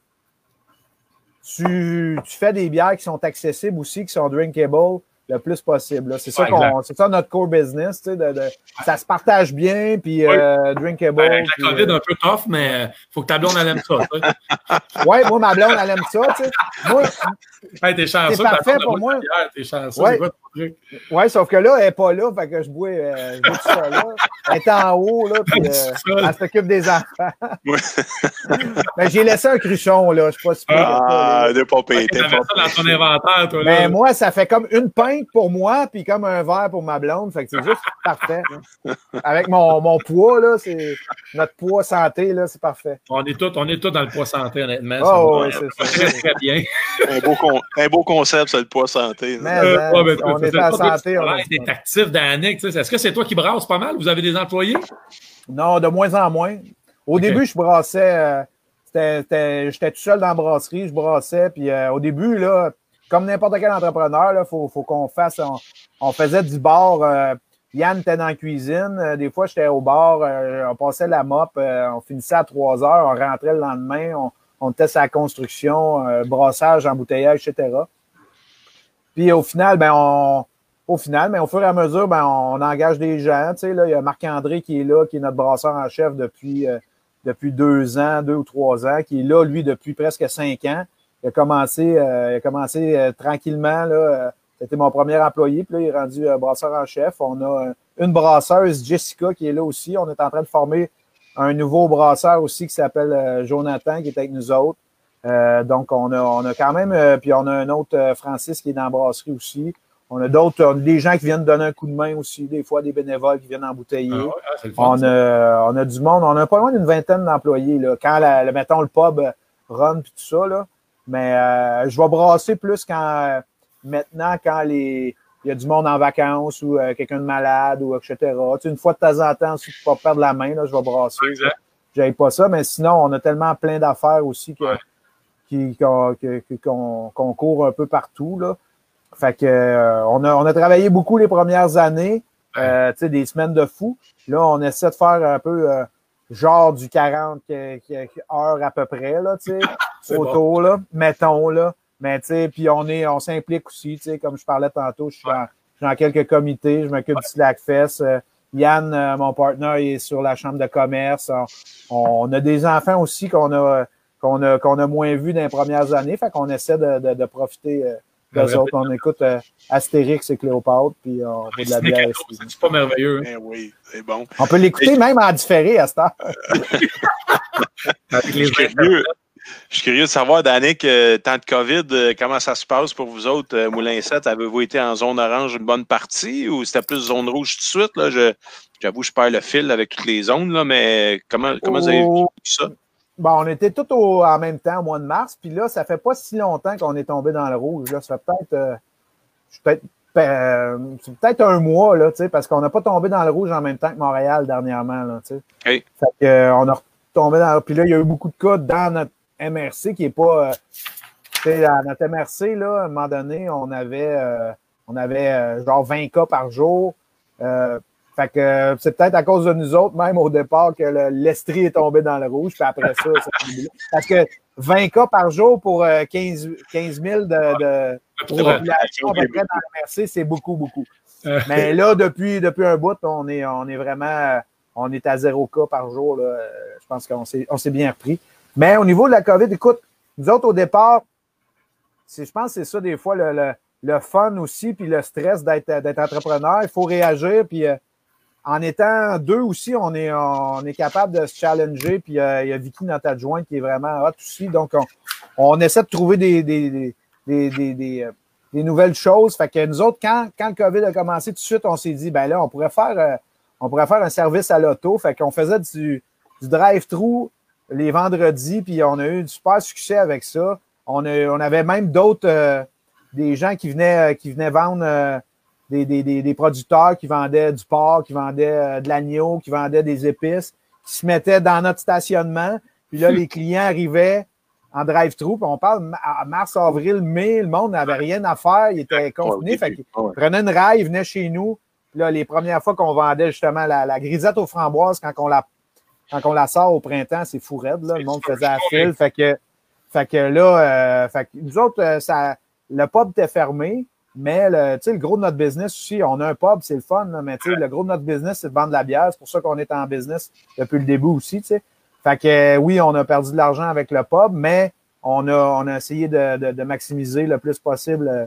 tu, tu fais des bières qui sont accessibles aussi, qui sont drinkable le plus possible. C'est ça, qu'on, c'est ça notre core business. Tu sais, de, de, ça se partage bien, puis oui. euh, drinkable. Ben, avec puis, la COVID euh... un peu tough, mais il faut que ta blonde elle aime ça. Oui, moi, ma blonde, elle aime ça. Tu sais. Moi, hey, t'es chanceux. C'est parfait pour moi. T'es chanceux. Ouais. Oui, sauf que là, elle n'est pas là, fait que je bois, euh, je bois tout ça là. Elle est en haut, là, puis euh, elle s'occupe des enfants. Mais j'ai laissé un cruchon, là. Je sais pas si Ah, de pas payer. Tu avais ça dans ton inventaire, toi, là. Mais moi, ça fait comme une pinte pour moi, puis comme un verre pour ma blonde. Fait que c'est juste parfait. Avec mon, mon poids, là, c'est notre poids santé, là, c'est parfait. On est tous on est tous dans le poids santé, honnêtement. Oh, oui, c'est ça. Très, très bien. un, beau con, un beau concept, c'est le poids santé. Mais, euh, ouais, mais on est en santé. On est actif d'Annick. Est-ce que c'est toi qui brasses pas mal? Vous avez des employés? Non, de moins en moins. Au okay. début, je brassais. Euh, J'étais tout seul dans la brasserie, je brassais. Puis euh, au début, là, comme n'importe quel entrepreneur, il faut, faut qu'on fasse. On, on faisait du bar. Euh, Yann était dans la cuisine. Euh, des fois, j'étais au bar. Euh, on passait la mop. Euh, on finissait à trois heures. On rentrait le lendemain. On, on était sur la construction, euh, brassage, embouteillage, et cetera. Puis au final, ben on. Au final, mais au fur et à mesure, ben, on engage des gens. Tu sais, là, il y a Marc-André qui est là, qui est notre brasseur en chef depuis, euh, depuis deux ans, deux ou trois ans, qui est là, lui, depuis presque cinq ans. Il a commencé, euh, il a commencé euh, tranquillement. Là, euh, c'était mon premier employé, puis là, il est rendu euh, brasseur en chef. On a euh, une brasseuse, Jessica, qui est là aussi. On est en train de former un nouveau brasseur aussi qui s'appelle euh, Jonathan, qui est avec nous autres. Euh, donc, on a, on a quand même, euh, puis on a un autre, euh, Francis, qui est dans la brasserie aussi. On a d'autres, on a des gens qui viennent donner un coup de main aussi, des fois des bénévoles qui viennent embouteiller. Ah ouais, ah, c'est le fun, on, ça. a, on a du monde, on a pas loin d'une vingtaine d'employés. Là, quand, la, le, mettons, le pub run puis tout ça, là. Mais euh, je vais brasser plus quand maintenant, quand les il y a du monde en vacances ou euh, quelqu'un de malade ou et cetera. Tu sais, une fois de temps en temps, si tu peux pas perdre la main, là, je vais brasser. Exact. J'aille pas ça, mais sinon, on a tellement plein d'affaires aussi que, Ouais. qui, qu'on, que, qu'on, qu'on court un peu partout. Là. Fait que euh, on, a, on a travaillé beaucoup les premières années, euh, tu sais, des semaines de fou. Là, on essaie de faire un peu euh, genre du quarante heures à peu près, là, tu sais, auto, bon. Là, mettons, là. Mais tu sais, puis on est, on s'implique aussi, tu sais, comme je parlais tantôt, je suis, ouais. dans, je suis dans quelques comités, je m'occupe ouais. du Slackfest. Euh, Yann, euh, mon partenaire, il est sur la chambre de commerce. On, on a des enfants aussi qu'on a, qu'on a, qu'on a moins vus dans les premières années, fait qu'on essaie de, de, de profiter euh, d'eux autres. On écoute euh, Astérix et Cléopâtre, puis on fait de la bière aussi. C'est pas merveilleux. Eh oui, c'est bon. On peut l'écouter et... même en différé à cette heure. Avec les vieux. Je suis curieux de savoir, Danick, euh, temps de COVID, euh, comment ça se passe pour vous autres, euh, Moulin sept? Avez-vous été en zone orange une bonne partie ou c'était plus zone rouge tout de suite? Là? Je, j'avoue, je perds le fil avec toutes les zones, là, mais comment, comment oh, vous avez vu ça? Bon, on était tous au, en même temps au mois de mars, puis là, ça fait pas si longtemps qu'on est tombé dans le rouge. Là. Ça fait peut-être, euh, peut-être, euh, c'est peut-être un mois, là, parce qu'on n'a pas tombé dans le rouge en même temps que Montréal dernièrement. Là, hey. Fait que, euh, on a retombé dans le... Puis là, il y a eu beaucoup de cas dans notre M R C qui est pas. Euh, tu sais, à notre M R C, là, à un moment donné, on avait, euh, on avait euh, genre vingt cas par jour. Euh, fait que euh, c'est peut-être à cause de nous autres, même au départ, que le, l'Estrie est tombé dans le rouge. Puis après ça, c'est parce que vingt cas par jour pour euh, quinze mille de, de population à peu près dans le M R C, c'est beaucoup, beaucoup. Mais là, depuis, depuis un bout, on est, on est vraiment. On est à zéro cas par jour. Là. Je pense qu'on s'est, on s'est bien repris. Mais au niveau de la COVID, écoute, nous autres, au départ, c'est, je pense que c'est ça, des fois, le, le, le fun aussi, puis le stress d'être, d'être entrepreneur. Il faut réagir, puis euh, en étant deux aussi, on est, on est capable de se challenger, puis euh, il y a Vicky, notre adjointe, qui est vraiment hot aussi. Donc, on, on essaie de trouver des, des, des, des, des, des, euh, des nouvelles choses. Fait que nous autres, quand, quand le COVID a commencé, tout de suite, on s'est dit, ben là, on pourrait faire, euh, on pourrait faire un service à l'auto. Fait qu'on faisait du, du drive-thru les vendredis, puis on a eu du super succès avec ça. On, a, on avait même d'autres, euh, des gens qui venaient, euh, qui venaient vendre euh, des, des, des, des producteurs qui vendaient du porc, qui vendaient euh, de l'agneau, qui vendaient des épices, qui se mettaient dans notre stationnement. Puis là, les clients arrivaient en drive-thru, puis on parle en mars, avril, mai, le monde n'avait rien à faire, il était confiné, fait qu'ils prenaient une raille, ils venaient chez nous. Puis là, les premières fois qu'on vendait justement la, la grisette aux framboises, quand on la Quand on la sort au printemps, c'est fou raide, là. Le monde faisait la file. Fait que, fait que là, euh, fait que nous autres, euh, ça, le pub était fermé, mais le, le gros de notre business aussi, on a un pub, c'est le fun, là, mais le gros de notre business, c'est de vendre de la bière. C'est pour ça qu'on est en business depuis le début aussi. T'sais. Fait que euh, oui, on a perdu de l'argent avec le pub, mais on a, on a essayé de, de, de maximiser le plus possible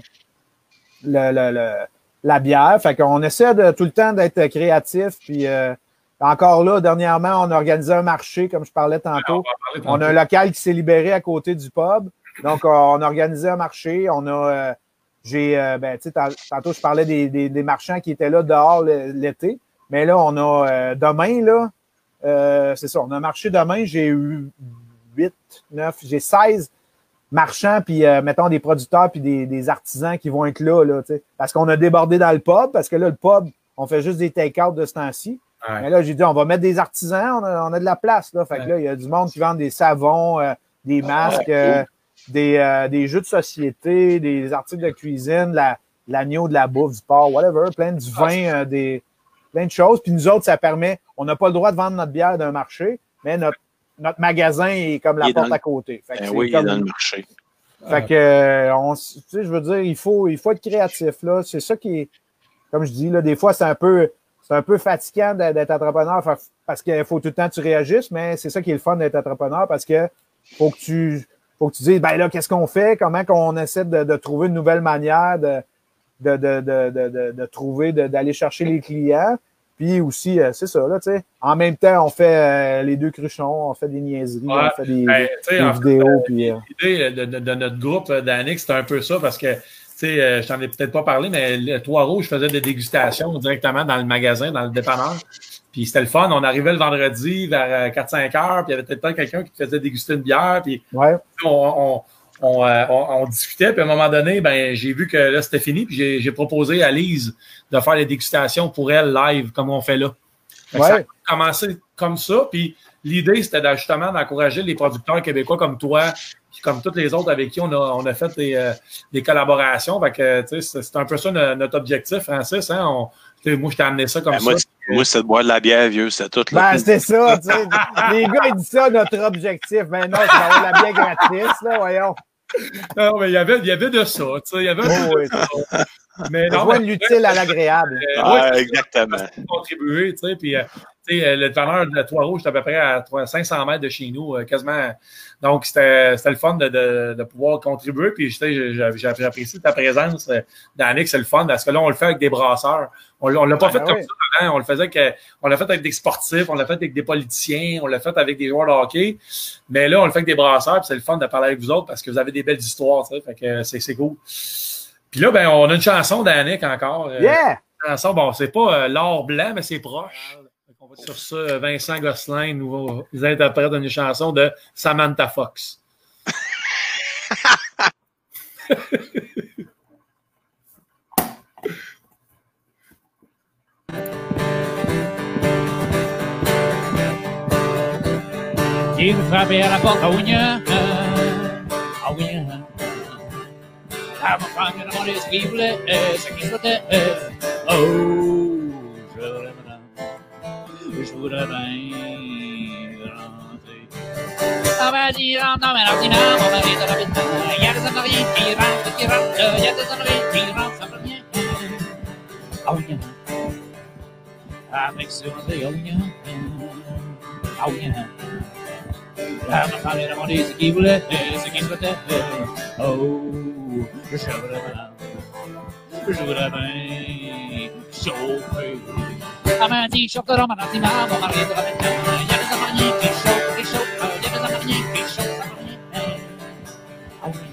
le, le, le, la bière. Fait qu'on essaie de, tout le temps d'être créatif, puis euh, encore là, dernièrement, on a organisé un marché, comme je parlais tantôt. Alors, on, tantôt. On a un local qui s'est libéré à côté du pub. Donc, on a organisé un marché. On a, euh, j'ai, euh, ben, tu sais, tantôt, je parlais des, des, des marchands qui étaient là dehors l'été. Mais là, on a euh, demain, là, euh, c'est ça, on a un marché demain. J'ai eu huit, neuf, j'ai seize marchands, puis euh, mettons des producteurs, puis des, des artisans qui vont être là, là, tu sais. Parce qu'on a débordé dans le pub, parce que là, le pub, on fait juste des take-out de ce temps-ci. Ouais. Mais là, j'ai dit, on va mettre des artisans, on a, on a de la place, là. Fait que là, il y a du monde qui vend des savons, euh, des masques, euh, des, euh, des jeux de société, des articles de cuisine, la, l'agneau, de la bouffe, du porc, whatever, plein du vin, euh, des, plein de choses. Puis nous autres, ça permet, on n'a pas le droit de vendre notre bière d'un marché, mais notre, notre magasin est comme la porte à côté. Fait que ben c'est oui, comme, il est dans le marché. Fait que, on, tu sais, je veux dire, il faut, il faut être créatif, là. C'est ça qui est, comme je dis, là, des fois, c'est un peu, c'est un peu fatigant d'être entrepreneur parce qu'il faut tout le temps que tu réagisses, mais c'est ça qui est le fun d'être entrepreneur parce que faut que tu, faut que tu dises, ben là, qu'est-ce qu'on fait? Comment qu'on essaie de, de trouver une nouvelle manière de, de, de, de, de, de, de trouver, de, d'aller chercher les clients. Puis aussi, c'est ça, là, tu sais. En même temps, on fait euh, les deux cruchons, on fait des niaiseries, ouais, on fait des, ben, des vidéos. Fait, puis, euh... L'idée de, de, de notre groupe, Danick, c'est un peu ça parce que sais, euh, je t'en ai peut-être pas parlé, mais le Trois-Rouges faisait des dégustations directement dans le magasin, dans le dépanneur. Puis c'était le fun. On arrivait le vendredi vers quatre cinq heures, puis il y avait peut-être quelqu'un qui te faisait déguster une bière. Puis ouais. on, on, on, euh, on, on discutait. Puis à un moment donné, ben j'ai vu que là, c'était fini. Puis j'ai, j'ai proposé à Lise de faire les dégustations pour elle live, comme on fait là. Fait que Ouais. ça a commencé comme ça. Puis l'idée, c'était justement d'encourager les producteurs québécois comme toi, puis comme tous les autres avec qui on a, on a fait des, euh, des collaborations. Fait que, tu sais, c'est, c'est un peu ça notre, notre objectif, Francis. Hein? On, moi, je t'ai amené ça comme Ben, ça. moi, moi, c'est de boire de la bière, vieux. C'est tout. Là. Ben, c'est ça, tu sais. Les gars, ils disent ça, notre objectif. Ben non, c'est d'avoir de la bière gratis, là, voyons. Non, mais il y avait, il y avait de ça. Tu sais, il y avait Oh, de oui. ça. Mais On non, voit mais, l'utile à l'agréable. euh, Ah, ouais, exactement. contribuer, tu sais, puis, euh, tu sais, le dépanneur de Trois-Rouges, c'est à peu près à cinq cents mètres de chez nous, euh, quasiment. Donc, c'était, c'était le fun de, de, de pouvoir contribuer, puis, tu sais, j'ai, j'ai apprécié ta présence, euh, Danick, c'est le fun, parce que là, on le fait avec des brasseurs. On, on l'a pas Ah, fait oui. comme ça avant, on le faisait avec, on l'a fait avec des sportifs, on l'a fait avec des politiciens, on l'a fait avec des joueurs de hockey, mais là, on le fait avec des brasseurs, puis c'est le fun de parler avec vous autres, parce que vous avez des belles histoires, tu sais, fait que c'est, c'est cool. Puis là, ben, on a une chanson d'Annick encore. Euh, Yeah! Une chanson, bon, c'est pas euh, l'or blanc, mais c'est proche. Sur ça, Vincent Gosselin nous, nous interprète une chanson de Samantha Fox. Il me frappait à la porte, ah oui, ah oui, ah, mon frère m'a demandé ce qu'il voulait, ce qu'il souhaitait. Oh, je voudrais, madame, je voudrais bien rentrer. Ah ben, dis, rentre dans ma ordinaire, mon mari de la vite. Il y a des Américains qui rentrent, qui rentrent, il y a des Américains qui rentrent, ça va bien. Ah oui, avec ce rentré, ah oui, ah oui, la ma femme m'a demandé ce qu'il voulait, ce qu'il souhaitait. Oh, je voudrais madame, je voudrais bien chauffer. Elle m'a dit, chauffe dans ma ordinaire, mon mari de la vite. Il y a des Américains qui chauffent, qui chauffent, il y a des Américains qui chauffent, ça va bien. Ah oui,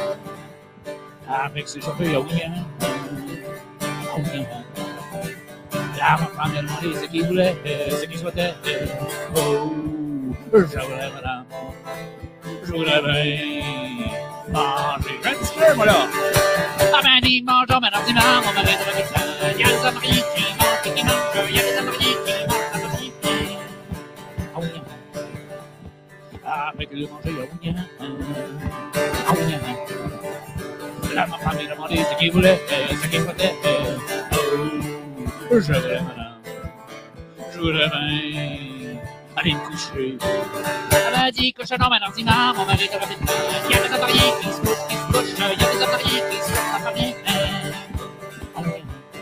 avec ce chauffeur, ah oui, ah oui. La ma femme m'a demandé ce qu'il voulait, ce qu'il souhaitait. Oh, je voudrais, madame, je voudrais bien manger un petit peu, moi, là. Ah ben, dimanche, maintenant, dimanche, mon mari de la vite. Il y a des Américains qui mangent et qui mangent, il y a des Américains qui mangent, ça va bien. Ah oui, avec le manger, ah oui, ah oui. Là, ma femme m'a demandé ce qu'il voulait, ce qu'il souhaitait. Oh, je voudrais, madame, je voudrais bien aller me coucher. Elle m'a dit, cochonnement, maintenant, dimanche, mon mari de la vite. Il y a des Américains qui se couchent, qui se couchent, il y a des Américains qui se couchent, ça va bien. Ah oui.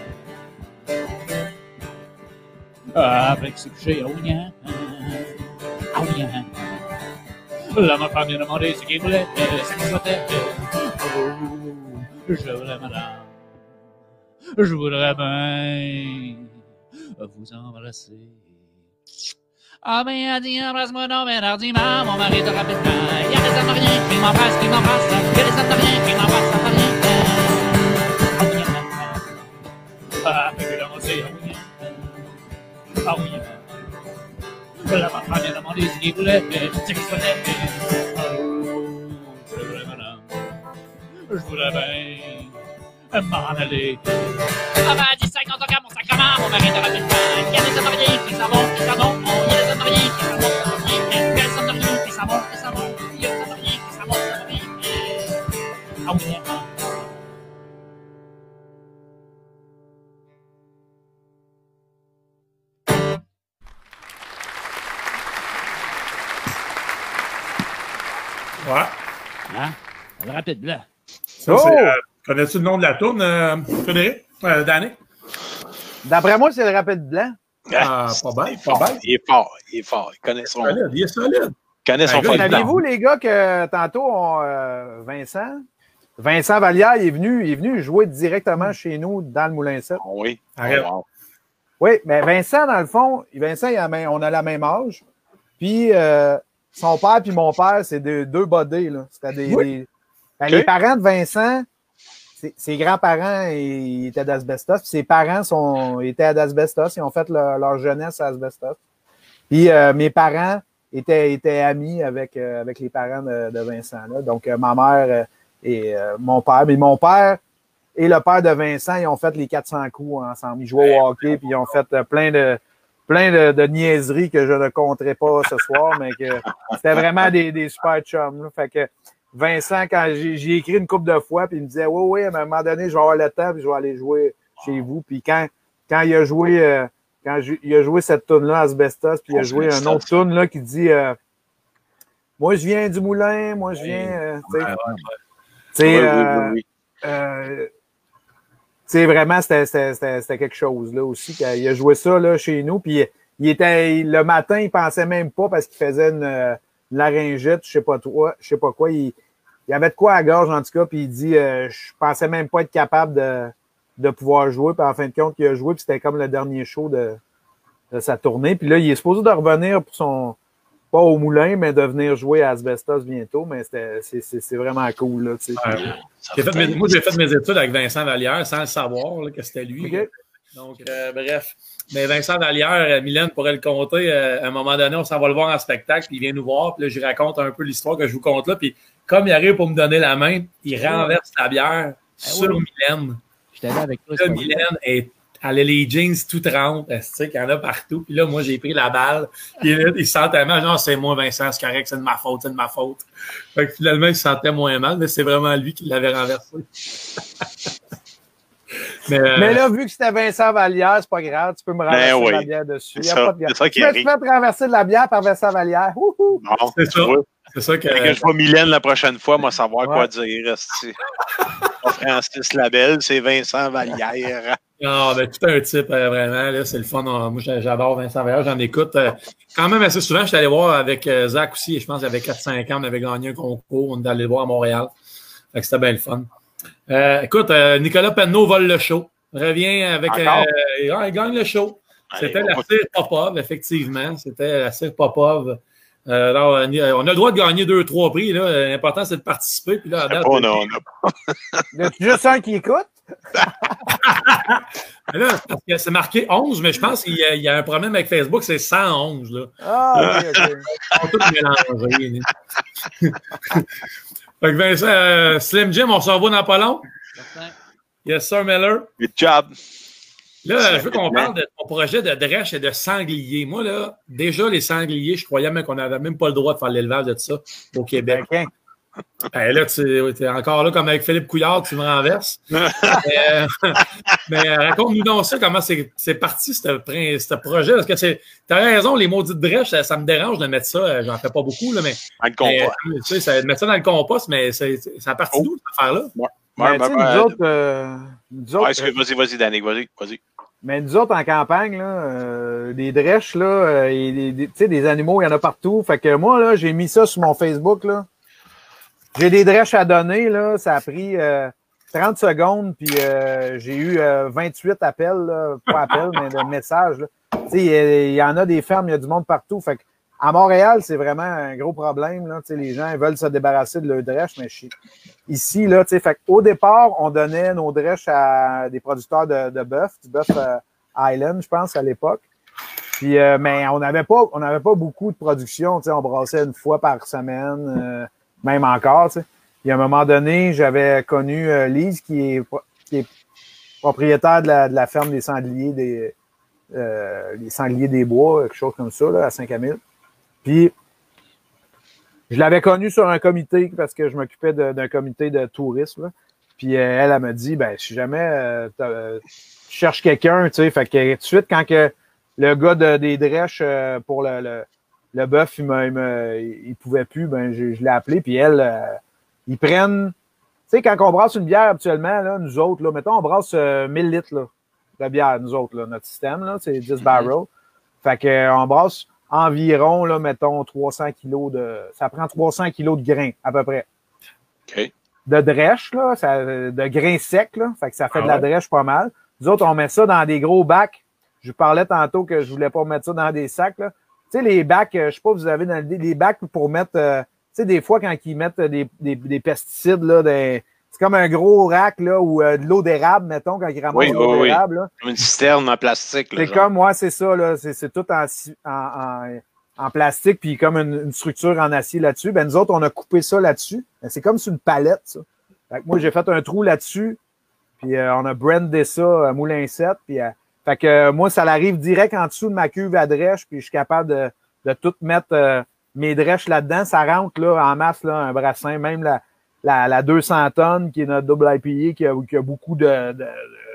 Avec ce coucher, ah oui, ah oui. Là, ma femme m'a demandé ce qu'il voulait, ce qu'il souhaitait. Oh, je voudrais, madame, je voudrais bien vous embrasser. Ah ben, elle dit, embrasse-moi donc, mais ordinairement, mon mari te rappelle pas. Il y a des Américains qui m'embrassent, qui m'embrassent, il y a des Américains qui m'embrassent, ça va rien. Ah oui, ah, mais que l'avancée, ah oui, ah oui. Là, ma femme m'a demandé ce qu'il voulait, ce qu'il souhaitait. Oh, je voudrais, madame, je voudrais bien m'en aller. Ah ben, dit cinquante ans, mon sacrement, mon mari de la vite. Il y a des Américains qui s'en vont, qui s'en vont. Il y a des Américains qui s'en vont, ça va bien. Il y a des Américains qui s'en vont, qui s'en vont. Il y a des Américains qui s'en vont, ça va bien. Ah oui, ah. Ouais. Hein? Le rapide blanc. Ça, Oh! c'est, euh, connais-tu le nom de la tourne, euh, Frédéric? Euh, Danick? D'après moi, c'est le rapide blanc. Ah, pas il, bien, est pas fort, bien. il est fort, il est fort. Il connaît son, Solide, il est solide. il connaît son Un gars, football. Saviez-vous, les gars, que tantôt, on, euh, Vincent, Vincent Vallière il est venu, il est venu jouer directement chez nous dans le Moulin sept. Oh, oui. Arrête. Oh, wow. Oui, mais Vincent, dans le fond, Vincent, il a même- on a la même âge. Puis euh, son père puis mon père, c'est de- deux bodés. Là. C'était des, Oui. des- ben, Ok. Les parents de Vincent, c'est ses, ses grands-parents ils étaient d'asbestos, puis ses parents sont, étaient à d'asbestos, ils ont fait leur, leur jeunesse à asbestos. Puis euh, mes parents étaient, étaient amis avec, euh, avec les parents de, de Vincent. Là. Donc, euh, ma mère euh, et euh, mon père. Mais mon père et le père de Vincent, ils ont fait les quatre cents coups ensemble. Ils jouaient au hockey, puis ils ont fait euh, plein de plein de, de niaiseries que je ne compterai pas ce soir, mais que c'était vraiment des, des super chums. Là. Fait que Vincent, quand j'ai, j'ai écrit une couple de fois, puis il me disait oui, oui, à un moment donné, je vais avoir le temps, puis je vais aller jouer chez vous. Puis quand, quand il a joué euh, quand il a joué cette tune-là, Asbestos, puis il a joué un autre tune là qui dit euh, moi, je viens du moulin, moi, je viens. Euh, tu sais, ouais, ouais, ouais. euh, oui, oui, oui. Euh, Tu sais, vraiment, c'était, c'était, c'était quelque chose, là, aussi. Il a joué ça, là, chez nous. Puis, il était, le matin, il pensait même pas parce qu'il faisait une, une laryngite, je sais pas toi, je sais pas quoi. Il, il avait de quoi à la gorge, en tout cas. Puis, il dit, euh, je pensais même pas être capable de, de pouvoir jouer. Puis, en fin de compte, il a joué. Puis, c'était comme le dernier show de, de sa tournée. Puis là, il est supposé de revenir pour son, pas au moulin, mais de venir jouer à Asbestos bientôt. Mais c'était, c'est, c'est, c'est vraiment cool, là, tu sais. Ouais. J'ai fait mes, moi, j'ai fait mes études avec Vincent Vallière sans le savoir là, que c'était lui. Okay. Donc, euh, bref. Mais Vincent Vallière, Mylène pourrait le compter. Euh, à un moment donné, on s'en va le voir en spectacle, puis il vient nous voir, puis là, je lui raconte un peu l'histoire que je vous conte là. Puis comme il arrive pour me donner la main, il renverse la bière ah, sur oui. Mylène. J'étais là avec toi. Là, Mylène est, elle a les jeans tout trempes, tu sais, qu'il y en a partout. Puis là, moi, j'ai pris la balle. Puis là, il se sentait mal. Genre, c'est moi, Vincent, c'est correct, c'est de ma faute, c'est de ma faute. Fait que finalement, il se sentait moins mal, mais c'est vraiment lui qui l'avait renversé. mais, euh... mais là, vu que c'était Vincent Vallière, c'est pas grave, tu peux me renverser oui. de la bière dessus. Il n'y a ça, pas de bière. Tu peux te faire renverser de la bière par Vincent Vallière. Ouhou. Non, c'est ça. C'est ça que. Quand je vois Mylène la prochaine fois, moi, savoir ouais. quoi dire. C'est pas Francis Labelle, c'est Vincent Vallière. Non, ben, tout un type, euh, vraiment. Là, c'est le fun. Moi, j'adore Vincent Vallière, j'en écoute. Euh, quand même assez souvent, je suis allé voir avec euh, Zach aussi. Je pense qu'il y avait quatre cinq ans, on avait gagné un concours. On est allé le voir à Montréal. Fait que c'était bien le fun. Euh, écoute, euh, Nicolas Penneau vole le show. Revient avec. Euh, il gagne le show. C'était Allez, la cire Popov, effectivement. C'était la cire Popov. Euh, alors, on a le droit de gagner deux, trois prix. Là. L'important, c'est de participer. Puis là, à date, pas, non, on n'a pas. Y a juste un qui écoute? Là, parce que c'est marqué onze, mais je pense qu'il y a, il y a un problème avec Facebook, c'est cent onze. Là. Ah, oui, OK. On peut tout mélanger. Fait que Vincent, euh, Slim Jim, on se revoit dans pas long. Yes, sir, Miller. Good job. Là, je veux qu'on parle de ton projet de drèche et de sanglier. Moi, là, déjà, les sangliers, je croyais même qu'on n'avait même pas le droit de faire l'élevage de ça au Québec. Okay. Ben là, tu es encore là, comme avec Philippe Couillard, tu me renverses. mais euh, mais euh, raconte-nous donc ça, comment c'est, c'est parti, ce, ce projet. Parce que c'est, t'as raison, les maudites drèches, ça, ça me dérange de mettre ça. J'en fais pas beaucoup, là, mais. Dans le compost. Mais, tu sais, ça, mettre ça dans le compost, mais c'est, c'est à partir oh. d'où, cette affaire-là? Ouais. Mais, ben, ben, nous autres, euh, nous autres ouais, vas-y, vas-y, Danick, vas-y, vas-y. Mais nous autres, en campagne, là, euh, des drèches, là, euh, et des, des, tu sais, des animaux, il y en a partout. Fait que moi, là, j'ai mis ça sur mon Facebook, là. J'ai des drèches à donner, là. Ça a pris euh, trente secondes, puis euh, j'ai eu euh, vingt-huit appels, là, pas appels, mais de messages, là. Tu sais, il y, y en a des fermes, il y a du monde partout. Fait que à Montréal, c'est vraiment un gros problème, là. Tu sais, les gens, ils veulent se débarrasser de leurs drèches, mais je, ici, là, tu sais, fait qu'au départ, on donnait nos drèches à des producteurs de, de bœuf, du bœuf euh, Island, je pense, à l'époque. Puis, euh, mais on n'avait pas, on n'avait pas beaucoup de production, tu sais, on brassait une fois par semaine, euh, même encore, tu sais. Puis, à un moment donné, j'avais connu euh, Lise, qui est, qui est propriétaire de la, de la ferme des sangliers des, euh, les sangliers des bois, quelque chose comme ça, là, à Saint-Camille. Puis, je l'avais connue sur un comité parce que je m'occupais de, d'un comité de tourisme. Là. Puis, euh, elle, elle m'a dit, ben, si jamais euh, tu cherches quelqu'un, tu sais, fait que tout de suite, quand que le gars de, des drèches euh, pour le, le, le bœuf, il me, il, me, il pouvait plus, ben, je, je l'ai appelé. Puis, elle, euh, ils prennent, tu sais, quand on brasse une bière habituellement, là, nous autres, là, mettons, on brasse euh, mille litres là, de bière, nous autres, là, notre système, là, c'est dix barrels. Fait que, euh, on brasse environ, là, mettons, trois cents kilos de... Ça prend trois cents kilos de grains, à peu près. OK. De drèche, là, ça, de grains secs, là. Fait que ça fait ah de la ouais. drèche pas mal. Nous autres, on met ça dans des gros bacs. Je vous parlais tantôt que je voulais pas mettre ça dans des sacs, là. Tu sais, les bacs, je sais pas, vous avez dans le, des bacs pour mettre... Euh, tu sais, des fois, quand ils mettent des, des, des pesticides, là, des, c'est comme un gros rack, là, ou euh, de l'eau d'érable, mettons, quand ils ramassent Oui, de l'eau oui, d'érable. oui. Comme une citerne en plastique. là, C'est genre. comme, moi, c'est ça, là. C'est, c'est tout en, en, en, en plastique, puis comme une, une structure en acier là-dessus. Ben, nous autres, on a coupé ça là-dessus. Ben, c'est comme sur une palette, ça. Fait que moi, j'ai fait un trou là-dessus, puis euh, on a brandé ça à Moulin sept, puis euh, fait que euh, moi, ça arrive direct en dessous de ma cuve à drèche, puis je suis capable de, de tout mettre euh, mes drèches là-dedans. Ça rentre là en masse, là, un brassin, même la, la, la deux cents tonnes, qui est notre double I P A, qui a, qui a beaucoup de, de, de,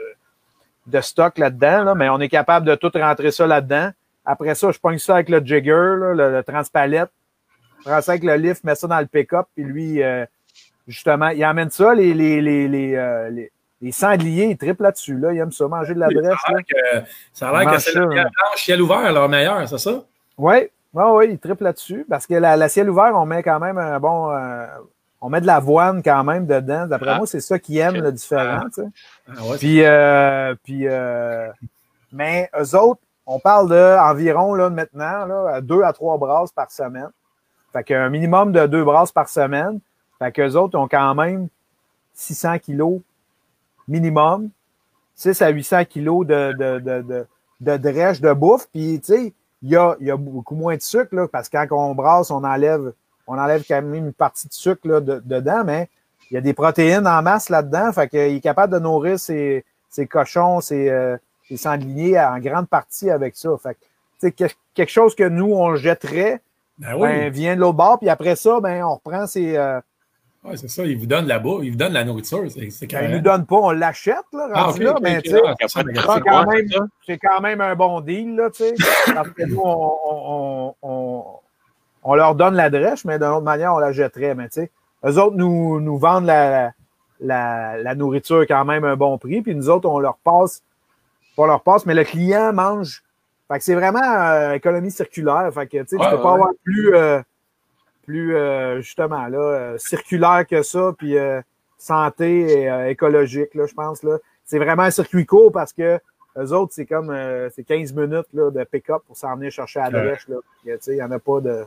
de stock là-dedans, là, mais on est capable de tout rentrer ça là-dedans. Après ça, je pogne ça avec le jigger, là, le, le transpalette. Je prends ça avec le lift, mets ça dans le pick-up, puis lui, euh, justement, il emmène ça, les, les, les, les, euh, les, les sangliers, ils trippent là-dessus, là. Ils aiment ça, manger de la drèche. Ça a l'air que, ça a l'air Mange que c'est ça, la hein. bière blanche ciel ouvert, leur meilleur, c'est ça? Oui, oui, oui, ils trippent là-dessus. Parce que la, la ciel ouvert, on met quand même un bon. Euh, on met de l'avoine quand même dedans. D'après Ah. moi, c'est ça qui aiment Ok. le différent, tu sais. Ah ouais, Puis, euh, puis euh, mais eux autres, on parle de environ là, maintenant là, deux à trois brasses par semaine. Fait qu'un minimum de deux brasses par semaine. Fait qu'eux autres ont quand même six cents kilos minimum, six à huit cents kilos de, de, de, de, de drèche, de bouffe. Puis, tu sais, il y a, il y a beaucoup moins de sucre, là, parce que quand on brasse, on enlève, on enlève quand même une partie de sucre là, de, dedans, mais il y a des protéines en masse là-dedans. Fait qu'il est capable de nourrir ses, ses cochons, ses, euh, ses sangliers en grande partie avec ça. Fait que, tu sais, quelque chose que nous, on jetterait, ben oui. ben, vient de l'autre bord, puis après ça, ben, on reprend ses. Euh, Ouais, c'est ça, ils vous donnent la bouffe, ils vous donnent la nourriture. C'est, c'est ben, carré. ils nous donnent pas, on l'achète, là, rendu Ah, ok, là, ok, mais ok, tu sais, ah, c'est ça, mais c'est regarde, quand, Ouais, même, c'est ça. c'est quand même un bon deal, là, tu sais. Parce que nous, on, on, on, on leur donne la drèche, mais d'une autre manière, on la jetterait. Mais tu sais, eux autres nous, nous vendent la, la, la nourriture quand même à un bon prix, puis nous autres, on leur passe, pas on leur passe, mais le client mange. Fait que c'est vraiment euh, économie circulaire. Fait que tu sais, tu Ouais, peux ouais, pas ouais. avoir plus, euh, plus euh, justement, là, euh, circulaire que ça, puis euh, santé et euh, écologique, là, je pense, là. C'est vraiment un circuit court parce que eux autres, c'est comme euh, c'est quinze minutes là, de pick-up pour s'en venir chercher à la drèche. Là. Tu sais, il n'y en a pas de.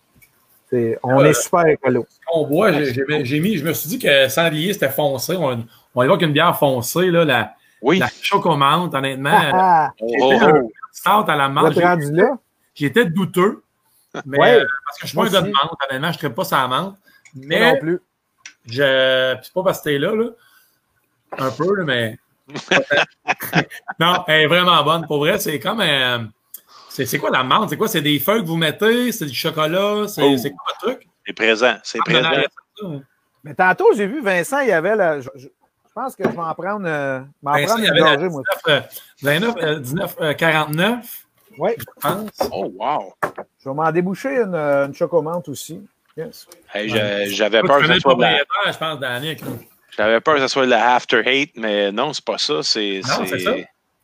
C'est, on Ouais. est super écolo. On boit, j'ai, j'ai, j'ai mis, je me suis dit que sanglier, c'était foncé. On, on évoque une bière foncée, là, la, Oui. la chocomante, honnêtement. Ah, Oh, J'étais oh, un oh. stout à la vous menthe. êtes rendu là? J'étais douteux, mais Ouais, euh, parce que je suis pas moi un gars de aussi. menthe, honnêtement, je ne pas ça à menthe. Moi Mais non plus. je. Puis c'est pas parce que t'es là, là. Un peu, là, mais. Non, elle est vraiment bonne. Pour vrai, c'est comme un. C'est, c'est quoi la menthe? C'est quoi? C'est des feuilles que vous mettez? C'est du chocolat? C'est, Oh. c'est quoi le truc? C'est présent. C'est Ah, présent. non, non, non. Mais tantôt, j'ai vu Vincent, il y avait la. Je, je- je pense que je vais en prendre, euh, m'en Vincent, prendre il y une avait la gorgée, moi. dix-neuf, euh, vingt-neuf, euh, dix-neuf euh, quarante-neuf, Oui, je pense. Oh, wow. je vais m'en déboucher une, euh, une chocomante aussi. Yes. Hey, je- j'avais Toi, peur tu que connais ce le soit de la, propriétaire, je pense, Danick. là. j'avais peur que ce soit de la After Hate, mais non, c'est pas ça. C'est, Non, c'est ça.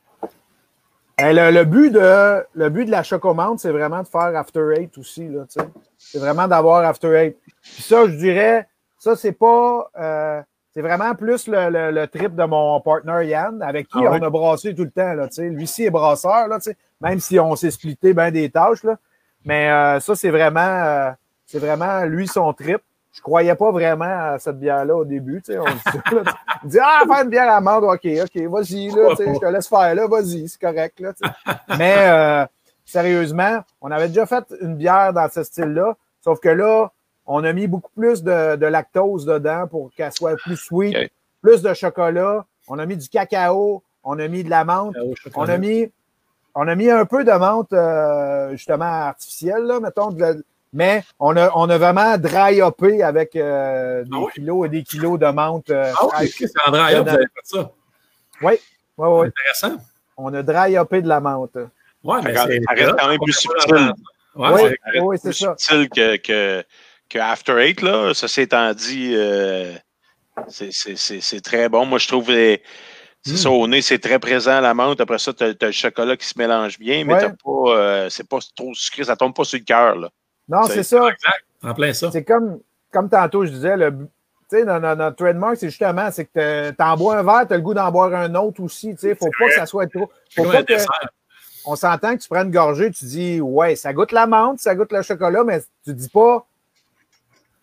Hey, le, le but de, le but de la chocomante, c'est vraiment de faire After Eight aussi. Là, tu sais. C'est vraiment d'avoir After Eight. Puis ça, je dirais, ça, c'est pas. Euh, c'est vraiment plus le, le, le trip de mon partner Yann, avec qui Ah oui? on a brassé tout le temps. Là, tu sais. Lui-ci est brasseur, là, tu sais, même si on s'est splitté bien des tâches. Là. Mais euh, ça, c'est vraiment, euh, c'est vraiment lui son trip. Je croyais pas vraiment à cette bière-là au début. Tu sais, on dit, ça, là, tu- il dit Ah, faire une bière à amande, ok, ok, vas-y, là, tu sais, je te laisse faire là, vas-y, c'est correct. Là, tu sais. Mais euh, sérieusement, on avait déjà fait une bière dans ce style-là, sauf que là, on a mis beaucoup plus de, de lactose dedans pour qu'elle soit plus sweet, Ok. plus de chocolat. On a mis du cacao, on a mis de la menthe, Euh, au chocolat. on a mis, on a mis un peu de menthe euh, justement artificielle, là, mettons, de la- mais on a, on a vraiment dry upé avec euh, des Ah oui? kilos et des kilos de menthe. euh, Ah oui, fraîche. c'est André Ayotte, vous avez fait ça. Oui, oui, oui. Intéressant. On a dry upé de la menthe. Ouais, mais Ça c'est. reste quand même plus subtil. Ouais, Oui, c'est- Ça reste oui, c'est plus ça. subtil que, que, que After Eight, là. Ça étant dit, euh, c'est, c'est, c'est, c'est très bon. Moi, je trouve les, c'est Mm. ça, au nez, c'est très présent, la menthe. Après ça, tu as, le chocolat qui se mélange bien, mais Ouais. t'as pas, euh, c'est pas trop sucré, ça tombe pas sur le cœur, là. Non, C'est- c'est ça. Exact. En plein ça. C'est comme, comme tantôt, je disais, le, tu sais, notre, notre- notre trademark, c'est justement, c'est que tu en bois un verre, tu as le goût d'en boire un autre aussi. Tu sais, faut pas que ça soit trop. C'est Faut comme pas un que, dessert. on s'entend que tu prends une gorgée, tu dis, ouais, ça goûte la menthe, ça goûte le chocolat, mais tu dis pas,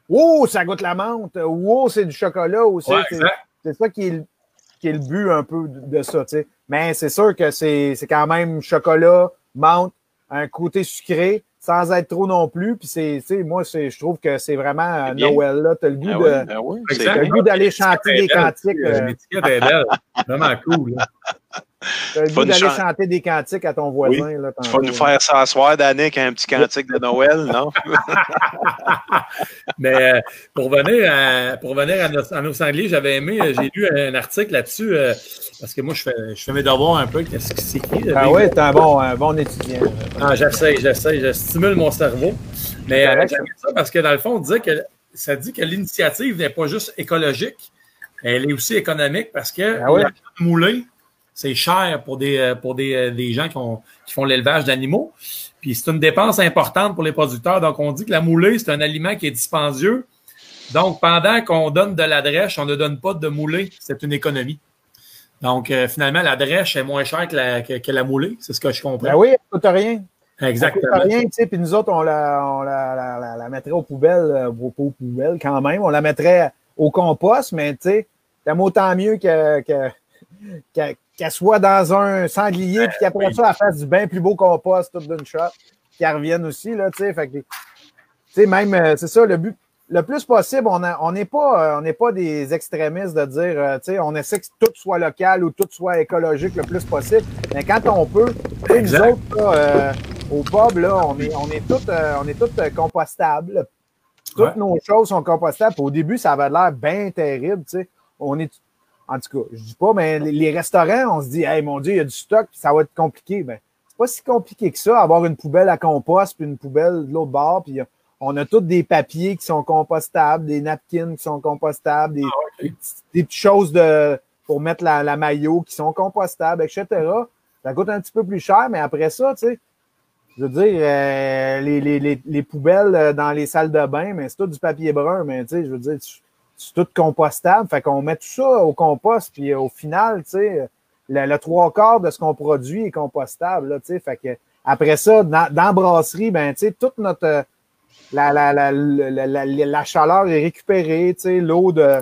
oh, ça goûte la menthe, ou oh, c'est du chocolat aussi. Ouais, c'est, c'est ça qui est, le, qui est le but un peu de, de ça, tu sais. Mais c'est sûr que c'est, c'est quand même chocolat, menthe, un côté sucré, sans être trop non plus. Puis c'est, tu sais, moi, c'est, je trouve que c'est vraiment bien. Noël, là. T'as le goût Ben de, oui, ben oui, c'est t'as le goût d'aller chanter des belle, cantiques. Euh, l'étiquette est belle. Vraiment cool, là. T'as le Faut goût d'aller chan- chanter des cantiques à ton voisin, Oui. là. Tu vas tantôt, nous là. faire s'asseoir, Danick, un petit cantique de Noël, non? Mais euh, pour revenir à, pour revenir à, nos, à nos sangliers, j'avais aimé, euh, j'ai lu un article là-dessus, euh, parce que moi, je fais, je fais mes devoirs un peu. Qu'est-ce que c'est qui? Ah oui, t'es un bon, un bon étudiant. Ah, j'essaie, j'essaie, je stimule mon cerveau. Mais euh, Correct. j'aime ça parce que dans le fond, on disait que ça dit que l'initiative n'est pas juste écologique, elle est aussi économique parce que Ah oui. l'achat de moulin, c'est cher pour des, pour des, des gens qui, ont, qui font l'élevage d'animaux. Puis c'est une dépense importante pour les producteurs. Donc, on dit que la moulée, c'est un aliment qui est dispendieux. Donc, pendant qu'on donne de la drèche, on ne donne pas de moulée. C'est une économie. Donc, euh, finalement, la drèche est moins chère que la, que, que la moulée. C'est ce que je comprends. Ben oui, elle coûte rien. Exactement. Ça coûte rien, tu sais. Puis nous autres, on la, on la, la, la, la mettrait aux poubelles, euh, aux aux poubelles quand même. On la mettrait au compost, mais tu sais, t'aimes autant mieux que, que, que, qu'elle soit dans un sanglier, puis qu'après oui. ça, elle fasse du bien plus beau compost tout d'une shot, qu'elle revienne aussi, là, tu sais. Fait que, tu sais, même, euh, c'est ça, le but, le plus possible, on a, on n'est pas, euh, on n'est pas des extrémistes de dire, euh, tu sais, on essaie que tout soit local ou tout soit écologique le plus possible. Mais quand on peut, tu sais, nous Exact. autres, là, euh, au pub, là, on est, on est tous, euh, on est tous euh, compostables. Toutes Ouais. nos choses sont compostables. Puis au début, ça avait l'air bien terrible, tu sais. On est, en tout cas, je dis pas, mais les, les restaurants, on se dit, hey, mon Dieu, il y a du stock, puis ça va être compliqué. Ben, c'est pas si compliqué que ça, avoir une poubelle à compost, puis une poubelle de l'autre bord, puis on a tous des papiers qui sont compostables, des napkins qui sont compostables, des, Ah, okay. des petites choses de, pour mettre la, la maillot qui sont compostables, et cetera. Ça coûte un petit peu plus cher, mais après ça, tu sais, je veux dire, euh, les, les, les, les poubelles dans les salles de bain, mais c'est tout du papier brun, mais tu sais, je veux dire, c'est tout compostable. Fait qu'on met tout ça au compost, puis au final, tu sais, le, le trois quarts de ce qu'on produit est compostable, là, tu sais. Fait que après ça, dans, dans la brasserie, ben, tu sais, toute notre, la, la, la, la, la, la chaleur est récupérée, tu sais, l'eau de,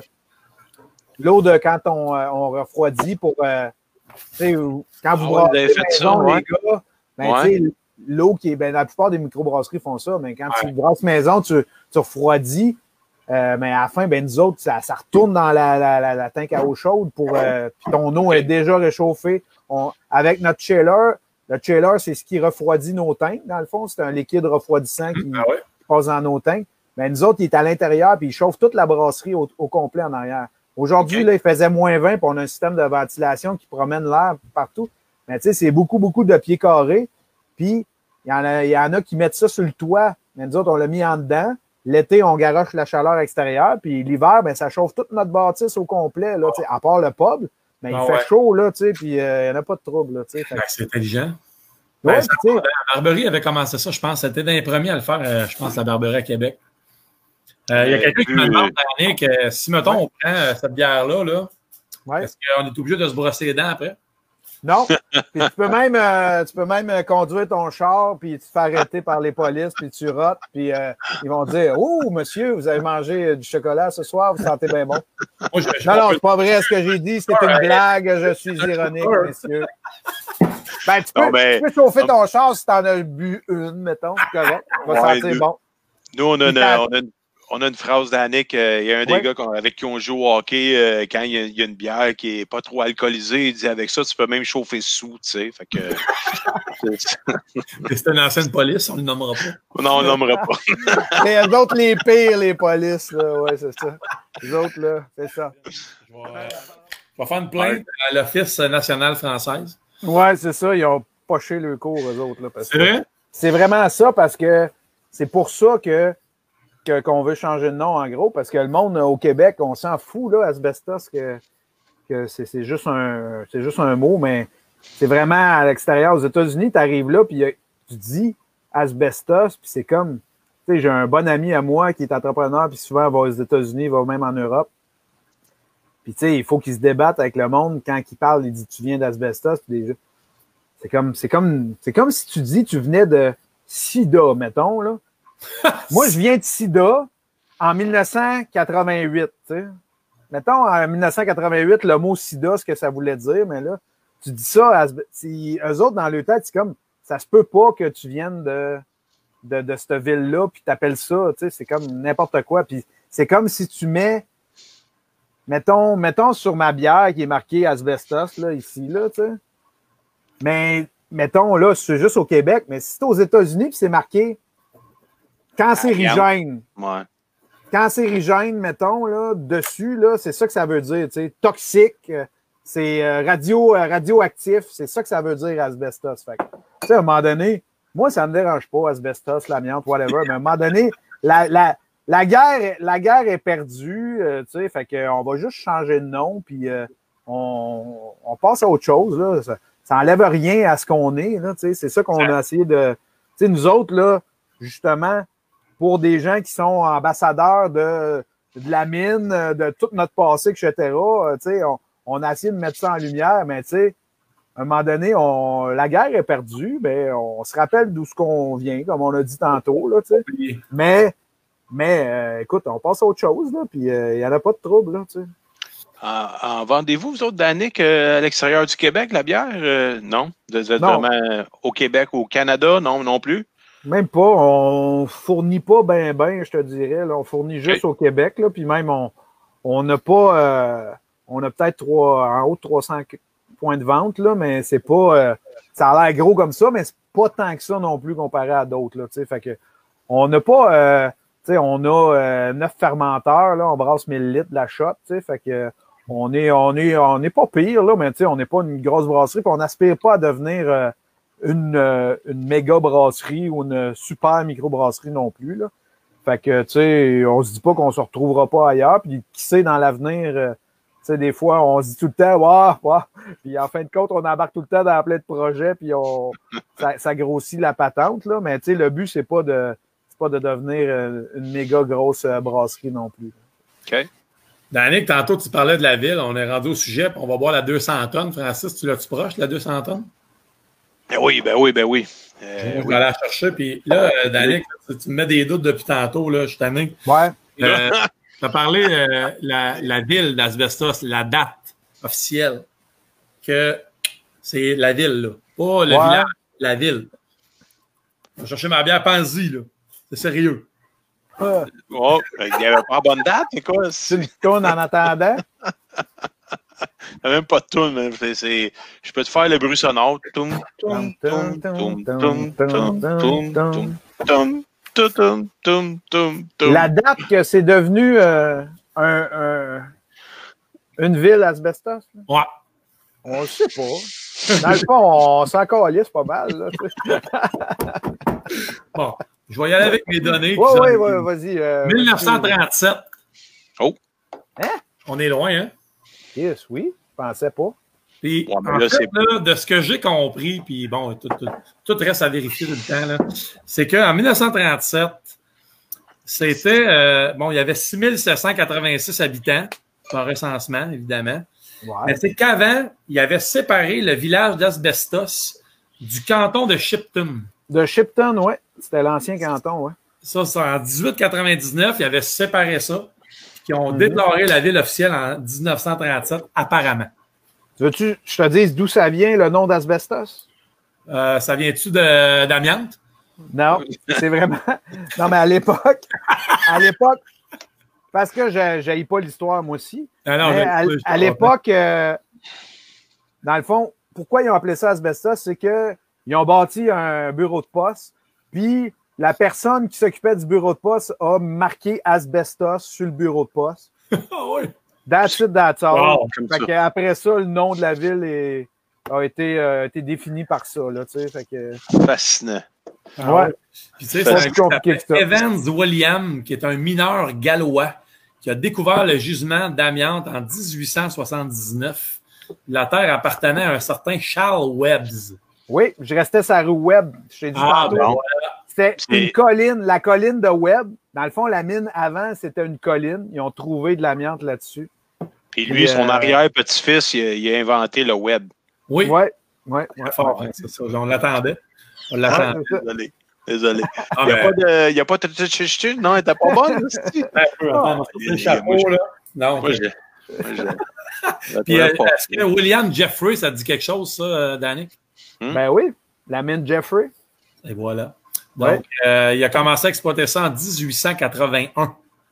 l'eau de quand on, on refroidit pour, euh, tu sais, quand vous Ah ouais, vous brassez avez fait maison, ça, ouais. les gars, ben, Ouais. tu sais, l'eau qui est, ben, la plupart des microbrasseries font ça, mais quand tu brasses maison, tu, tu refroidis, euh, mais à la fin, ben, nous autres, ça, ça retourne dans la, la, la, la tank à eau chaude pour, euh, puis ton eau est déjà réchauffée. On, avec notre chiller, le chiller, c'est ce qui refroidit nos tanks, dans le fond. C'est un liquide refroidissant qui, Ah ouais. qui passe dans nos tanks. Ben, nous autres, il est à l'intérieur, puis il chauffe toute la brasserie au, au complet en arrière. Aujourd'hui, Ok. là, il faisait moins vingt, puis on a un système de ventilation qui promène l'air partout. Mais tu sais, c'est beaucoup, beaucoup de pieds carrés. Puis, il y en a, il y en a qui mettent ça sur le toit. Mais nous autres, on l'a mis en dedans. L'été, on garoche la chaleur extérieure. Puis l'hiver, ben, ça chauffe toute notre bâtisse au complet, là, tu sais, à part le pub. Mais il Ah fait ouais. chaud, là, tu sais, puis euh, il n'y en a pas de trouble, là, tu sais. Fait que- Ben, c'est intelligent. Ouais, Ben, puis tu sais, la Barberie avait commencé ça, je pense. C'était dans les premiers à le faire, euh, je pense, la Barberie à Québec. Euh, Il y a Euh, quelqu'un qui me plus- demande, Danick, euh, si, mettons, on prend euh, cette bière-là, là, ouais. est-ce qu'on est obligé de se brosser les dents après? Non. Puis tu peux même, euh, tu peux même euh, conduire ton char, puis tu te fais arrêter par les polices, puis tu rotes, puis euh, ils vont dire « Oh, monsieur, vous avez mangé euh, du chocolat ce soir, vous sentez bien bon. Moi, je, » je Non, non, c'est pas vrai ce que j'ai dit, c'était une blague, je suis ironique, Sure. messieurs. Ben, tu peux, Non, mais- tu peux chauffer ton char si t'en as bu une, mettons, c'est correct. Tu vas Ouais, sentir nous- bon. Nous, on a, une, Puis t'as- on a une, on a une phrase d'Annick. euh, Il y a un des Ouais. gars qu'on- avec qui on joue au hockey. euh, quand il y, a, il y a une bière qui est pas trop alcoolisée, il dit avec ça, tu peux même chauffer sous, tu sais. Fait que. c'est- C'est une ancienne police, on ne le nommera pas. non, on nommera pas. Les autres, les pires, les polices, là, ouais, c'est ça. Les autres, là, c'est ça. Je vais, je vais faire une plainte à l'Office national française. Ouais, c'est ça, ils ont poché le cours, eux autres, là. Parce C'est que- vrai? C'est vraiment ça parce que c'est pour ça que, que- qu'on veut changer de nom, en gros, parce que le monde au Québec, on s'en fout, là, asbestos, que, que c'est, c'est, juste un, c'est juste un mot, mais c'est vraiment à l'extérieur. Aux États-Unis, tu arrives là, puis tu dis asbestos, puis c'est comme, tu sais, j'ai un bon ami à moi qui est entrepreneur, puis souvent, il va aux États-Unis, il va même en Europe. Puis, tu sais, il faut qu'il se débatte avec le monde. Quand il parle, il dit, tu viens d'asbestos, puis des C'est comme, c'est comme, c'est comme si tu dis, tu venais de Sida, mettons, là. Moi, je viens de Sida, en mille neuf cent quatre-vingt-huit, tu sais. Mettons, en mille neuf cent quatre-vingt-huit, le mot sida, ce que ça voulait dire, mais là, tu dis ça, à, si, eux autres, dans leur tête, c'est comme, ça se peut pas que tu viennes de, de, de cette ville-là, puis t'appelles ça, tu sais, c'est comme n'importe quoi. Puis c'est comme si tu mets, mettons, mettons sur ma bière qui est marquée asbestos, là, ici, là, tu sais. Mais, mettons, là, c'est juste au Québec, mais si c'est aux États-Unis, puis c'est marqué cancérigène. Ouais. Cancérigène, mettons, là, dessus, là, c'est ça que ça veut dire, tu sais. Toxique, c'est euh, radio, euh, radioactif, c'est ça que ça veut dire, asbestos. Fait que, tu sais, à un moment donné, moi, ça me dérange pas, asbestos, l'amiante, whatever, mais à un moment donné, la, la, la, guerre, la guerre est perdue, euh, tu sais, fait qu'on va juste changer de nom, puis euh, on, on passe à autre chose, là. Ça, ça enlève rien à ce qu'on est, là, tu sais. C'est ça qu'on a essayé de... Tu sais, nous autres, là, justement, pour des gens qui sont ambassadeurs de, de la mine, de tout notre passé, et cetera, tu sais, on, on a essayé de mettre ça en lumière, mais tu sais, à un moment donné, on, la guerre est perdue, mais on se rappelle d'où ce qu'on vient, comme on a dit tantôt, là, tu sais. Mais, mais euh, écoute, on passe à autre chose, là, puis il euh, n'y en a pas de trouble, là, tu sais. En, en vendez-vous, vous autres, Danick, euh, à l'extérieur du Québec, la bière? Euh, non? Vous êtes Non. vraiment au Québec ou au Canada? Non, non plus? Même pas. On fournit pas ben ben, je te dirais. Là. On fournit juste Okay. au Québec. Là, puis même, on on n'a pas... Euh, on a peut-être trois, en haut de trois cents points de vente, là, mais c'est pas... Euh, ça a l'air gros comme ça, mais c'est pas tant que ça non plus comparé à d'autres. Là, fait que on n'a pas... Euh, on a euh, neuf fermenteurs. Là, on brasse mille litres de la shot. Fait que on est, on est, on est pas pire, là, mais on n'est pas une grosse brasserie. Puis on n'aspire pas à devenir... Euh, Une, euh, une méga brasserie ou une super micro-brasserie non plus. Là. Fait que, tu sais, on se dit pas qu'on se retrouvera pas ailleurs. Puis, qui sait, dans l'avenir, euh, tu sais, des fois, on se dit tout le temps, waouh, waouh. Puis, en fin de compte, on embarque tout le temps dans plein de projets, puis on, ça, ça grossit la patente, là. Mais, tu sais, le but, c'est pas de, c'est pas de devenir une méga grosse brasserie non plus. OK. Danick, tantôt, tu parlais de la ville. On est rendu au sujet, puis on va boire la deux cents tonnes. Francis, tu l'as-tu proche, la deux cents tonnes? Ben oui, ben oui, ben oui. Euh, je vais oui. aller la chercher. Puis là, euh, Danick, tu, tu me mets des doutes depuis tantôt. Là, je suis tanné. Ouais. Euh, tu as parlé de euh, la, la ville d'Asbestos, la date officielle, que c'est la ville, là. Pas le ouais. village, la ville. Je vais chercher ma bière Pansy, là. C'est sérieux. Euh. Oh, il n'y avait pas la bonne date, mais quoi? C'est une tourne en attendant. Il n'y a même pas de tourne. C'est, je peux te faire le bruit sonore. Toum, toum, toum, toum, toum, toum, toum, toum, toum, toum, toum. La date que c'est devenu euh, un, un, une ville asbestos? Là? Ouais. On ne sait pas. Dans le fond, on s'en calisse pas mal. Là. Bon, je vais y aller avec mes données. Oui, oui, oui, vas-y. Euh, dix-neuf cent trente-sept. Oh. Hein? On est loin, hein? Yes, oui, je pensais pas. Puis, ouais, en là, fait, là, de ce que j'ai compris, puis bon, tout, tout, tout reste à vérifier tout le temps, là, c'est qu'en dix-neuf cent trente-sept, c'était, euh, bon, il y avait six mille sept cent quatre-vingt-six habitants, par recensement, évidemment. Ouais. Mais c'est qu'avant, il avait séparé le village d'Asbestos du canton de Shipton. De Shipton, oui. C'était l'ancien canton, oui. Ça, c'est en dix-huit quatre-vingt-dix-neuf, il avait séparé ça, qui ont mm-hmm. déclaré la ville officielle en dix-neuf cent trente-sept, apparemment. Veux-tu que je te dise d'où ça vient, le nom d'Asbestos? Euh, ça vient-tu de, d'amiante? Non, c'est vraiment... Non, mais à l'époque, à l'époque, parce que je n'haïs pas l'histoire, moi aussi, ah non, mais à, à l'époque, euh, dans le fond, pourquoi ils ont appelé ça Asbestos? C'est qu'ils ont bâti un bureau de poste, puis la personne qui s'occupait du bureau de poste a marqué Asbestos sur le bureau de poste. Ah oui! That's it, that's all. Wow, fait que après ça, le nom de la ville est, a été, euh, été défini par ça. Là, fait que... Fascinant. Ah ouais. ouais. Puis, tu sais, c'est compliqué que ça. Evans William, qui est un mineur gallois, qui a découvert le gisement d'amiante en dix-huit cent soixante-dix-neuf. La terre appartenait à un certain Charles Webbs. Oui, je restais sur la rue Webb. Je t'ai dit ah, tantôt. bon. C'était une colline, la colline de Webb. Dans le fond, la mine avant, c'était une colline. Ils ont trouvé de l'amiante là-dessus. Et lui, et son euh... arrière-petit-fils, il, il a inventé le web. Oui. Oui, oui. Ouais, fort, ouais. hein, c'est ça. On l'attendait. On l'attendait. Ah, Désolé. Ah, Il n'y a, ben, pas de- il y a pas de tchichichi? Non, elle n'était pas bonne. c'est-tu? un peu, attends, il- le il- chapeau, moi, je- là. Non, Moi, ok. j'ai. moi, j'ai- je Puis, la euh, trouvais pas. est-ce que William Jeffrey, ça te dit quelque chose, ça, euh, Danny? Hmm? Ben oui, la mine Jeffrey. Et voilà. Ouais. Donc, euh, il a commencé à exploiter ça en dix-huit cent quatre-vingt-un.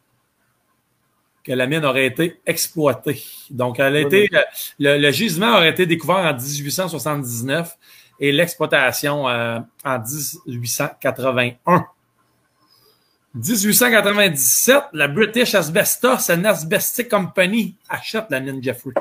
Que la mine aurait été exploitée. Donc, elle a Oui, été, le, le gisement aurait été découvert en dix-huit cent soixante-dix-neuf et l'exploitation euh, en dix-huit cent quatre-vingt-un. dix-huit cent quatre-vingt-dix-sept, la British Asbestos and Asbestic Company achète la mine Jeffrey.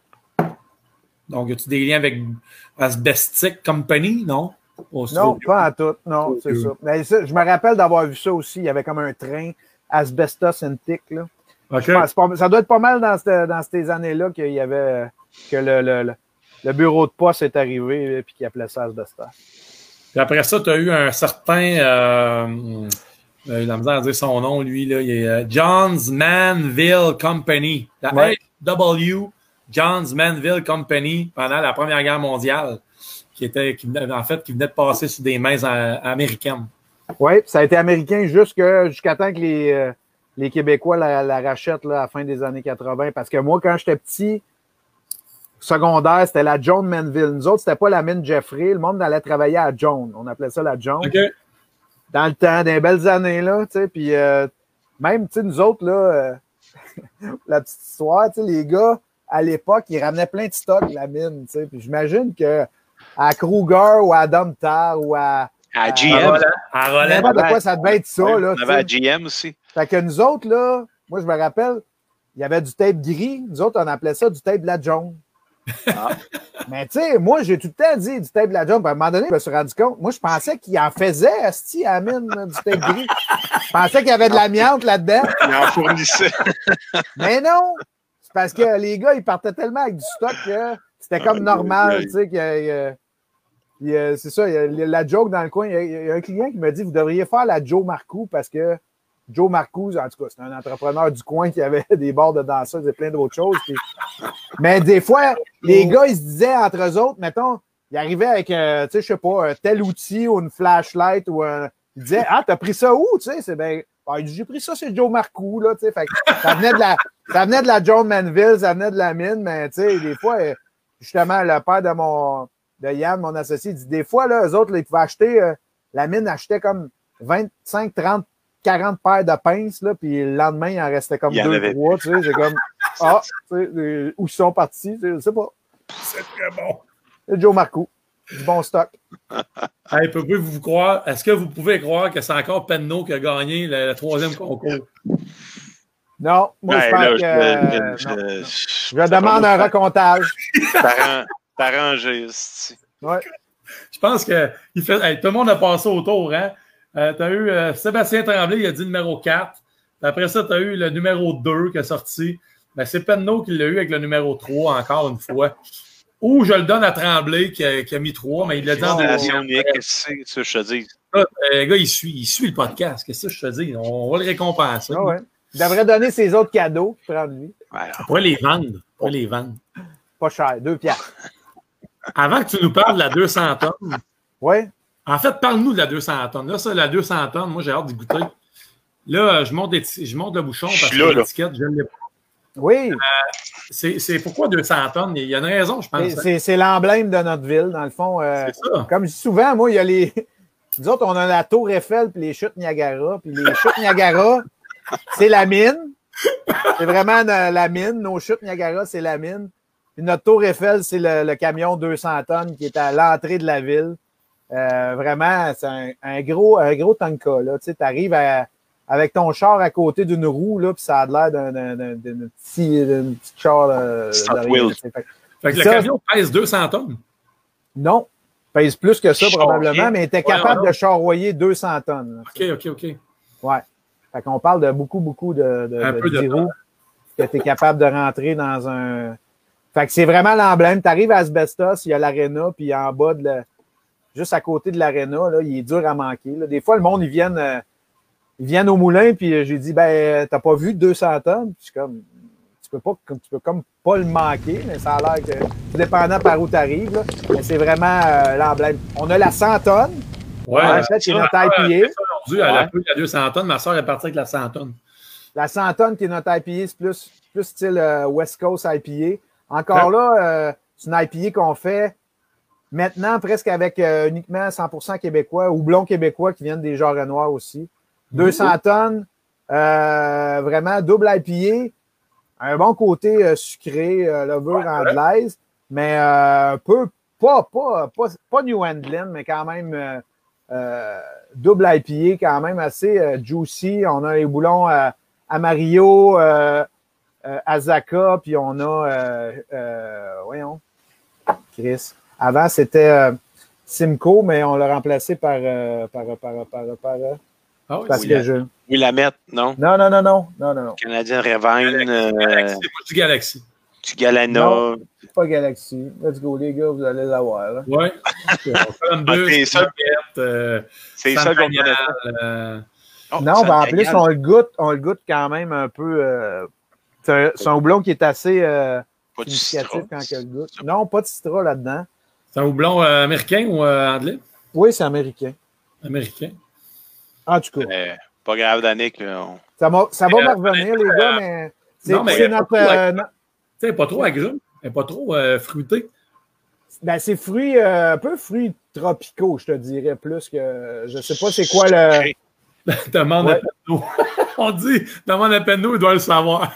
Donc, as-tu des liens avec Asbestic Company? Non? Au Non, studio. pas en tout. Non, c'est ça. Mais ça. Je me rappelle d'avoir vu ça aussi. Il y avait comme un train Asbestos and Tick, là. OK. Je pense pas- ça doit être pas mal dans, cette- dans ces années-là qu'il y avait que le, le, le, le bureau de poste est arrivé et qu'il appelait ça Asbestos. Puis après ça, tu as eu un certain... Euh, euh, il a misère à dire son nom, lui. Là, il est euh, John's Manville Company. La Ouais. H W John's Manville Company pendant la Première Guerre mondiale, qui était, qui venait- en fait, qui venait de passer sous des mains euh, américaines. Oui, ça a été américain jusque- jusqu'à temps que les, euh, les Québécois la, la rachètent là, à la fin des années quatre-vingt. Parce que moi, quand j'étais petit, secondaire, c'était la John Manville. Nous autres, c'était pas la mine Jeffrey. Le monde allait travailler à John. On appelait ça la John. OK. Dans le temps, des belles années, là, tu sais, puis euh, même, tu sais, nous autres, là, euh, la petite histoire, tu sais, les gars, à l'époque, ils ramenaient plein de stocks de la mine, tu sais, puis j'imagine que à Kruger ou à Domtar ou à À G À M. Roland. À Roland. n'importe quoi, ça devait être ça, Ouais, là, on tu avait à sais. G M aussi. Fait que nous autres, là, moi, je me rappelle, il y avait du tape gris, nous autres, on appelait ça du tape de la jaune. Ah. Mais tu sais, moi, j'ai tout le temps dit du tape de la jaune. Puis à un moment donné, je me suis rendu compte. Moi, je pensais qu'il en faisait, asti, à la mine, là, du tape gris. Je pensais qu'il y avait de l'amiante là-dedans. Il en fournissait. Mais non! C'est parce que les gars, ils partaient tellement avec du stock que c'était comme normal, tu sais, que. Il y a- c'est ça, il y a la joke dans le coin. Il y, a, il y a un client qui m'a dit vous devriez faire la Joe Marcoux parce que Joe Marcoux, en tout cas, c'est un entrepreneur du coin qui avait des bars de danseuses et plein d'autres choses. Puis- Mais des fois, les gars, ils se disaient entre eux autres, mettons, ils arrivaient avec, euh, tu sais, je sais pas, un tel outil ou une flashlight ou un. Ils disaient ah, t'as pris ça où? Tu sais, c'est bien. Ah, il dit, j'ai pris ça, c'est Joe Marcoux, là, tu sais. Fait que ça venait de la. Ça venait de la John Manville, ça venait de la mine, mais tu sais, des fois, euh, justement, le père de mon. de Yann, mon associé, il dit des fois, là, eux autres, là, ils pouvaient acheter, euh, la mine achetait comme vingt-cinq, trente, quarante paires de pinces, là, puis le lendemain, il en restait comme Il y en deux, avait trois, tu sais, c'est comme, ah, tu sais, euh, où ils sont partis, tu sais, je sais pas. C'est très bon. C'est Joe Marcoux, du bon stock. Hey, pouvez-vous vous croire, est-ce que vous pouvez croire que c'est encore Penneau qui a gagné le, le troisième concours? Non, moi, Ouais, je pense là, que, je- euh, je- non. je- Je demande un recomptage. T'arranges- T'arranger, c'est- Ouais. Je pense que il fait, hey, tout le monde a passé autour. Hein? Euh, tu as eu euh, Sébastien Tremblay, il a dit numéro quatre. Puis après ça, tu as eu le numéro deux qui est sorti. Ben, c'est Penneau qui l'a eu avec le numéro trois encore une fois. Ou je le donne à Tremblay qui a, qui a mis trois, mais il l'a dit en Félicitations, deuxième. Nick, c'est ça que je te dis. Euh, Le gars, il suit, il suit le podcast. Qu'est-ce que je te dis? On va le récompenser. Ah ouais. Il devrait donner ses autres cadeaux, prendre lui. Ouais, On pourrait les vendre. On pourrait les vendre. Pas cher, deux piastres. Avant que tu nous parles de la deux cents tonnes, Oui. en fait, parle-nous de la deux cents tonnes. Là, ça, la deux cents tonnes, moi, j'ai hâte d'y goûter. Là, je monte, l'éti- je monte le bouchon Je parce suis que là, là. l'étiquette, je l'ai pas. Oui. C'est c'est pourquoi deux cents tonnes? Il y a une raison, je pense. C'est- hein. C'est c'est l'emblème de notre ville, dans le fond. euh, C'est ça. Comme je dis souvent, moi, il y a les. Nous autres, on a la Tour Eiffel puis les chutes Niagara. Puis les chutes Niagara, c'est la mine. C'est vraiment la, la mine. Nos chutes Niagara, c'est la mine. Puis notre Tour Eiffel, c'est le, le camion deux cents tonnes qui est à l'entrée de la ville. Euh, vraiment, c'est un, un gros, un gros tanka. Tu sais, arrives avec ton char à côté d'une roue, là, puis ça a l'air d'un d'un- d'un- d'un petit, d'un petit char. euh, Stock derrière, wheel. tu sais. Fait que- Fait que le Ça- camion pèse deux cents tonnes. Non, pèse plus que ça Charrier. probablement, mais il était Ouais, capable ouais, de charroyer deux cents tonnes. là. OK, OK, OK. Ouais. Fait qu'on parle de beaucoup, beaucoup de, de, Un de peu de dix roues que tu es capable de rentrer dans un. Fait que c'est vraiment l'emblème. Tu arrives à Asbestos, il y a l'aréna, puis en bas de la- juste à côté de l'aréna, là, il est dur à manquer. Là. Des fois, le monde, ils viennent, euh, ils viennent au moulin, puis euh, j'ai dit, ben, t'as pas vu deux cents tonnes? Puis je suis comme, tu peux pas, comme, tu peux comme pas le manquer, mais ça a l'air que, tout dépendant par où tu arrives, là, mais c'est vraiment euh, l'emblème. On a la cent tonnes, Ouais, Ouais, ça, qui est notre I P A. Aujourd'hui, elle a pris la deux cents tonnes. Ma soeur est partie avec la cent tonnes. La cent tonnes qui est notre I P A, c'est plus, plus style euh, West Coast I P A. Encore ouais. là, euh, c'est une I P A qu'on fait maintenant presque avec euh, uniquement cent pour cent québécois, houblons québécois qui viennent des genres noirs aussi. deux cents mmh. tonnes, euh, vraiment double I P A, un bon côté euh, sucré, euh, levure ouais, anglaise, ouais. mais euh, un peu, pas, pas, pas, pas New England, mais quand même euh, euh, double I P A, quand même assez euh, juicy. On a les boulons à, à Mario, euh, euh, Azaka, puis on a, euh, euh, voyons, Chris. Avant, c'était euh, Simcoe, mais on l'a remplacé par, euh, par, par, par, par, par euh, ah oui, parce oui, que la, je... oui, la mettre, non? Non, non, non, non, non, non, non. Canadien Ravine. Galaxy, euh, Galaxy, du Galaxy. Du Galana. Non, pas Galaxy. Let's go, les gars, vous allez l'avoir. Oui. C'est ça. Euh, c'est ça qu'on euh... oh, non, ben, en plus, on le goûte, on le goûte quand même un peu. Euh, c'est, un, c'est un houblon qui est assez euh, significatif quand on le goûte. Non, pas de citron là-dedans. C'est un houblon euh, américain ou euh, anglais? Oui, c'est américain. Américain. En tout cas. Euh, pas grave, Danick. On... Ça, m'a, ça va euh, me revenir, les gars, mais c'est, non, mais c'est notre. Euh, no... Tu sais, pas trop agrume, elle n'est pas trop euh, fruitée. Ben, c'est fruits, euh, un peu fruits tropicaux, je te dirais, plus que. Je sais pas c'est quoi le. Demande ouais. à Penneau. On dit, demande à Penneau, il doit le savoir.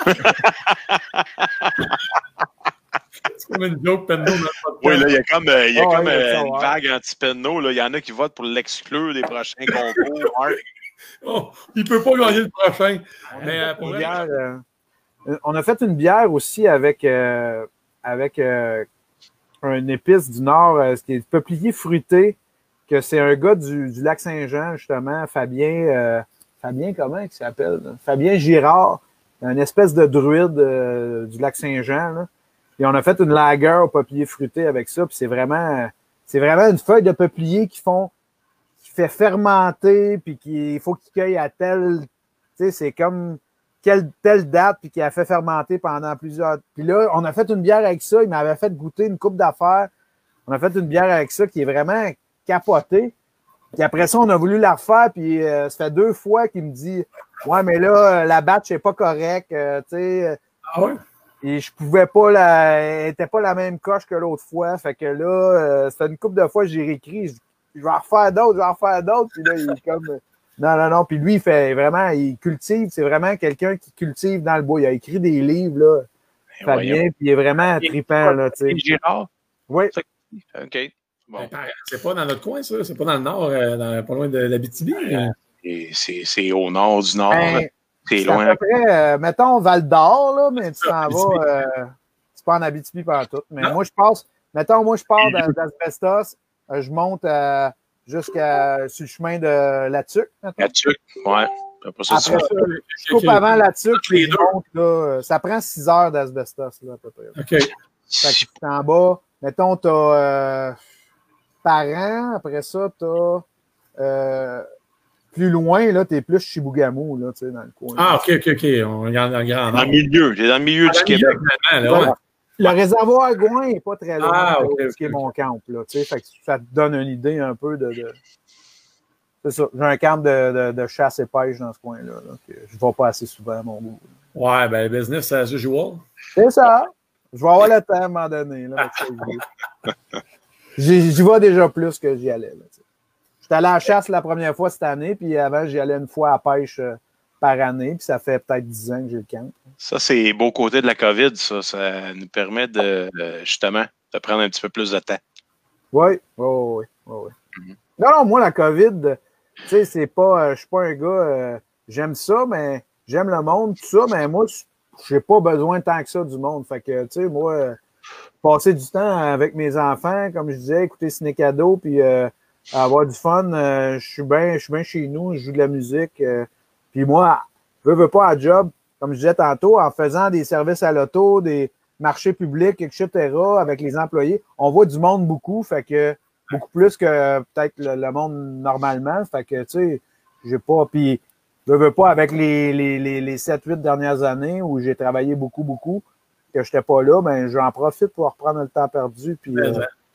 C'est comme une joke, Penneau. Oui, là, il y a comme, euh, il y a oh, comme ouais, euh, une vague anti-Penneau. Il y en a qui votent pour l'exclure des prochains concours. Oh, il ne peut pas gagner le prochain. On, Mais, a euh, pour bière, euh, on a fait une bière aussi avec, euh, avec euh, un épice du Nord, euh, qui est peuplier fruité, que c'est un gars du, du lac Saint-Jean, justement, Fabien, euh, Fabien, comment il s'appelle? Fabien Girard, une espèce de druide euh, du lac Saint-Jean, là. Et on a fait une lager au peuplier fruité avec ça, puis c'est vraiment, c'est vraiment une feuille de peuplier qui font, qui fait fermenter, puis qui, il faut qu'il cueille à telle, tu sais, c'est comme quelle, telle date, puis qui a fait fermenter pendant plusieurs. Puis là, on a fait une bière avec ça, il m'avait fait goûter une coupe d'affaires. On a fait une bière avec ça qui est vraiment capotée. Puis après ça, on a voulu la refaire, puis euh, ça fait deux fois qu'il me dit « Ouais, mais là, la batch n'est pas correcte, euh, tu sais. » Ah ouais? Et je pouvais pas la. Elle était pas la même coche que l'autre fois. Fait que là, euh, c'était une couple de fois j'ai réécrit. Je, je vais en refaire d'autres, je vais en refaire d'autres. Puis là, il est comme. Non, non, non. Puis lui, il fait vraiment, il cultive. C'est vraiment quelqu'un qui cultive dans le bois. Il a écrit des livres, là. Ben, Fabien, puis il est vraiment trippant, là, tu sais. Girard? Oui. OK. Bon. C'est pas dans notre coin, ça. C'est pas dans le nord, euh, dans, pas loin de l'Abitibi. Et c'est, c'est au nord du nord. Ben, c'est c'est loin. à peu près, euh, mettons, Val d'Or, là, mais tu t'en vas. Euh, c'est pas en Abitibi partout. Mais non. moi, je passe. Mettons, moi, je pars d'Asbestos. Euh, je monte euh, jusqu'à sur le chemin de La Tuque. La Tuque, ouais. Après ça, Après ça, je coupe avant La Tuque, puis je monte, là. Ça prend six heures d'Asbestos, là, à peu près. OK. Fait que tu t'en bas. Mettons, t'as euh, Parent. Après ça, t'as. Euh, plus loin, là, t'es plus Chibougamau, là, tu sais, dans le coin. Ah, OK, OK, OK. On regarde dans le grand Dans le milieu. J'ai dans le milieu ah, du Québec. Là, voilà. ouais. Le réservoir Gouin n'est pas très loin ah, de okay, ce qui est okay. mon camp, là, tu sais. Fait que ça te donne une idée un peu de... de... C'est ça. J'ai un camp de, de, de chasse et pêche dans ce coin-là, là, que je ne vais pas assez souvent à mon goût. Ouais, ben, business as usual. C'est ça. Je vais avoir le temps à un moment donné, là. J'y, j'y vais déjà plus que j'y allais, là, tu sais. J'étais allé à la chasse la première fois cette année, puis avant, j'y allais une fois à la pêche euh, par année, puis ça fait peut-être dix ans que j'ai le camp. Ça, c'est beau côté de la COVID, ça. Ça nous permet de, justement, de prendre un petit peu plus de temps. Oui, oui, oui. oui. Mm-hmm. Non, non, moi, la COVID, tu sais, c'est pas, je suis pas un gars, euh, j'aime ça, mais j'aime le monde, tout ça, mais moi, j'ai pas besoin tant que ça du monde. Fait que, tu sais, moi, euh, passer du temps avec mes enfants, comme je disais, écouter Ciné-Cadeau, puis euh, avoir du fun. Euh, je suis bien, je suis bien chez nous, je joue de la musique. Euh, puis moi, je veux, veux pas à job, comme je disais tantôt, en faisant des services à l'auto, des marchés publics, et cetera, avec les employés, on voit du monde beaucoup, fait que beaucoup plus que peut-être le, le monde normalement. Fait que, tu sais, j'ai pas. Puis, je veux pas avec les, les, les, les sept huit dernières années où j'ai travaillé beaucoup, beaucoup, que j'étais pas là, ben j'en profite pour reprendre le temps perdu. Puis, euh,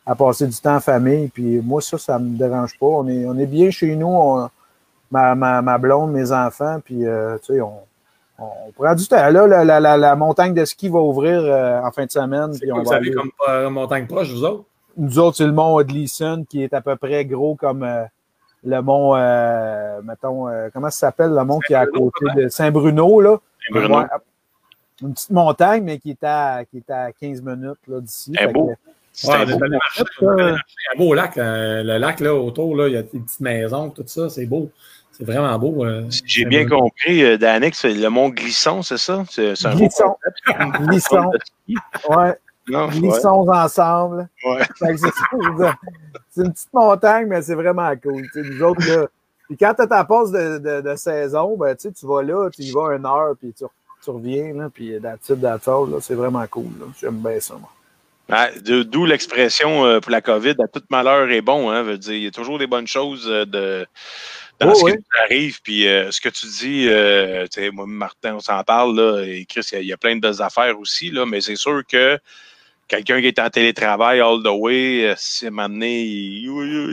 à passer du temps en famille. Puis moi, ça, ça me dérange pas. On est, on est bien chez nous, on, ma, ma, ma blonde, mes enfants, puis euh, tu sais, on, on prend du temps. Là, la, la, la, la montagne de ski va ouvrir euh, en fin de semaine. C'est puis quoi on vous va avez aller... comme euh, montagne proche, vous autres? Nous autres, c'est le mont Gleason, qui est à peu près gros comme euh, le mont, euh, mettons, euh, comment ça s'appelle, le mont qui est à côté de Saint-Bruno, là. Saint-Bruno. Ouais, une petite montagne, mais qui est à, qui est à quinze minutes là, d'ici. C'est beau. Ouais, C'est on un est beau allé marcher, on est allé marcher. Un beau lac. hein. Le lac, là, autour, là, il y a des petites maisons, tout ça. C'est beau. C'est vraiment beau. euh, Si j'ai bien Saint-Bruno. compris, euh, Danick, c'est le mont Glisson, c'est ça? C'est c'est un Glisson. beau Glisson. Ouais. Non, ouais. Glissons ensemble. Ouais. Fait que C'est ça, je veux dire. C'est une petite montagne, mais c'est vraiment cool. Tu sais, nous autres, là. Puis quand tu as ta pause de, de, de saison, ben, tu sais, tu vas là, tu y vas une heure, puis tu, tu reviens, là, puis d'attitude d'attitude, là, c'est vraiment cool. là. J'aime bien ça, moi. Ah, de- D'où l'expression euh, pour la COVID, à tout malheur est bon. Hein, veut dire, il y a toujours des bonnes choses euh, de, dans Oh, ce oui. qui nous arrive. Puis euh, ce que tu dis, euh, tu sais, moi, Martin, on s'en parle, là, et Chris, il y, a- il y a plein de belles affaires aussi, là, mais c'est sûr que quelqu'un qui est en télétravail all the way, euh, si à un moment donné, il,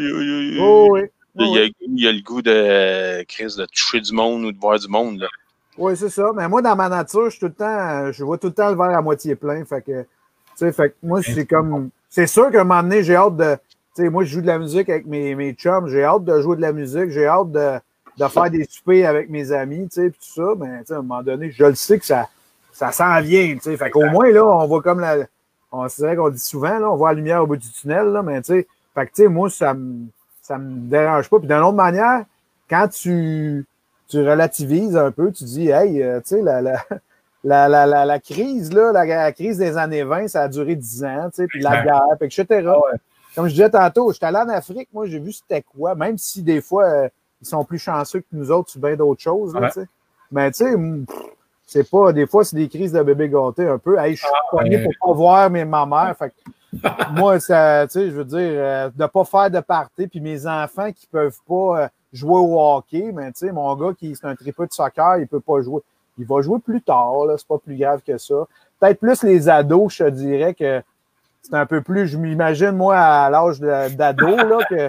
Oh, oui. il, Oh, y a, oui. il y a le goût de euh, Chris, de toucher du monde ou de voir du monde. Là. Oui, c'est ça. Mais moi, dans ma nature, je suis tout le temps, je vois tout le temps le verre à moitié plein. Fait que, tu sais, fait que moi, c'est comme, c'est sûr qu'à un moment donné, j'ai hâte de, tu sais, moi, je joue de la musique avec mes, mes chums, j'ai hâte de jouer de la musique, j'ai hâte de, de faire des soupers avec mes amis, tu sais, pis tout ça. Mais, tu sais, à un moment donné, je le sais que ça, ça s'en vient, tu sais. Fait qu'au moins, là, on voit comme la, on, c'est vrai qu'on dit souvent, là, on voit la lumière au bout du tunnel, là, mais tu sais, fait que, tu sais, moi, ça me, ça me dérange pas. Puis d'une autre manière, quand tu, tu relativises un peu, tu dis, hey, euh, tu sais, la, la, la, la, la, la crise, là, la, la crise des années vingt, ça a duré dix ans, tu sais, puis la guerre, puis et cetera. Ouais. Comme je disais tantôt, j'étais allé en Afrique, moi, j'ai vu c'était quoi, même si des fois, euh, ils sont plus chanceux que nous autres sur bien d'autres choses, là, Ouais. tu sais. Mais tu sais, mm, pff, c'est pas, des fois, c'est des crises de bébé gâté un peu. Hey, je suis pogné ouais. pour pas voir mes, ma mère, fait que moi, ça, tu sais, je veux dire, euh, de pas faire de party, puis mes enfants qui peuvent pas euh, jouer au hockey, mais tu sais, mon gars qui c'est un tripeux de soccer, il peut pas jouer. Il va jouer plus tard, là, c'est pas plus grave que ça. Peut-être plus les ados, je te dirais que c'est un peu plus, je m'imagine, moi, à l'âge de- d'ado, là, que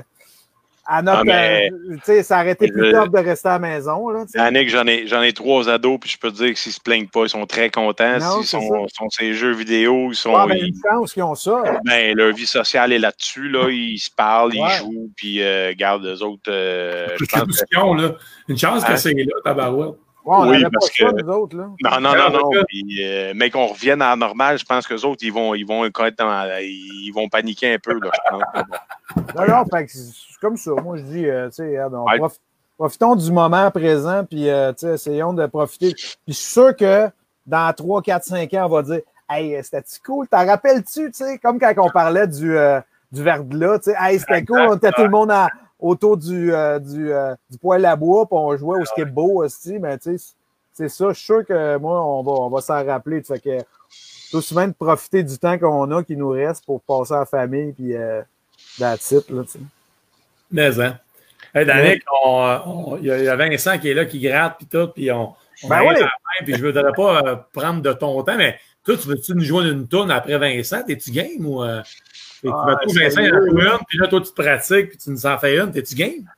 à notre, Ah, mais- euh, tu sais, ça aurait été plus Je- top de rester à la maison, là, tu sais. Danick, j'en ai, j'en ai trois ados, puis je peux te dire que s'ils se plaignent pas, ils sont très contents. Non, S'ils c'est sont, sont ces jeux vidéo, ils sont. Ah, ben, ils- une chance qu'ils ont ça. ben, leur vie sociale est là-dessus, là. Ils se parlent, ils Ouais. jouent, puis euh, gardent eux autres. euh, je C'est pense tout que- ce qu'ils ont, là. Une chance Hein? que c'est là, tabarouette. Ouais, on Oui, n'avait pas parce ça, que- nous autres, là. Non, non, Alors, non, non. le gars- Puis, euh, mais qu'on revienne à la normale, je pense qu'eux autres, ils vont, ils vont être dans- ils vont paniquer un peu, là, je pense. Non, non, fait que c'est c'est comme ça. Moi, je dis, euh, tu sais, regarde, on Ouais. profi- profitons du moment présent, puis, euh, tu sais, essayons de profiter. Puis, je suis sûr que dans trois, quatre, cinq ans, on va dire, hey, c'était-tu cool? T'en rappelles-tu, tu sais, comme quand on parlait du, euh, du verglas, tu sais, hey, c'était cool, on était tout le monde à- autour du, euh, du, euh, du poêle à bois, puis on jouait au skip-bo aussi, mais tu sais, c'est ça. Je suis sûr que moi, on va, on va s'en rappeler. Fait que, c'est aussi bien de profiter du temps qu'on a, qui nous reste pour passer en famille, puis euh, that's it, là, tu sais. Mais, hein. Hey, Danick, on- on- il y, a- il y a Vincent qui est là, qui gratte, puis tout, puis on, on Ben arrive oui. à la fin, puis je ne voudrais pas euh, prendre de ton temps, mais toi, tu veux-tu nous jouer une tourne après Vincent? T'es-tu game ou. Euh, et Ah, tu vas Vincent, il en sérieux? joue une, puis là, toi, tu te pratiques, puis tu nous en fais une. T'es-tu game?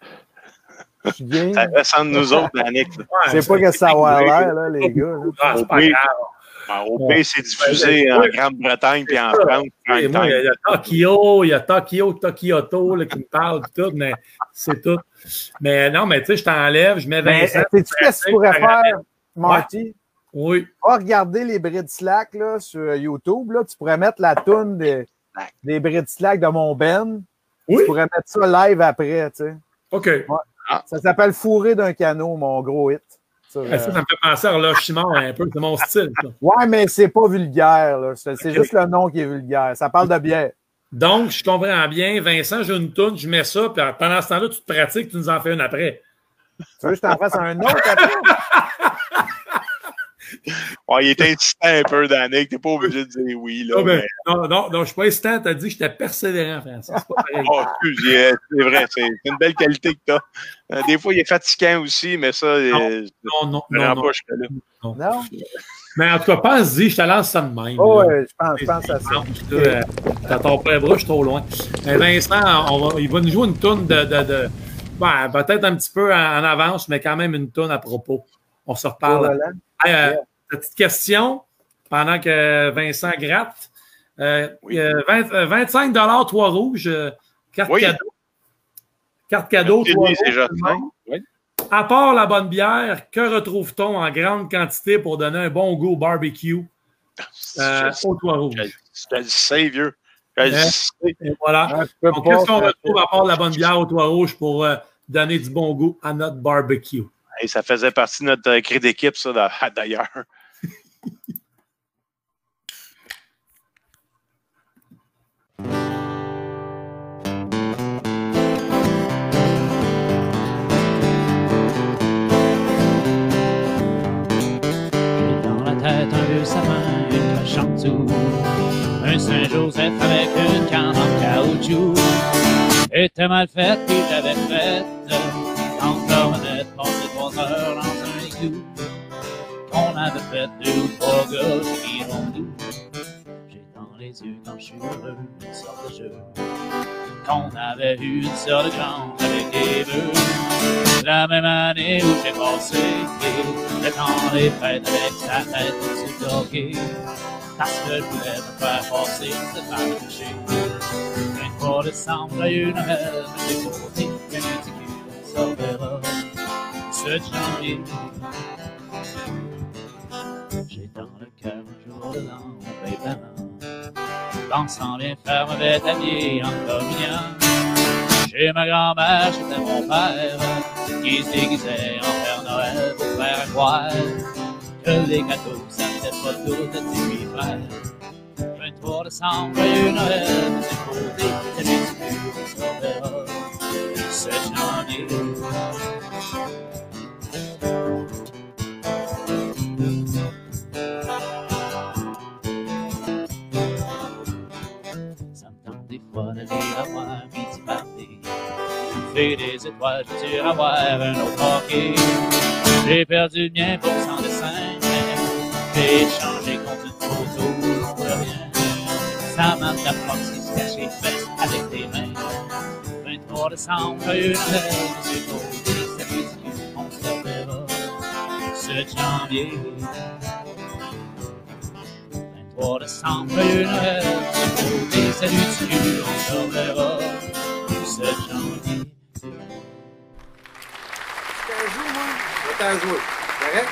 Je suis game. Ça reste de nous autres, Danick. Ouais, C'est ça- pas que ça va l'air, là, les gars. là. Ah, c'est pas Oui. grave. Ben, au pire, c'est diffusé Ouais, en ouais. Grande-Bretagne puis en France. Et prime moi, il y a- time. il y a Tokyo, il y a Tokyo, Tokyoto là, qui me parle pis tout, mais c'est tout. Mais non, mais tu sais, je t'enlève, je mets Mais Vincent. sais-tu qu'est-ce que tu pourrais ça faire, ramène. Marty? Oui. Va regarder les Brid Slack là, sur YouTube. Là. Tu pourrais mettre la toune des, des Brid Slack de mon Ben. Oui. Tu pourrais mettre ça live après. Tu sais. OK. Ça s'appelle Fourré d'un canot, mon gros hit. Sur, Ah, ça, ça me fait penser à Horloge Simon un peu. C'est mon style, ça. Ouais, mais c'est pas vulgaire. là. C'est c'est Ok. juste le nom qui est vulgaire. Ça parle de bière. Donc, je comprends bien. Vincent, j'ai une toune, je mets ça, puis pendant ce temps-là, tu te pratiques, tu nous en fais une après. Tu veux que je t'en fasse un autre après? Ouais, il est insistant un peu, Danick. T'es pas obligé de dire oui. Là, Ah, ben, mais- non, non, non, je suis pas hésitant. Tu as dit que j'étais persévérant, Francis. C'est pas pareil. Oh, excuse, il est- c'est vrai, c'est c'est une belle qualité que tu as. Des fois, il est fatigant aussi, mais ça, euh, Non, non, je non, rends non. pas jusque-là. Non? Mais en tout cas, pense-y, je te lance ça de même. Oh, là. ouais, je pense, je pense à ça. Euh, T'attends pas les bras, je suis trop loin. Mais Vincent, on va, il va nous jouer une toune de. de, de ben, peut-être un petit peu en, en avance, mais quand même une toune à propos. On se reparle. Voilà. Hey, euh, Yeah. petite question pendant que Vincent gratte. Euh, Oui. euh, vingt, euh, vingt-cinq dollars Trois Rouges, euh, carte Oui. cadeau. Carte cadeau, Fini, Trois c'est Rouges. Jocelyn. Oui. À part la bonne bière, que retrouve-t-on en grande quantité pour donner un bon goût au barbecue euh, Je- au Trois Rouges? je- je le sais, vieux. Je le Hein? sais. Et voilà. Ah, je peux Donc, pas, qu'est-ce qu'on ça- retrouve à part la bonne bière au Trois Rouges pour euh, donner du bon goût à notre barbecue? Hey, ça faisait partie de notre euh, cri d'équipe, ça, d'a- d'ailleurs. J'ai dans la tête un vieux sapin, une cloche en dessous, un Saint-Joseph avec une canne en caoutchouc. Était mal faite, puis j'avais fait en floronnette, passé trois heures dans un égout. On avait fait deux ou trois gars qui iront nous. J'ai dans les yeux quand je suis heureux, une sorte de jeu qu'on avait eu une sorte de grande avec des bœufs. La même année où j'ai passé le temps des fêtes avec sa tête sur le hockey. Parce que je voulais me faire passer, se faire toucher. vingt-trois décembre, joyeux Noël, mais j'ai posé que ridicule, on s'en verra ce janvier. J'ai dans le cœur un jour de l'an, mon père parent, pensant bien faire mauvais habillé en communion. Chez ma grand-mère, c'était mon père, qui se déguisait en Père Noël pour faire croire que les gâteaux, ça ne fait pas tout de lui frère. vingt-trois décembre, joyeux Noël, c'est posé, c'est ridicule, on s'en verra ce janvier. Ça me tente des fois de lire à moi, puis d'y parler. Fait des étoiles, je suis à voir un autre hockey. J'ai perdu le mien pour cent dessin, j'ai échangé contre une photo, non de rien. Ça m'a de la force, se cacher les fesses avec tes mains. vingt-trois décembre, joyeux Noël, c'est beau, c'est ridicule, on se verra ce janvier. vingt-trois décembre, joyeux Noël, c'est beau, c'est ridicule, on se verra ce janvier. Je t'en joue, moi. Je vais t'en jouer. Correct?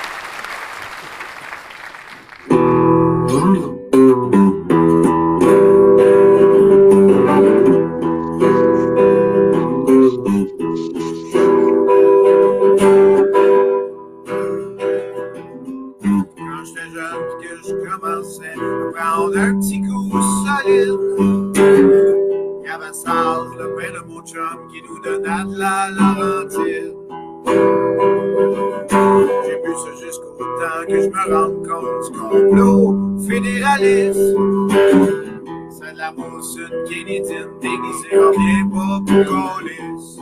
Quand j'étais jeune pis que je commençais à prendre un petit coup solide, il y avait Sal, le père de mon chum, qui nous donnait de la Laurentide. J'ai bu ça jusqu'au temps que je me rende compte du complot fédéraliste. C'est de la mousse, une Canadienne déguisée en bien pas pour qu'on lisse.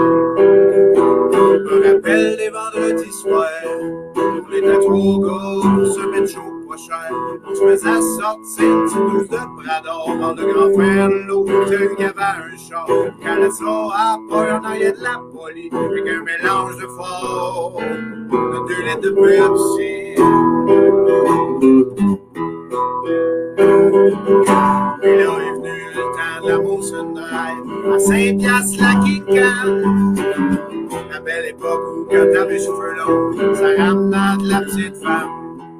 Je me rappelle des vendredis soirs, on était trop gros pour se mettre chaud pas cher. On se faisait sortir une petite douce de bras d'or dans le grand frère de l'autre, il y avait un char. Quand la soirée a peur, on arrière de la police, avec un mélange de fort, de deux litres de Pepsi. Et là est venu le temps de la Molson Drive, à cinq piastres la Kikan. La belle époque où quand t'avais les cheveux longs, ça ramenait de la petite femme.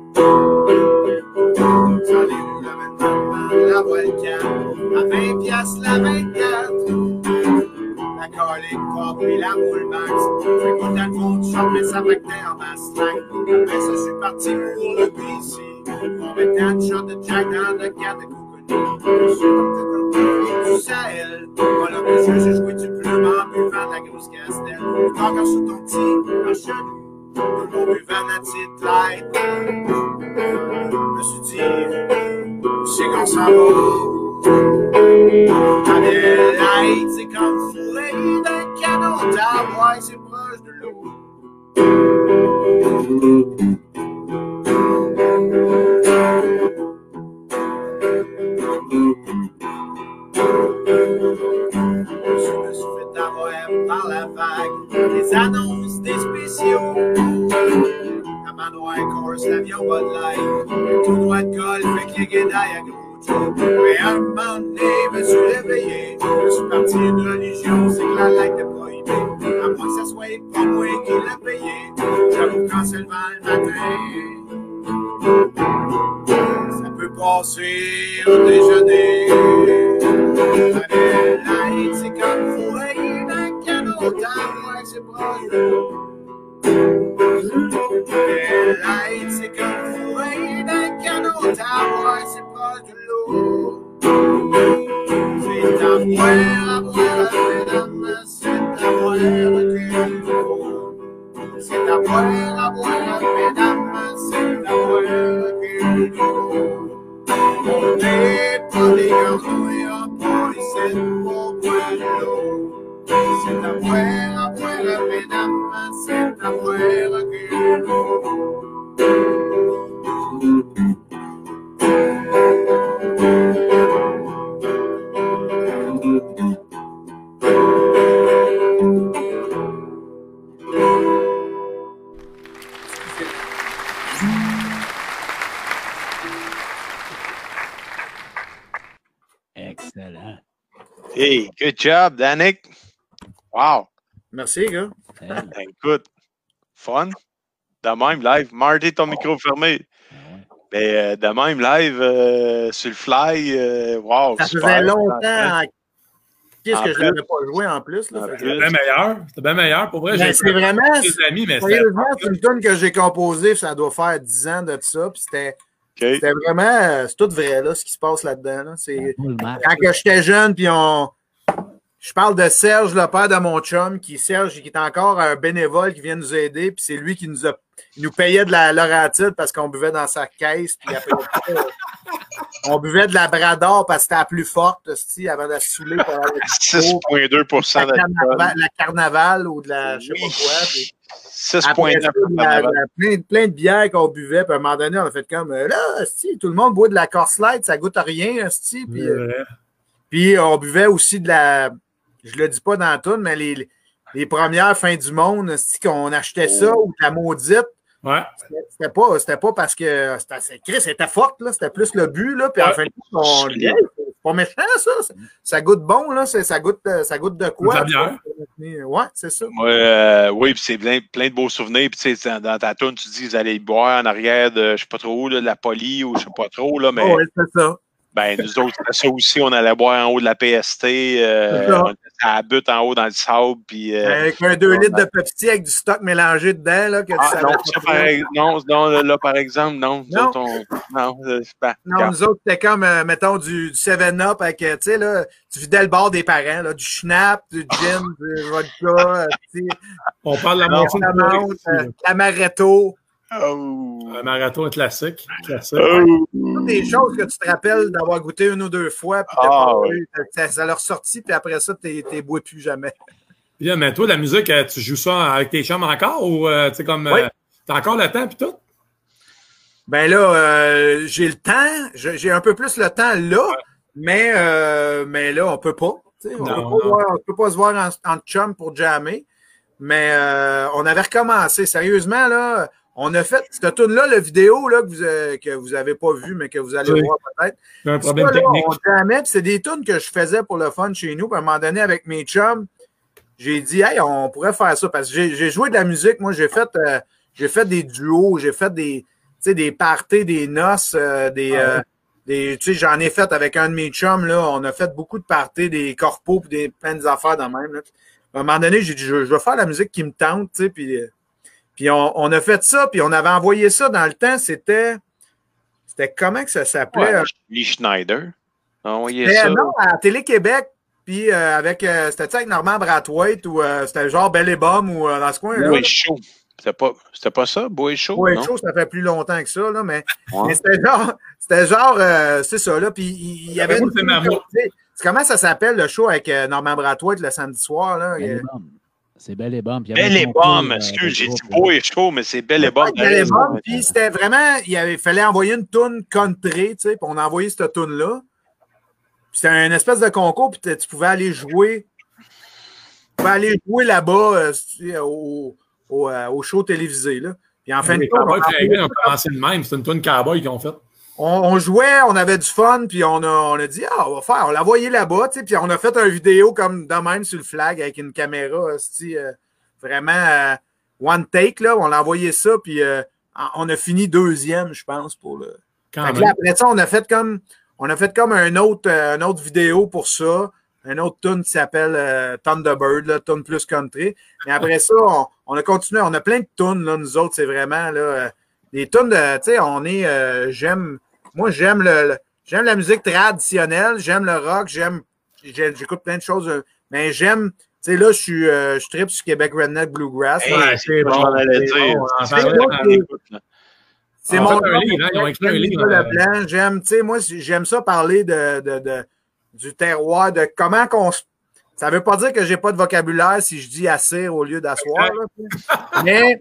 Dans les rues, la tellement de la Volcan, à vingt piastres la vingt-quatre. La colique pop et la moule max, fait qu'on t'a le fond du shop, mais ça pactait en masse slack. Après ça, je suis parti pour le P C. On mettait un shot de Jack dans le cadre de Coconut. Du Sahel, voilà que je j'ai joué du plume en buvant de la grosse castelle. Encore sur ton petit, en chenou, tout le monde buvant de la petite light. Je me suis dit, c'est qu'on s'en va. La belle light, c'est comme fourré d'un canon d'avoine, c'est proche de l'eau. course, l'avion Bud Light. Le tout droit de golf avec les guédailles à gros job. Mais un moment donné, je me suis réveillé. Je suis parti d'une religion, c'est que la light est prohibée. À moins que ça soit pas moi qui l'a payé. J'avoue quand c'est le vent le matin. Ça peut passer au déjeuner. La belle light, c'est comme fourrer d'un canot. Tant moins que c'est proche de l'eau. La light, c'est comme fourrer d'un canot. Tant moins que c'est proche de l'eau. C'est à boire, à boire, mesdames, c'est à boire qu'il faut. C'est à boire, à boire, mesdames, c'est à boire qu'il faut. On n'est pas des garçons, pas ici pour boire de l'eau. C'est à boire, à boire, mesdames, c'est à boire qu'il faut. Excellent. Hey, good job, Danick. Wow. Merci, gars. Hey. Ben, écoute, fun. De même, live. Marty, ton micro fermé. Ah ouais. Mais euh, de même, live, euh, sur le fly, euh, wow. Ça super. faisait longtemps. Qu'est-ce En que je plus. l'avais pas joué en plus? Là, En Fait que- plus. C'était bien meilleur. C'était bien meilleur. Pour vrai, Ben, j'ai c'est vraiment. des amis, mais c'était. Sérieusement, c'est une tune que j'ai composée, ça doit faire dix ans de ça. Puis c'était OK. c'était vraiment. euh, C'est tout vrai, là, ce qui se passe là-dedans. Là. C'est. Tout le match. Quand que j'étais jeune, puis on. Je parle de Serge, le père de mon chum, qui Serge, qui est encore un bénévole qui vient nous aider, puis c'est lui qui nous a, il nous payait de la Laurentide parce qu'on buvait dans sa caisse, puis après ça, on buvait de la Brador parce que c'était la plus forte, c'ti, avant de la saouler pour aller six virgule deux pour cent la, d'alcool. carnaval, la carnaval ou de la je sais Oui. pas quoi. Puis six après virgule ça, neuf de la- de la- plein, plein de bières qu'on buvait, puis à un moment donné, on a fait comme euh, là, c'ti, tout le monde boit de la Coors Light, ça goûte à rien, c'ti, puis euh, Ouais. puis on buvait aussi de la. Je le dis pas dans la toune, mais les, les premières fins du monde, c'est qu'on achetait ça ou de la maudite. Ouais. C'était pas, c'était pas parce que c'était c'est- Chris, c'était forte, là. C'était plus le but, là. Puis en Ouais. fin de compte, on dit, hey, c'est pas méchant, ça. Ça, ça goûte bon, là. C'est- Ça goûte, ça goûte de quoi? De la bière. Ouais, c'est ça. Ouais, euh, oui, puis c'est plein, plein de beaux souvenirs. Puis tu sais, dans, dans ta toune, tu dis qu'ils allaient y boire en arrière de, je sais pas trop où, là, de la poli ou je sais pas trop, là, mais Oh, ouais, c'est ça. ben, nous autres, c'était ça aussi. On allait boire en haut de la P S T. Euh, C'est ça. on était à la butte en haut dans le sable. Puis, euh, Avec un deux litres de Pepsi avec du stock mélangé dedans, là. Que tu ah, savais non, pas ça, trop. par ex- non, non, là, là, par exemple, non. Nous Non. autres, on- non, euh, c'est pas- Non, regarde. nous autres, c'était comme, euh, mettons, du, du seven up avec, euh, tu sais, là, tu vidais le bord des parents, là, du schnapp, du gin, du vodka, euh, tu sais, On parle de la la moitié de menthe, euh, l'amaretto. Oh. Un marathon classique. classique. Oh. Toutes des choses que tu te rappelles d'avoir goûté une ou deux fois, puis t'as Ah, pas ouais. eu, ça, ça leur sorti, puis après ça, t'es, t'es bois plus jamais. Bien, mais toi, la musique, euh, tu joues ça avec tes chums encore ou euh, tu sais, comme. Oui. euh, t'as encore le temps puis tout? Ben là, euh, j'ai le temps, j'ai j'ai un peu plus le temps là, mais, euh, mais là, on peut pas. tu sais, On Non, peut non. pas, voir- on peut pas se voir en, en chum pour jammer. Mais euh, on avait recommencé. Sérieusement, là, on a fait cette tune-là, la vidéo là, que vous euh, que vous avez pas vue, mais que vous allez Oui. voir peut-être. J'ai un Ça, problème là, technique. on jammait, puis c'est des tunes que je faisais pour le fun chez nous. Puis à un moment donné, avec mes chums, j'ai dit, hey, on pourrait faire ça. Parce que j'ai, j'ai joué de la musique. Moi, j'ai fait, euh, j'ai fait des duos, j'ai fait des, tu sais, des parties, des noces, euh, des, Ah ouais. euh, des, tu sais, j'en ai fait avec un de mes chums, là. On a fait beaucoup de parties, des corpos, puis des, plein d'affaires dans même, là. À un moment donné, j'ai dit, je, je vais faire la musique qui me tente, tu sais, puis, euh, puis on, on a fait ça, puis on avait envoyé ça dans le temps, c'était, c'était comment que ça s'appelait? Ouais, Lee Schneider. Envoyez Mais, ça. euh, non, à Télé-Québec, puis euh, avec, euh, c'était-tu avec Normand Brathwaite ou euh, c'était genre Belle et Bomme ou euh, dans ce coin-là? Bois chaud. C'était pas, c'était pas ça, Bois chaud? Ouais, non? chaud, ça fait plus longtemps que ça, là, mais, Ouais. mais c'était genre, c'était genre, euh, c'est ça, là, puis il, il y avait Rappelle-moi, une... c'est Mammouth. C'est comment ça s'appelle, le show avec euh, Normand Brathwaite le samedi soir, là? Belle et Il- Bomme. C'est Belle et Bomme. Puis il y avait Belle un et concours, Bomme, euh, excuse, de j'ai dit groupe, Bois et chaud, mais c'est Belle et Bomme. Ouais, Belle et Bomme, puis c'était vraiment, il avait, fallait envoyer une toune country, tu sais, puis on a envoyé cette toune-là. Puis c'était un espèce de concours, puis tu pouvais aller jouer, tu pouvais aller jouer là-bas euh, au, au, euh, au show télévisé, là. Puis en fin de Les compte, Cowboys on, Fringants ont commencé de même. C'est une tune Cowboy qu'ils ont faite. on, on jouait, on avait du fun, puis on a, on a dit, ah, on va faire, on l'a envoyé là-bas, tu sais, puis on a fait une vidéo comme de même sur le flag avec une caméra, euh, vraiment euh, one take, là, on l'a envoyé ça, puis euh, on a fini deuxième, je pense, pour le... Fait que là, après ça, on a fait comme, on a fait comme un autre, euh, une autre vidéo pour ça, un autre tune qui s'appelle euh, Thunderbird, là, tune plus country. Mais après ça, on, on a continué, on a plein de tunes, là, nous autres, c'est vraiment, là, euh, des tunes de, tu sais, on est, euh, j'aime, moi, j'aime le, le j'aime la musique traditionnelle, j'aime le rock, j'aime, j'écoute plein de choses, euh, mais j'aime, tu sais, là, je suis, euh, je tripe sur Québec Redneck Bluegrass. Hey, ouais, c'est bon, bon, allait dire. C'est mon le blanc. J'aime, tu sais, moi, j'aime ça parler de, de, de, du terroir, de comment qu'on se. Ça veut pas dire que j'ai pas de vocabulaire si je dis assir au lieu d'asseoir, mais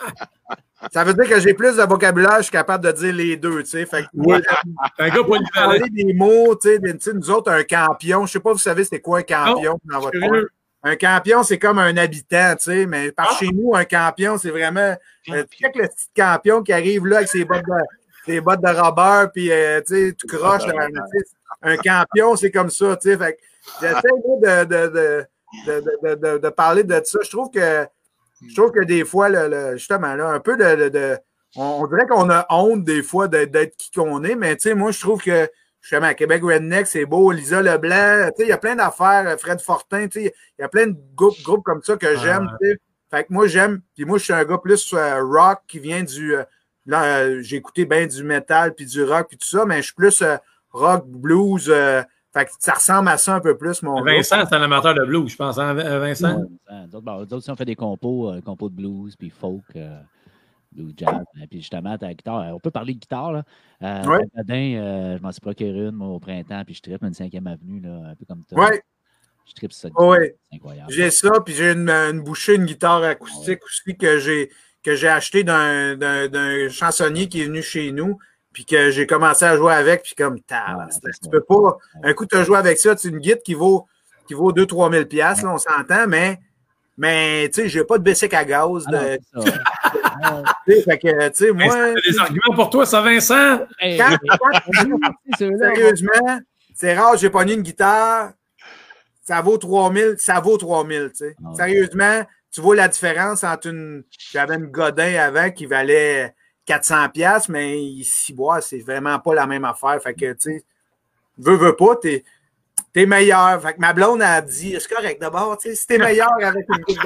ça veut dire que j'ai plus de vocabulaire, je suis capable de dire les deux, tu sais. Fait que moi, un gars polyvalent. Parler des mots, tu sais, nous autres, un campion, je sais pas, vous savez, c'est quoi un campion non, dans votre coin? Un campion, c'est comme un habitant, tu sais, mais par ah. chez nous, un campion, c'est vraiment. Euh, tu sais que le petit campion qui arrive là avec ses bottes de, ses bottes de rubber, puis euh, tu sais, tu croches. Dans, un campion, c'est comme ça, tu sais. Fait que j'essaie de, de, de, de, de, de, de parler de ça. Je trouve que je trouve que des fois, le, le, justement, là, un peu de. de, de on, on dirait qu'on a honte des fois d'être qui qu'on est, mais tu sais, moi, je trouve que. Justement, à Québec Redneck, c'est beau. Lisa Leblanc, tu sais, il y a plein d'affaires. Fred Fortin, tu sais, il y a plein de groupes, groupes comme ça que j'aime, ah, tu sais. Fait que moi, j'aime. Puis moi, je suis un gars plus euh, rock qui vient du. Euh, là, euh, j'ai écouté bien du métal, puis du rock, puis tout ça, mais je suis plus euh, rock, blues. Euh, fait que ça ressemble à ça un peu plus, mon Vincent, c'est un amateur de blues, je pense, hein, Vincent? Ouais, d'autres, bon, d'autres aussi, on fait des compos, euh, compos de blues, puis folk. Euh... Blues jazz, puis justement, ta guitare, on peut parler de guitare, là. Euh, ouais. Badin, euh, je m'en suis procuré une, moi, au printemps, puis je tripe une cinquième avenue, là, un peu comme toi. Ouais. Je tripe ça. Ouais. C'est incroyable. J'ai ça, puis j'ai une, une bouchée, une guitare acoustique ouais. aussi que j'ai que j'ai acheté d'un, d'un, d'un chansonnier qui est venu chez nous, puis que j'ai commencé à jouer avec, puis comme, ah, tu ça. peux pas, ouais. un coup, tu as joué avec ça, c'est une guitare qui vaut, qui vaut deux à trois mille dollars, là, on s'entend, mais Mais, tu sais, j'ai pas de bicycle à gaz. Ah de... non, fait que, tu sais, moi. C'est des arguments pour toi, ça, Vincent? Quand, quand, sérieusement, c'est rare, j'ai pogné une guitare, ça vaut trois mille, ça vaut trois mille, tu sais. Ah, sérieusement, tu vois la différence entre une. J'avais une Godin avant qui valait quatre cents dollars, mais ici, bois, c'est vraiment pas la même affaire. Fait que, tu sais, veux, veux pas, t'es. T'es meilleur. Fait que ma blonde a dit, c'est correct d'abord, tu sais, si t'es meilleur avec une coupe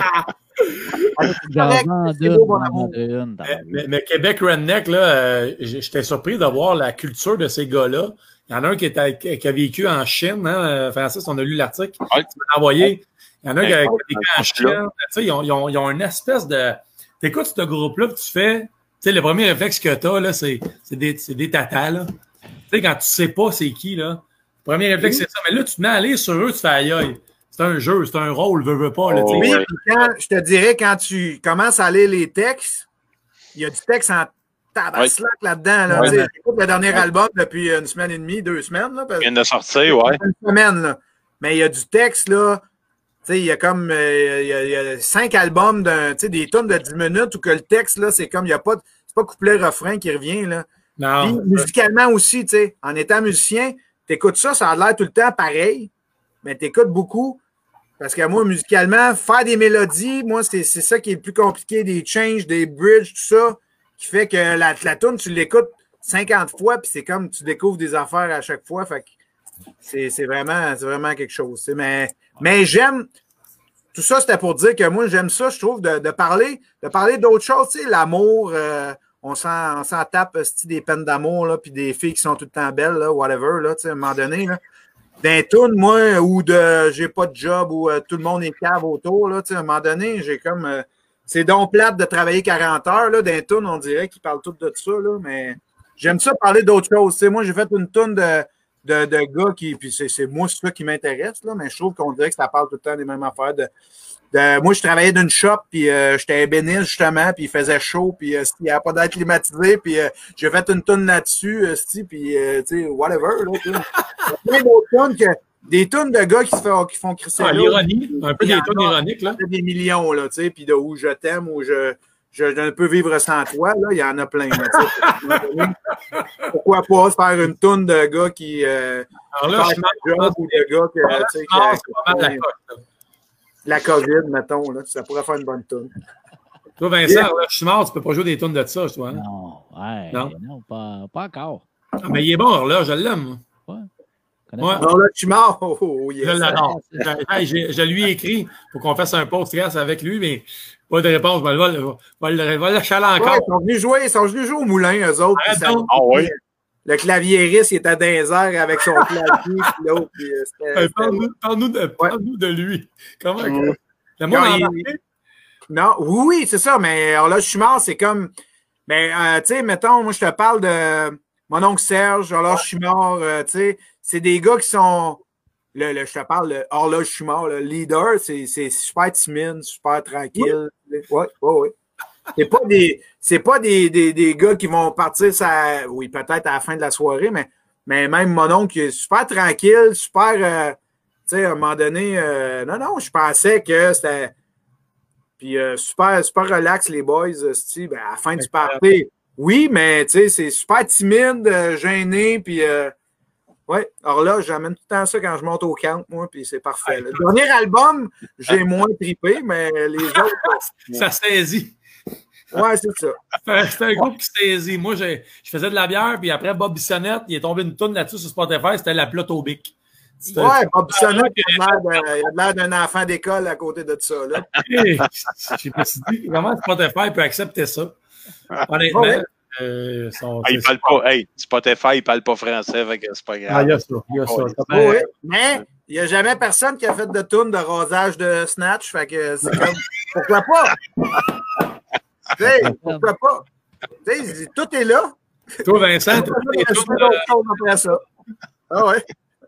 de mais, mais Québec Redneck, là, euh, j'étais surpris de voir la culture de ces gars-là. Il y en a un qui, est, qui a vécu en Chine, hein, Francis, on a lu l'article. Tu m'as envoyé. Il y en a qui a vécu en Chine. Tu sais, ils ont, ils, ont, ils ont une espèce de. T'écoutes ce groupe-là, puis tu fais. Tu sais, le premier réflexe que t'as, là, c'est des, des tatas, là. Tu sais, quand tu sais pas c'est qui, là. Premier réflexe, c'est ça. Mais là, tu te mets à aller sur eux, tu fais aïe aïe. C'est un jeu, c'est un rôle, veux, veux pas. Là, oh, oui, quand, je te dirais, quand tu commences à lire les textes, il y a du texte en tabaslac oui. là-dedans. Là, ouais. J'écoute le dernier album depuis une semaine et demie, deux semaines. Là, il vient de sortir, ouais. Une semaine, là. Mais il y a du texte, là. Tu sais, il y a comme euh, il, y a, il y a cinq albums, d'un, tu sais, des tonnes de dix minutes où que le texte, là, c'est comme, il n'y a pas, c'est pas couplet-refrain qui revient, là. Non. Puis, musicalement aussi, tu sais, en étant musicien, t'écoutes ça, ça a l'air tout le temps pareil, mais t'écoutes beaucoup. Parce que moi, musicalement, faire des mélodies, moi, c'est ça qui est le plus compliqué, des changes, des bridges, tout ça, qui fait que la, la tune, tu l'écoutes cinquante fois, puis c'est comme tu découvres des affaires à chaque fois. Fait que c'est vraiment, vraiment quelque chose. Mais, mais j'aime. Tout ça, c'était pour dire que moi, j'aime ça, je trouve, de, de parler, de parler d'autres choses, tu sais, l'amour. Euh, On s'en tape des peines d'amour, puis des filles qui sont tout le temps belles, là, whatever, là, à un moment donné. Là. D'un tourne, moi, ou de j'ai pas de job, ou euh, tout le monde est cave autour, là, à un moment donné, j'ai comme. Euh, c'est donc plate de travailler quarante heures, là. D'un tourne, on dirait qu'ils parlent tout de ça, là, mais j'aime ça parler d'autres choses. T'sais. Moi, j'ai fait une tourne de, de, de gars qui. Puis c'est moi, c'est ça qui m'intéresse, là, mais je trouve qu'on dirait que ça parle tout le temps des mêmes affaires de. De, moi, je travaillais d'une shop, puis euh, j'étais ébéniste, justement, puis il faisait chaud, puis euh, il n'y avait pas d'air climatisé, puis euh, j'ai fait une tonne là-dessus, euh, puis, euh, tu sais, whatever, là, tu sais. Il y a plein d'autres tonnes que, des tonnes de gars qui, se font, qui font crisser. Ah, l'ironie, un peu des tonnes ironiques, là. Des millions, là, tu sais, puis de où je t'aime, où je, je, je ne peux vivre sans toi. Là, il y en a plein. Là, pourquoi pas faire une toune de gars qui. Euh, Alors là, je job ou de gars que, là, tu sais, ah, que- c'est pas mal la coche. la COVID, mettons. Là, ça pourrait faire une bonne toune. Toi, Vincent, là, je suis mort, tu peux pas jouer des tunes de ça, toi. Hein? Non, ouais, Non. non, pas, pas encore. Ah, mais il est bon, là, je l'aime. Ouais. Connais Ouais. pas. Non, là, je suis mort. Oh, oh, yes. Je l'adore. Je, hey, j'ai- je lui ai écrit pour qu'on fasse un podcast avec lui, mais pas de réponse. Ben, va, va, va, le- va le chaler encore. Ouais, ils sont venus jouer, ils sont venus jouer au moulin, eux autres. Arrête puis ça- donc. Ah oui? Le claviériste, il était dans les airs avec son clavier, puis l'autre. puis, euh, c'était- Hey, Parle-nous parle-nous de, parle-nous de lui. Comment Mm. le monde Non, a il- embarqué? Non, oui, oui, c'est ça, mais alors là, je suis mort, c'est comme. Ben, euh, tu sais, mettons, moi, je te parle de mon oncle Serge, alors je suis mort, euh, tu sais, c'est des gars qui sont. Le, le- je te parle, de alors là, je suis mort, le leader, c'est c'est super timide, super tranquille. Oui, oui, oui. C'est pas des. C'est pas des, des, des gars qui vont partir ça. Oui, peut-être à la fin de la soirée, mais, mais même mon oncle, il est super tranquille, super. euh, tu sais, à un moment donné, euh, non, non, je pensais que c'était. Puis euh, super, super relax, les boys. euh, c'ti, ben, à la fin du party, oui, mais tu sais, c'est super timide, euh, gêné, puis euh, ouais. Alors là, j'amène tout le temps ça quand je monte au camp, moi, puis c'est parfait. Le dernier album, j'ai moins trippé, mais les autres, Ça saisit. ouais, c'est ça. C'est c'est un groupe qui saisit. Moi, j'ai- je faisais de la bière, puis après, Bob Bissonnette, il est tombé une toune là-dessus sur Spotify, c'était la plotte au bic. C'était- Ouais, Bob Bissonnette, il a l'air de- il a l'air d'un enfant d'école à côté de ça, là. Hey, je me suis dit, comment Spotify peut accepter ça? Honnêtement, Ouais. euh, son- Ah, il parle pas. Hey, Spotify, il parle pas français, fait que c'est pas Ah, il grave. y a ça. Il y a ça. Ouais. Ben, Oui, mais il n'y a jamais personne qui a fait de tourne de rasage de Snatch, fait que c'est comme, pourquoi pas? Tu sais, pourquoi pas? Tu sais, tout est là. Toi, Vincent, tu as des Je tunes, fais d'autres choses après ça. Ah ouais.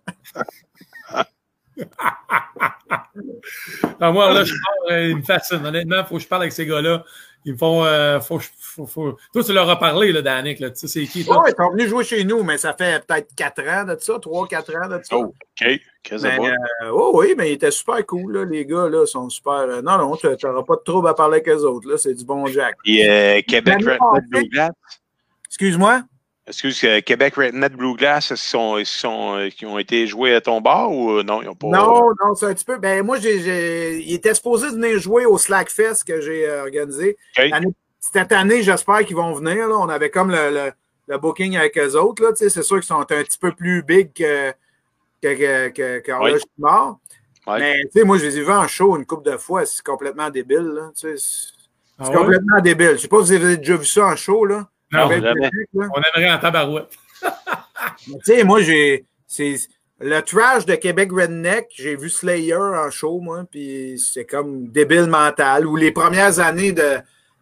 Ah, moi, là, je parle, euh, ils me fascinent. Honnêtement, il faut que je parle avec ces gars-là. Ils me font. Euh, faut, faut, faut... Toi, tu leur as parlé, là, Danick. Là. Tu sais, c'est qui, toi? Ouais, ils sont venus jouer chez nous, mais ça fait peut-être quatre ans de ça, trois, quatre ans de ça. Oh, OK. Qu'est-ce que Mais, c'est bon? euh, oh oui, mais ils étaient super cool, là. Les gars, là, sont super. euh, non, non, tu n'auras pas de trouble à parler avec eux autres, là. C'est du bon Jack. Et euh, Québec L'année Redneck passée- Bluegrass. Excuse-moi? Excuse, euh, Québec Redneck Bluegrass, est-ce qu'ils sont, est-ce qu'ils sont, euh, qui ont été joués à ton bar ou euh, non? Ils ont pas. Non, non, c'est un petit peu. Ben, moi, j'ai, j'ai, il était supposé venir jouer au Slackfest que j'ai euh, organisé. OK. L'année- Cette année, j'espère qu'ils vont venir. Là. On avait comme le, le, le booking avec eux autres. Là. Tu sais, c'est sûr qu'ils sont un petit peu plus big que, que, que, que, que Oui. là, je suis mort. Ouais. Mais tu sais, moi, je les ai vus en show une couple de fois. C'est complètement débile. Là. Tu sais, c'est Ah c'est ouais? complètement débile. Je sais pas si vous avez déjà vu ça en show. Là. Non, Avec jamais. le public, là. On aimerait en tabarouette. Mais Tu sais, moi, j'ai. C'est le trash de Québec Redneck. J'ai vu Slayer en show, moi, puis c'est comme débile mental. Ou les premières années de.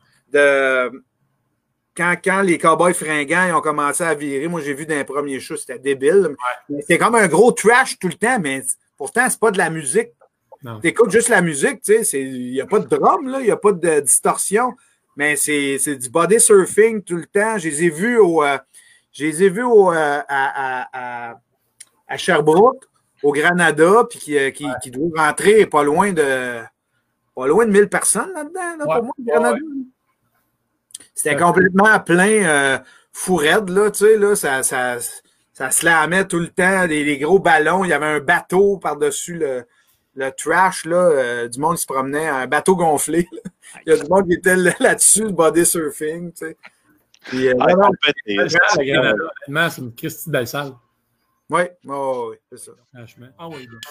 de quand, quand les Cowboys fringants ils ont commencé à virer, moi, j'ai vu dans les premiers shows, c'était débile. Mais C'est comme un gros trash tout le temps, mais pourtant, c'est pas de la musique. Non. T'écoutes juste la musique, tu sais. Il n'y a pas de drum, là, il n'y a pas de distorsion. Mais c'est c'est du body surfing tout le temps. Je les ai vus au. euh, je les ai vus au, euh, à, à, à, à Sherbrooke, au Granada, puis qui, euh, qui, qui doit rentrer pas loin de. Pas loin de mille personnes là-dedans, là, Ouais. pour moi, le Granada. Ouais, C'était complètement plein, euh, fou raide, là, tu sais, là, ça, ça, ça slamait tout le temps, des, des gros ballons, il y avait un bateau par-dessus le, le trash, là, euh, du monde qui se promenait, un bateau gonflé, là. Il y a du monde qui était là- là-dessus, le body surfing, tu sais. Puis, euh, Ah, non, non, complètement. Le Granada, honnêtement, c'est une Christie de belle salle. oui, oh, oui, c'est ça. Franchement. Ah oui. bien.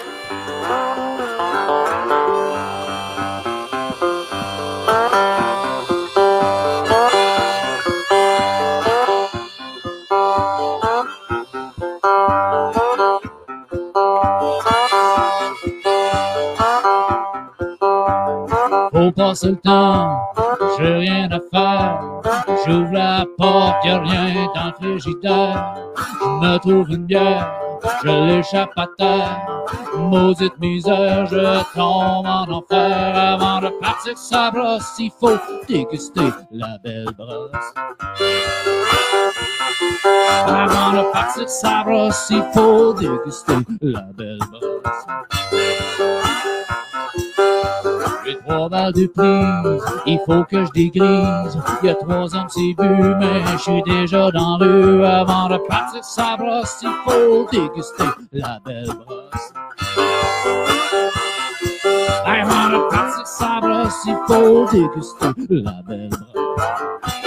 Faut passer le temps, j'ai rien à faire. J'ouvre la porte, y'a rien dans le frigidaire. Je me trouve une bière, je l'échappe à terre. Maudite misère, je tombe en enfer. Avant de partir sa brosse, il faut déguster la belle brosse. Avant de partir sa brosse, il faut déguster la belle brosse. J'ai trois balle de prise, il faut que je dégrise. Il y a trois ans que c'est bu, mais je suis déjà dans le. Avant de partir sa brosse, il faut déguster la belle brosse. Avant de partir sa brosse, il faut déguster la belle brosse.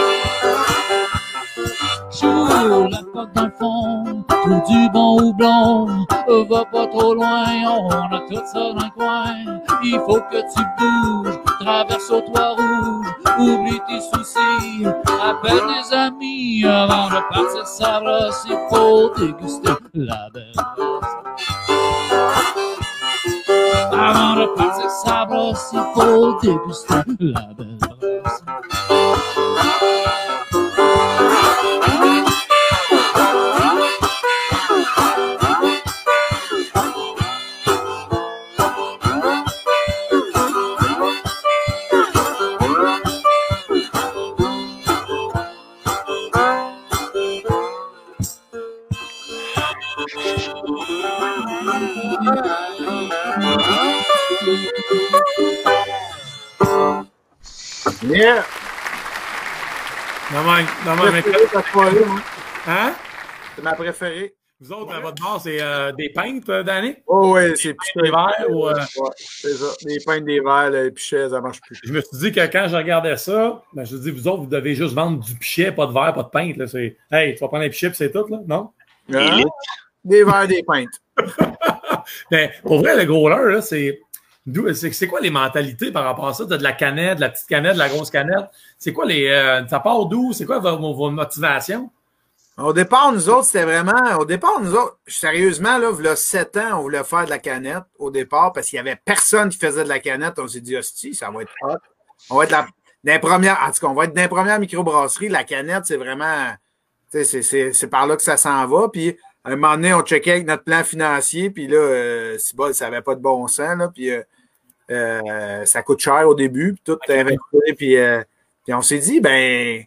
Sur la coque dans le fond, tout du bon houblon, va pas trop loin, on a tout ça dans le coin. Il faut que tu bouges, traverse au toit rouge, oublie tes soucis, appelle des amis. Avant de partir sa brosse, il faut déguster la belle brosse. Avant de partir sa brosse, il faut déguster la belle brosse. Yeah! Non, mais, non, mais, mais, hein? C'est ma préférée. Vous autres, à votre bord, c'est euh, des pintes, euh, Danny? Oh oui, c'est des verres ou. Euh... Ouais, c'est ça. Des pintes, des verres, les pichets, ça marche plus. Je me suis dit que quand je regardais ça, ben, je me suis dit, vous autres, vous devez juste vendre du pichet, pas de verre, pas de pinte. Là. C'est, hey, tu vas prendre un pichet, puis c'est tout, là, non? Hein? Des verres, des pintes. Ben, pour vrai, le growler, là, c'est. C'est, c'est quoi les mentalités par rapport à ça? Tu as de la canette, de la petite canette, de la grosse canette. C'est quoi les. Euh, ça part d'où? C'est quoi vos, vos motivations? Au départ, nous autres, c'était vraiment. Au départ, nous autres, sérieusement, là, il y a sept ans, on voulait faire de la canette au départ parce qu'il n'y avait personne qui faisait de la canette. On s'est dit, hostie, ça va être hot. On va être la, des premières. En tout cas, on va être dans les premières microbrasseries. La canette, c'est vraiment. C'est, c'est, c'est par là que ça s'en va. Puis, à un moment donné, on checkait avec notre plan financier. Puis là, euh, c'est bon, ça n'avait pas de bon sens. Là, puis, euh, euh, ça coûte cher au début. Puis, tout okay. investi, puis, euh, puis on s'est dit, ben.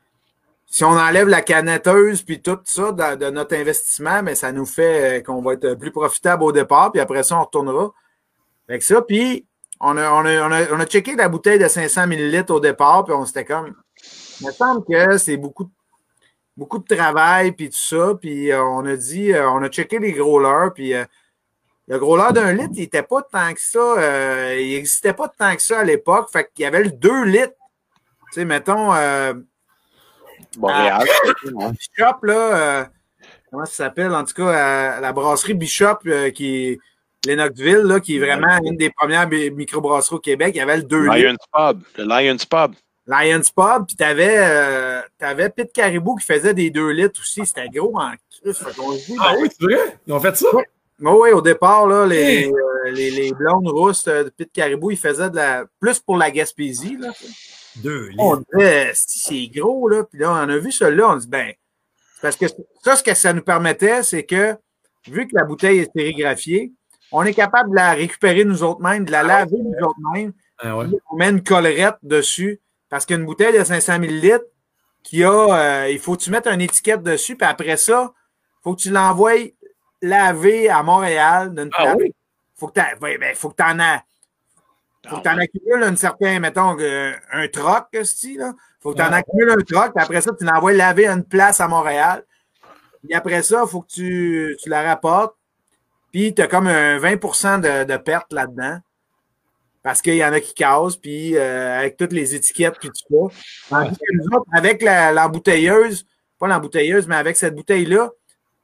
Si on enlève la canetteuse puis tout ça de, de notre investissement, mais ça nous fait euh, qu'on va être plus profitable au départ, puis après ça, on retournera avec ça. Puis on a, on a, on a, on a checké la bouteille de cinq cents millilitres au départ, puis on s'était comme. Il me semble que c'est beaucoup, beaucoup de travail, puis tout ça. Puis euh, on a dit, euh, on a checké les growlers, puis euh, le growler d'un litre, il n'était pas tant que ça. Euh, il n'existait pas tant que ça à l'époque. Fait qu'il y avait le deux litres. Tu sais, mettons. Euh, Montréal. Bishop, là, euh, comment ça s'appelle? En tout cas, euh, la brasserie Bishop, euh, qui est Lennoxville, là, qui est vraiment une des premières microbrasseries au Québec. Il y avait le deux Lions litres. Pub. Le Lions Pub. Lions Pub. Puis t'avais, euh, t'avais Pete Caribou qui faisait des deux litres aussi. C'était gros en cruce. Dit, ah ben, oui, c'est vrai? Ils ont fait ça? Oui, oui, au départ, là, les, hey. euh, les, les blondes rousses de Pete Caribou, ils faisaient de la, plus pour la Gaspésie, là. Deux litres. On disait, c'est gros, là. Puis là, on a vu celui-là, on dit, ben, parce que ça, ce que ça nous permettait, c'est que, vu que la bouteille est sérigraphiée, on est capable de la récupérer nous autres mêmes, de la laver nous autres mêmes. Ah ouais. On met une collerette dessus, parce qu'une bouteille de cinq cents millilitres, qui a, euh, il faut que tu mettes une étiquette dessus, puis après ça, il faut que tu l'envoies laver à Montréal. D'une ah oui? Faut que ben, ben, faut que tu en aies. Faut que tu en accumules un certain, mettons, euh, un troc, c'ti, là. Faut que tu en accumules un troc, puis après ça, tu l'envoies laver à une place à Montréal. Puis après ça, il faut que tu, tu la rapportes. Puis tu as comme un vingt pour cent de, de perte là-dedans. Parce qu'il y en a qui cassent, puis euh, avec toutes les étiquettes, puis tout ça. Tandis que nous autres, avec la, l'embouteilleuse, pas l'embouteilleuse, mais avec cette bouteille-là,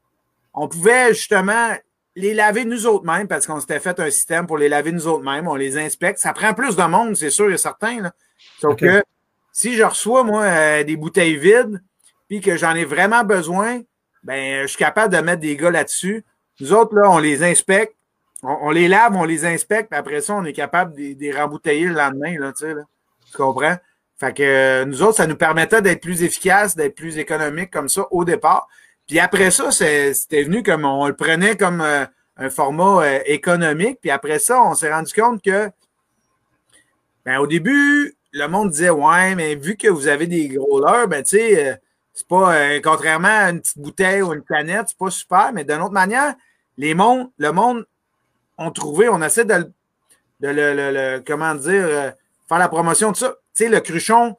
on pouvait justement les laver nous autres mêmes, parce qu'on s'était fait un système pour les laver nous autres mêmes, on les inspecte. Ça prend plus de monde, c'est sûr et certain. Là. Sauf okay. que si je reçois, moi, euh, des bouteilles vides, puis que j'en ai vraiment besoin, ben, je suis capable de mettre des gars là-dessus. Nous autres, là, on les inspecte, on, on les lave, on les inspecte, puis après ça, on est capable de, de les rembouteiller le lendemain, là, tu sais, là. Tu comprends? Fait que euh, nous autres, ça nous permettait d'être plus efficaces, d'être plus économiques comme ça au départ. Puis après ça, c'est, c'était venu comme on le prenait comme euh, un format euh, économique. Puis après ça, on s'est rendu compte que ben, au début, le monde disait ouais, mais vu que vous avez des gros leurres, ben tu sais, euh, c'est pas euh, contrairement à une petite bouteille ou une canette, c'est pas super, mais d'une autre manière, les mondes, le monde ont trouvé, on essaie de, de le, le, le comment dire, euh, faire la promotion de ça. Tu sais, le cruchon,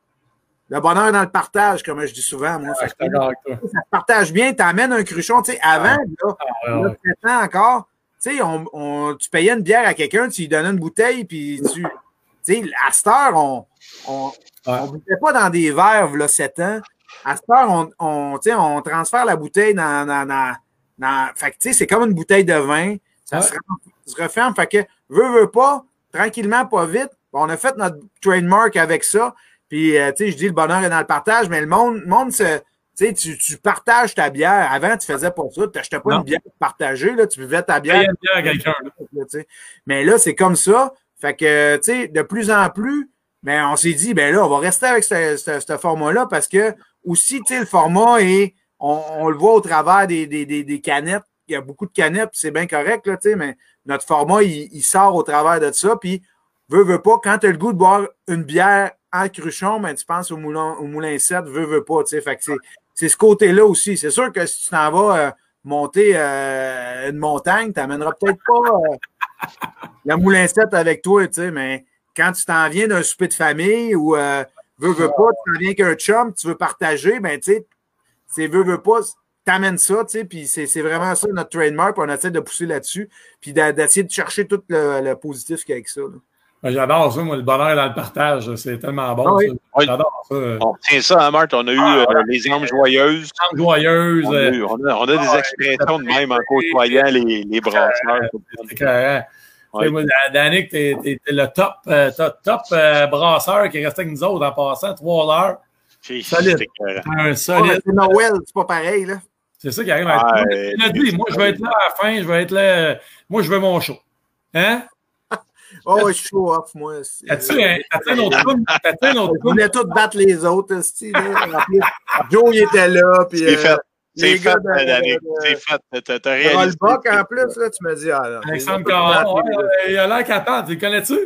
le bonheur dans le partage, comme je dis souvent. Moi, Ouais, ça, ça se partage bien, tu amènes un cruchon. Tu sais, avant, Ouais. là, Ah, ouais, là, ouais. sept ans encore, tu sais, on, on, tu payais une bière à quelqu'un, tu lui donnais une bouteille, puis tu. Tu sais, à cette heure, on on, Ouais. on boutait pas dans des verres, là, sept ans. À cette heure, on, on, tu sais, on transfère la bouteille dans. dans, dans, dans fait que, tu sais, c'est comme une bouteille de vin. Ça Ouais. se, se referme. Fait que, veut, veut pas, tranquillement, pas vite. On a fait notre trademark avec ça. Puis, euh, tu sais, je dis le bonheur est dans le partage, mais le monde, le monde se. Tu sais, tu, tu partages ta bière. Avant, tu faisais pas ça. Tu n'achetais pas Non. une bière partagée. Là, tu buvais ta bière. Payer une bière à quelqu'un, là. Là, tu sais. Mais là, c'est comme ça. Fait que, tu sais, de plus en plus, ben, on s'est dit, ben là, on va rester avec ce, ce, ce format-là parce que, aussi, tu sais, le format est, on, on le voit au travers des, des, des, des canettes. Il y a beaucoup de canettes, puis c'est bien correct, là, tu sais, mais notre format, il, il sort au travers de ça. Puis, veux, veux pas, quand tu as le goût de boire une bière en cruchon, ben, tu penses au moulin, au moulin sept, veux, veux pas, tu sais. Fait que c'est, c'est ce côté-là aussi. C'est sûr que si tu t'en vas euh, monter euh, une montagne, tu n'amèneras peut-être pas euh, la moulin sept avec toi, tu sais, mais quand tu t'en viens d'un souper de famille ou euh, veux, veux pas, tu t'en viens qu'un chum, tu veux partager, ben, tu sais, c'est veux, veux pas, t'amènes ça, tu sais, puis c'est, c'est vraiment ça notre trademark, puis on essaie de pousser là-dessus, puis d'a- d'essayer de chercher tout le, le positif qu'il y a avec ça, là. Ben, j'adore ça, moi, le bonheur dans le partage. C'est tellement bon, Ah oui. ça. Oui. J'adore ça. On retient ça, hein, Marthe. On a eu Ah, euh, les âmes joyeuses. Chambre joyeuse. On a, eu- on a, on a des Ah, expressions de même en côtoyant les, les brasseurs. C'est écœurant. Ouais. Tu sais, moi, Danick, t'es, t'es, t'es le top, euh, top, top euh, brasseur qui est resté avec nous autres en passant trois heures. C'est Solide. c'est écœurant. Un Ah, mais solide. c'est Noël, c'est pas pareil, là. C'est ça qui arrive à Ah, être. euh, Il a dit, moi, je vais être là à la fin, je vais être là. euh, Moi, je veux mon show. Hein? Oh, je suis show off, moi. c'est- As-tu un, as-tu un autre tune? As-tu un autre Je tune? voulais tous battre les autres, esti, là. En plus, Joe, il était là, puis... C'est euh, fait. C'est les fait, gars de- Danick. de- C'est fait. T'as- T'as Le réalisé. rollback, en plus, là, tu me dis... Ah, non, Alexandre les Caron, autres, ouais, ouais, il a l'air qu'attend. Tu le connais-tu?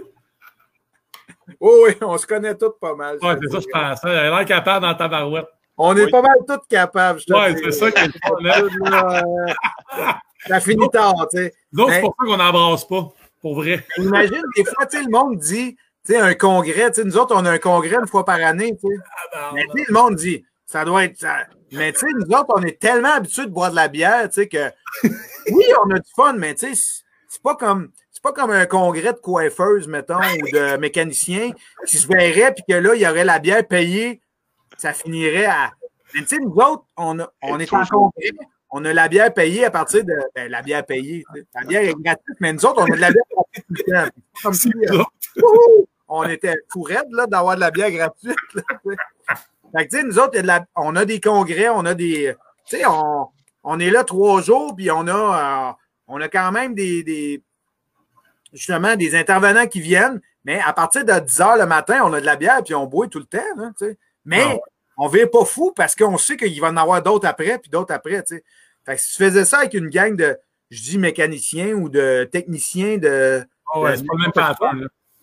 Oh, oui, on se connaît tous pas mal. Ouais, c'est ça, je pense. Il a l'air qu'attend dans ta barouette. On est Oui. pas mal tous capables, je te Ouais, dis. c'est ça qui est le fun, là. Là, euh, ça finit tard, tu sais. Nous autres, c'est Mais- pour ça qu'on n'embrasse pas. Pour vrai. Imagine, des fois, tu sais, le monde dit, tu sais, un congrès, tu sais, nous autres, on a un congrès une fois par année, tu sais. Mais tu sais, le monde dit, ça doit être ça. Mais tu sais, nous autres, on est tellement habitués de boire de la bière, tu sais, que oui, on a du fun, mais tu sais, c'est- c'est pas comme. C'est pas comme un congrès de coiffeuse, mettons, ou de mécanicien qui se verrait, puis que là, il y aurait la bière payée, ça finirait à. Mais tu sais, nous autres, on, a, on est en congrès, on a la bière payée à partir de. Ben, la bière payée. Tu sais. La bière est gratuite, mais nous autres, on a de la bière gratuite tout le temps. C'est comme si euh, wouhou, on était fou raide, là, d'avoir de la bière gratuite. Là, tu sais. Fait que, tu sais, nous autres, il y a de la- on a des congrès, on a des. Tu sais, on, on est là trois jours, puis on a, euh, on a quand même des, des. Justement, des intervenants qui viennent, mais à partir de dix heures le matin, on a de la bière, puis on boit tout le temps. Là, tu sais. Mais Ah ouais. on ne vire pas fou parce qu'on sait qu'il va en avoir d'autres après, puis d'autres après. Tu sais. Fait que si tu faisais ça avec une gang de, je dis mécaniciens ou de techniciens de. Ah ouais, de- c'est pas le même pattern, là.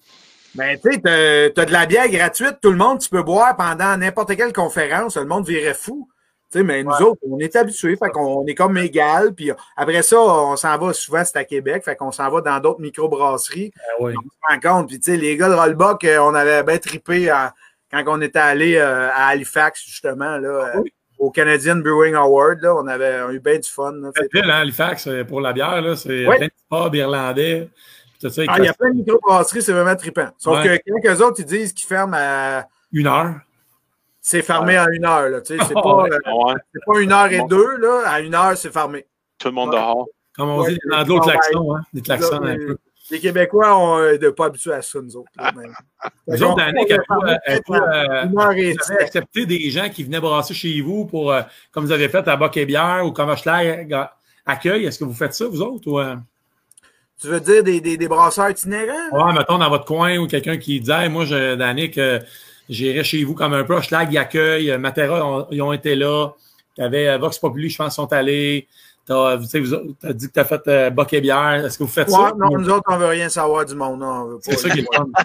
Ben, tu sais, t'as, t'as de la bière gratuite, tout le monde, tu peux boire pendant n'importe quelle conférence, le monde virait fou. Tu sais, mais nous autres, on est habitués, fait qu'on est comme égal, puis après ça, on s'en va souvent, c'est à Québec, fait qu'on s'en va dans d'autres microbrasseries. Ah ouais. On se rend compte, puis tu sais, les gars de Rollbuck, euh, on avait bien trippé à- quand on était allé euh, à Halifax, justement, là, euh, Oui. au Canadian Brewing Award, là, on avait on a eu bien du fun. Là, tu sais. C'est pile, hein, Halifax, euh, pour la bière, là, c'est Ouais. plein de pubs irlandais. Tout ça, Ah, il y a plein de microbrasseries, c'est vraiment trippant. Sauf Ouais. que quelques autres, ils disent qu'ils ferment à... une heure. C'est fermé à une heure, là, tu sais, c'est Ah, pas... ouais. euh, Ouais. C'est pas une heure et deux, là. À une heure, c'est fermé. Tout le monde Ouais. dehors. Comme on Ouais, dit, dans de l'eau ouais. klaxon, hein, des klaxons Là, un les, peu. les Québécois ont euh, pas habitués à ça, nous autres. Là, mais... Vous autres, Danick, on avez-vous, fermé euh, avez-vous, peut-être euh, à une heure et vous avez accepté des gens qui venaient brasser chez vous pour, euh, comme vous avez fait à Boc et Bière ou comme Hochelag accueille. Est-ce que vous faites ça, vous autres? Ou, euh... Tu veux dire des, des, des brasseurs itinérants? Ouais, mettons dans votre coin ou quelqu'un qui disait hey, moi, je, Danick, euh, j'irai chez vous comme un peu. Hochelag y accueille. euh, Matera, on- ils ont été là. Tu avais euh, Vox Populi, je pense, sont allés. Tu as dit que tu as fait euh, Boc et Bière. Est-ce que vous faites Ouais, ça? non, nous autres, on veut rien savoir du monde. Non, on veut pas. C'est ça qui est le fun.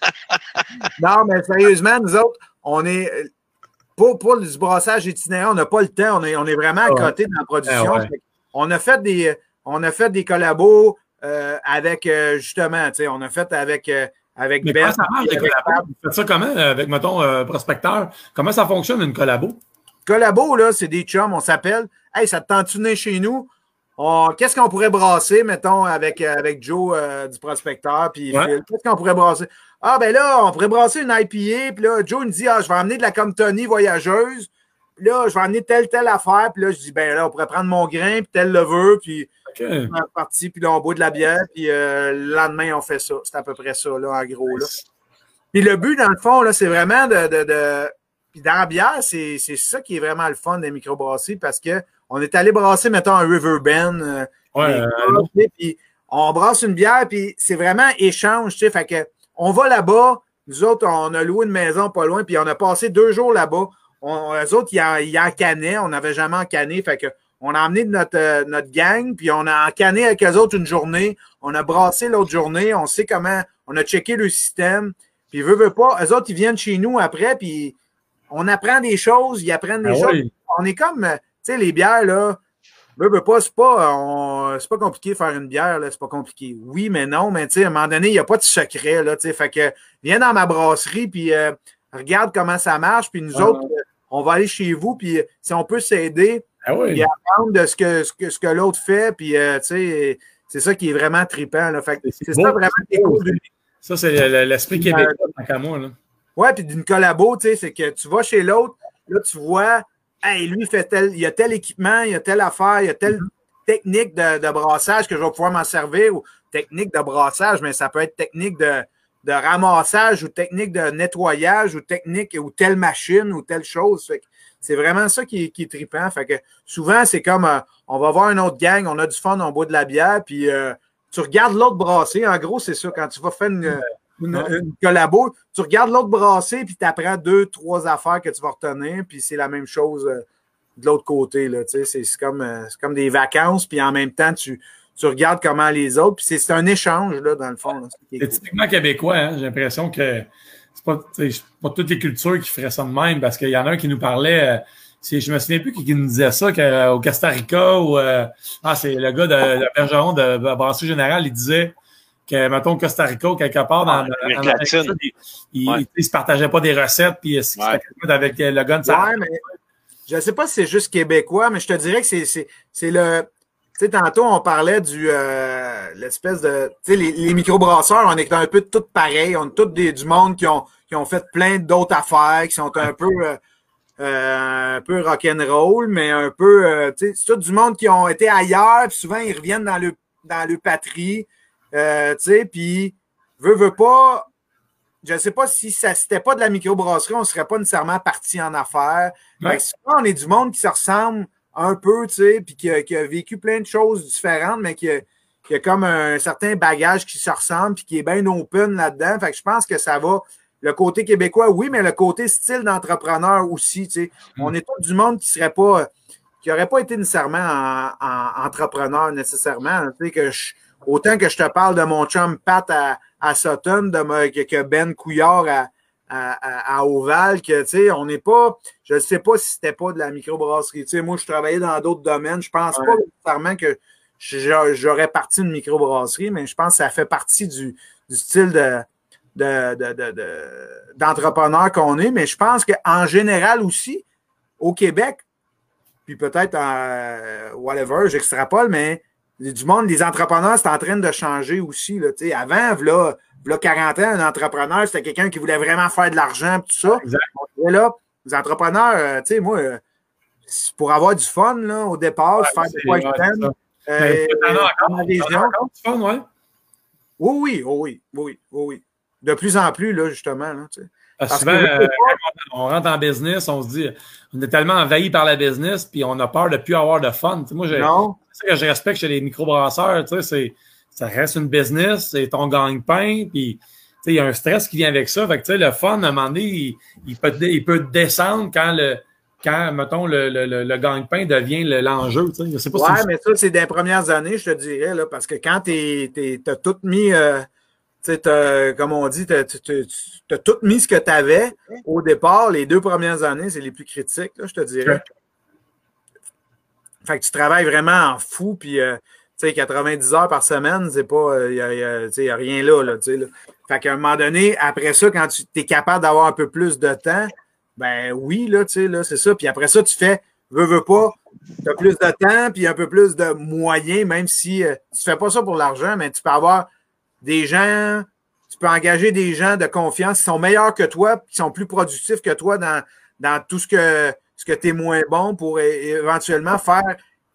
Non, mais sérieusement, nous autres, on est. Pour, pour du brassage itinérant, on n'a pas le temps. On est, on est vraiment à Ah ouais. côté de la production. Ah ouais. Fait On a fait des, on a fait des collabos euh, avec, euh, justement, tu sais, on a fait avec, euh, avec Mais Ben. comment ça marche, les collabos? Vous faites ça comment, avec, mettons, euh, prospecteur? Comment ça fonctionne, une collabo? Collabo, là, c'est des chums, on s'appelle. Hey, ça te tente-tu de venir chez nous? On... Qu'est-ce qu'on pourrait brasser, mettons, avec, avec Joe euh, du prospecteur, puis Ouais. Phil? Qu'est-ce qu'on pourrait brasser? Ah, ben là, on pourrait brasser une I P A, puis là, Joe il me dit, ah, je vais emmener de la Comptony voyageuse, puis là, je vais emmener telle, telle affaire, puis là, je dis, ben là, on pourrait prendre mon grain, puis tel levure, puis OK. on est parti, puis là, on boit de la bière, puis euh, le lendemain, on fait ça. C'est à peu près ça, là, en gros, là. Puis le but, dans le fond, là, c'est vraiment de... de, de... Puis dans la bière, c'est ça qui est vraiment le fun des microbrasseries, parce que on est allé brasser, mettons, un Riverbend. Euh, Ouais, euh, puis on brasse une bière, puis c'est vraiment échange, tu sais. Fait que on va là-bas, nous autres, on a loué une maison pas loin, puis on a passé deux jours là-bas. On, eux autres, ils en, ils en cannaient, on n'avait jamais encanné. Fait que on a emmené notre, euh, notre gang, puis on a encanné avec eux autres une journée. On a brassé l'autre journée, on sait comment, on a checké le système. Puis, veut, veut pas, eux autres, ils viennent chez nous après, puis on apprend des choses, ils apprennent des Ah choses. oui. On est comme, tu sais, les bières, là, veut, veut pas, c'est pas, on- c'est pas compliqué de faire une bière, là, c'est pas compliqué. Oui, mais non, mais tu sais, à un moment donné, il n'y a pas de secret, là, tu sais. Fait que, viens dans ma brasserie, puis euh, regarde comment ça marche, puis nous Ah. autres, euh, on va aller chez vous, puis euh, si on peut s'aider, Ah oui. puis apprendre de ce que, ce que, ce que l'autre fait, puis euh, tu sais, c'est ça qui est vraiment trippant, là. Fait que C'est c'est beau, ça vraiment qui est beau, cool. Ça, c'est le- le- l'esprit québécois, tant qu'à moi, là. Ouais, puis d'une collabo, tu sais, c'est que tu vas chez l'autre, là, tu vois, hey, lui, il fait tel, il y a tel équipement, il y a telle affaire, il y a telle technique de, de brassage que je vais pouvoir m'en servir, ou technique de brassage, mais ça peut être technique de, de ramassage, ou technique de nettoyage, ou technique, ou telle machine, ou telle chose. Fait que c'est vraiment ça qui est, qui est trippant. Fait que souvent, c'est comme, euh, on va voir une autre gang, on a du fun, on boit de la bière, puis euh, tu regardes l'autre brasser. En gros, c'est ça, quand tu vas faire une, une, une collabo, tu regardes l'autre brasser, puis tu apprends deux, trois affaires que tu vas retenir, puis c'est la même chose euh, de l'autre côté. Là, tu sais, c'est c'est comme, euh, c'est comme des vacances, puis en même temps, tu, tu regardes comment les autres, puis c'est c'est un échange, là, dans le fond. Là, c'est C'est typiquement québécois, hein? J'ai l'impression que c'est pas, tu sais, c'est pas toutes les cultures qui feraient ça de même, parce qu'il y en a un qui nous parlait, euh, c'est- je me souviens plus qui, qui nous disait ça, qu'au Costa Rica, ou euh, ah, c'est le gars de, de Bergeron de, de Brasserie Générale, il disait que, mettons, au Costa Rica, ou quelque part dans, Ah, dans- l'Amérique en Amérique du latine. Sud, il, il, Ouais. il se partageait pas des recettes, puis il se Ouais. c'était avec le gars de sa... Ouais, mais je ne sais pas si c'est juste québécois, mais je te dirais que c'est c'est- c'est le. Tu sais, tantôt, on parlait du euh, l'espèce de. Tu sais, les, les microbrasseurs, on est un peu tous pareils. On est tous des, du monde qui ont, qui ont fait plein d'autres affaires, qui sont un peu euh, euh, un peu rock'n'roll, mais un peu. euh, tu sais, c'est tout du monde qui ont été ailleurs, puis souvent ils reviennent dans le dans le patrie. Euh, tu sais, puis veut, veut pas. Je ne sais pas si ça c'était pas de la microbrasserie, on ne serait pas nécessairement parti en affaires. Ouais. Fait que souvent, on est du monde qui se ressemble un peu, tu sais, puis qui a, qui a vécu plein de choses différentes, mais qui a, qui a comme un certain bagage qui se ressemble, puis qui est bien open là-dedans. Fait que je pense que ça va. Le côté québécois, oui, mais le côté style d'entrepreneur aussi, tu sais. Mm. On est tout du monde qui serait pas, qui n'aurait pas été nécessairement en, en- entrepreneur nécessairement. Tu sais, que je- autant que je te parle de mon chum Pat à, à Sutton, de ma- que, que Ben Couillard à, à, à, à Oval, que tu sais, on n'est pas. Je ne sais pas si c'était pas de la microbrasserie. Tu sais, moi, je travaillais dans d'autres domaines. Je pense Ouais. pas nécessairement que je- j'aurais parti une microbrasserie, mais je pense que ça fait partie du, du style de, de, de, de, de- d'entrepreneur qu'on est. Mais je pense qu'en général aussi, au Québec, puis peut-être en whatever, j'extrapole, mais du monde, les entrepreneurs, c'est en train de changer aussi. Là, tu sais. Avant, là, là, quarante ans, un entrepreneur, c'était quelqu'un qui voulait vraiment faire de l'argent, tout ça. Exact. Et là, les entrepreneurs, euh, tu sais, moi, euh, c'est pour avoir du fun, là, au départ, Ouais, faire c'est- des quoi ouais, que c'est t'aimes. ça. Euh, Mais t'en as dans encore, la région. t'en as encore du fun, ouais. Oui, oui, oh oui, oui, oui, oui. De plus en plus, là, justement. Là, tu sais. Parce que Parce souvent, que- euh, quand on, on rentre en business, on se dit, on est tellement envahi par la business, puis on a peur de ne plus avoir de fun. Tu sais, moi, j'ai- Non, c'est ça que je respecte chez les microbrasseurs. Tu sais, c'est- ça reste une business, c'est ton gagne-pain, puis tu sais, il y a un stress qui vient avec ça. Fait que, tu sais, le fun, à un moment donné, il, il peut, il peut descendre quand, le, quand mettons, le, le, le, le gagne-pain devient le- l'enjeu. Tu sais. Je sais pas ouais, si mais ça, c'est des premières années, je te dirais, là, parce que quand tu as tout mis, euh, tu sais, t'as- comme on dit, tu as tout mis ce que tu avais au départ. Les deux premières années, c'est les plus critiques, là, je te dirais. Ouais. Fait que tu travailles vraiment en fou, puis, euh, tu sais, quatre-vingt-dix heures par semaine, c'est pas, il euh, n'y a, a rien là, là, tu sais, là. Fait qu'à un moment donné, après ça, quand tu es capable d'avoir un peu plus de temps, ben oui, là, tu sais, là, c'est ça. Puis après ça, tu fais, veux, veux pas, tu as plus de temps, puis un peu plus de moyens, même si euh, tu fais pas ça pour l'argent, mais tu peux avoir des gens, tu peux engager des gens de confiance qui sont meilleurs que toi, qui sont plus productifs que toi dans, dans tout ce que, ce que tu es moins bon pour é- éventuellement faire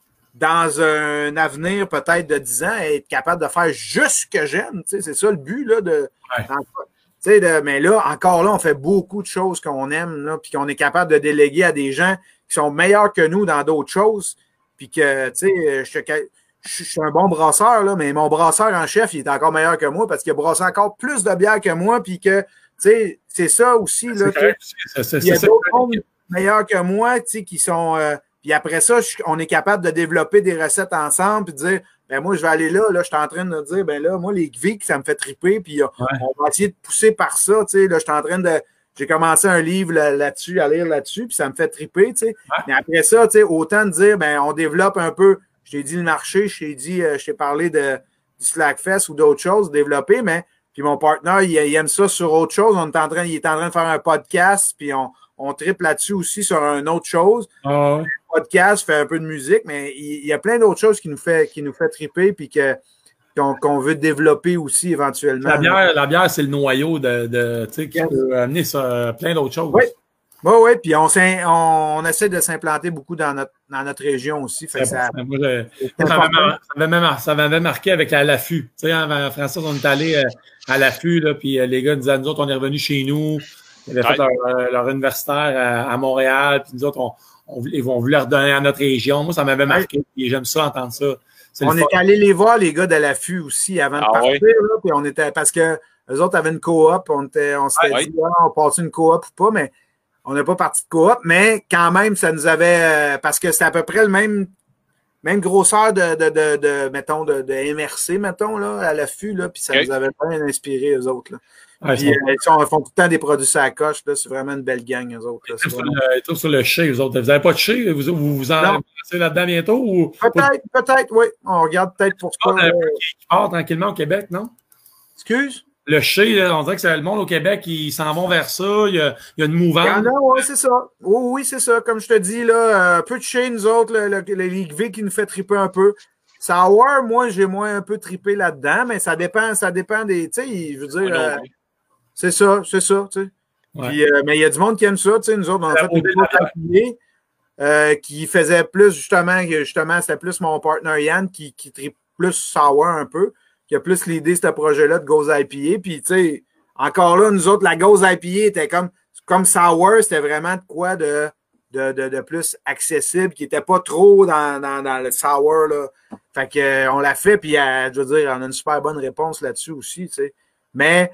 dans un avenir peut-être de dix ans, être capable de faire juste ce que j'aime. Tu sais, c'est ça le but, là, de. Ouais. Dans, tu sais, de, mais là, encore là, on fait beaucoup de choses qu'on aime, là, puis qu'on est capable de déléguer à des gens qui sont meilleurs que nous dans d'autres choses. Puis que, tu sais, je, je, je suis un bon brasseur, là, mais mon brasseur en chef, il est encore meilleur que moi parce qu'il a brassé encore plus de bière que moi. Puis que, tu sais, c'est ça aussi. Là, c'est, c'est, il y a c'est, d'autres c'est, mondes meilleurs que moi, tu sais, qui sont. Euh, puis après ça, je, on est capable de développer des recettes ensemble puis de dire, ben moi, je vais aller là, là, je suis en train de dire, ben là, moi, les Gvic, ça me fait triper, puis ouais. on va essayer de pousser par ça, tu sais, là, je suis en train de, j'ai commencé un livre là, là-dessus, à lire là-dessus, puis ça me fait triper, tu sais. Ouais. Mais après ça, tu sais, autant de dire, ben on développe un peu, je t'ai dit le marché, je t'ai dit, euh, je t'ai parlé de, du Slackfest ou d'autres choses, développer, mais, puis mon partenaire, il, il aime ça sur autre chose, on est en train, il est en train de faire un podcast, puis on, on tripe là-dessus aussi sur une autre chose. Oh. Podcast, fait un peu de musique, mais il, il y a plein d'autres choses qui nous fait, qui nous fait triper puis que, qu'on, qu'on veut développer aussi éventuellement. La bière, la bière c'est le noyau de, de tu sais, qui yes. peut amener ça, plein d'autres choses. Oui, oui, oui. Puis on, on, on essaie de s'implanter beaucoup dans notre, dans notre région aussi. Fait que ça, moi, je, ça, m'avait, ça, m'avait, ça m'avait marqué avec la, l'affût. Tu sais, en Français, on est allé à l'affût, là, puis les gars nous disaient, nous autres, on est revenus chez nous. Ils avaient fait leur, leur universitaire à, à Montréal, puis nous autres, on On, ils vont vouloir redonner à notre région. Moi, ça m'avait marqué. Et j'aime ça, entendre ça. C'est on est allé les voir, les gars de l'affût aussi, avant de ah partir. Oui. Là, puis on était, parce que eux autres avaient une coop. On, était, on s'était ah dit, oui. ah, on passe une coop ou pas, mais on n'a pas parti de coop. Mais quand même, ça nous avait. Euh, parce que c'était à peu près le même, même grosseur de, de, de, de mettons, de, de M R C, mettons, là, à l'affût. Là, puis ça okay. nous avait bien inspiré, eux autres. Là. Ouais, puis, euh, ils, sont, ils font tout le temps des produits sur la coche. Là, c'est vraiment une belle gang, eux autres. Là, ils trouvent sur, sur le chai, eux autres. Vous n'avez pas de chai? Vous vous, vous en lancez là-dedans bientôt? Ou... Peut-être, peut-être, oui. On regarde peut-être pour ça. Euh... Qui part tranquillement au Québec, non? Excuse? Le chai, là, on dirait que c'est le monde au Québec, ils s'en vont vers ça. Il y a, il y a une mouvance. Oui, c'est ça. Oui, oui, c'est ça. Comme je te dis, là, un peu de chai, nous autres, le, le, le Ligue V qui nous fait triper un peu. Sour, moi, j'ai moins un peu trippé là-dedans, mais ça dépend, ça dépend des. Tu sais, je veux dire. Oui, euh, c'est ça, c'est ça, tu sais. Ouais. Puis, euh, mais il y a du monde qui aime ça, tu sais. Nous autres, on a fait une course à pied euh, qui faisait plus, justement, justement, c'était plus mon partner Yann qui, qui tripe plus sour un peu, qui a plus l'idée de ce projet-là de Goes I P A. Puis, tu sais, encore là, nous autres, la Goes I P A était comme, comme sour, c'était vraiment de quoi de, de, de, de plus accessible, qui n'était pas trop dans, dans, dans le sour, là. Fait que, euh, on l'a fait, puis, euh, je veux dire, on a une super bonne réponse là-dessus aussi, tu sais. Mais,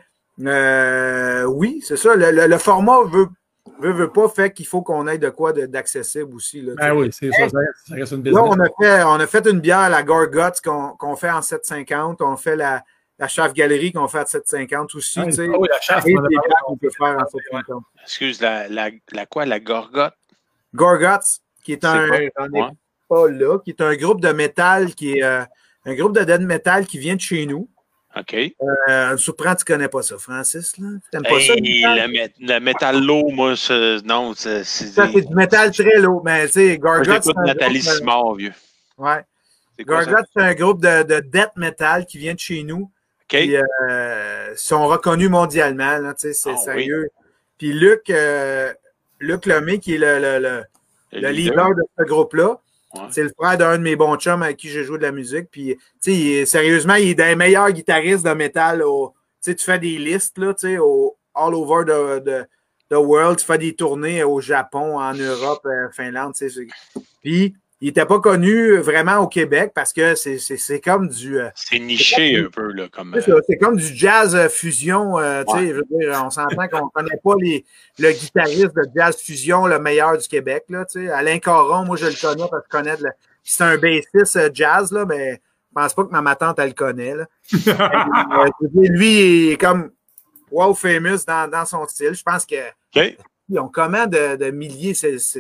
Euh, oui, c'est ça. Le, le, le format veut, veut, veut pas fait qu'il faut qu'on ait de quoi de, d'accessible aussi. Là, ben oui, c'est ça, ça, ça reste une business. Là, on a fait, on a fait une bière, la Gorguts, qu'on, qu'on fait en sept cinquante. On fait la, la Chaff Galerie qu'on fait à sept cinquante aussi. Ah, ah oui, la Chaff, et des bières qu'on peut faire en sept cinquante. Excuse, la, la, la quoi, la Gorguts? Gorguts, qui est un, j'en ai pas là, qui est un groupe de métal, qui est euh, un groupe de death metal qui vient de chez nous. OK. Euh, surprend, tu connais pas ça, Francis, là? T'aimes pas hey, ça? Le, mé- le métal low, moi, c'est, non, c'est... c'est ça, c'est du métal très low, mais tu sais, Gorguts... Moi, j'écoute Nathalie groupe, Simard, vieux. Ouais. Gorguts, c'est un groupe de, de death metal qui vient de chez nous. OK. Puis, euh, sont reconnus mondialement, là, tu sais, c'est oh, sérieux. Oui. Puis Luc, euh, Luc Lemay, qui est le, le, le, le, le leader. leader de ce groupe-là, ouais. C'est le frère d'un de mes bons chums avec qui j'ai joué de la musique. Puis, tu sais, sérieusement, il est un des meilleurs guitaristes de métal. Tu sais, tu fais des listes, là, tu sais, au all over the, the, the world. Tu fais des tournées au Japon, en Europe, en Finlande, tu sais. Puis, il n'était pas connu vraiment au Québec parce que c'est, c'est, c'est comme du... Euh, c'est niché un peu, là. Comme, c'est, euh... c'est comme du jazz fusion. Euh, ouais. Je veux dire, on s'entend qu'on ne connaît pas les, le guitariste de jazz fusion le meilleur du Québec. Là, Alain Caron, moi, je le connais parce que je connais... De la... C'est un bassiste jazz, là, mais je ne pense pas que ma, ma tante, elle le connaît. Là. euh, lui, il est comme wow famous dans, dans son style. Je pense que... Okay. Ils ont comment de, de milliers... C'est, c'est,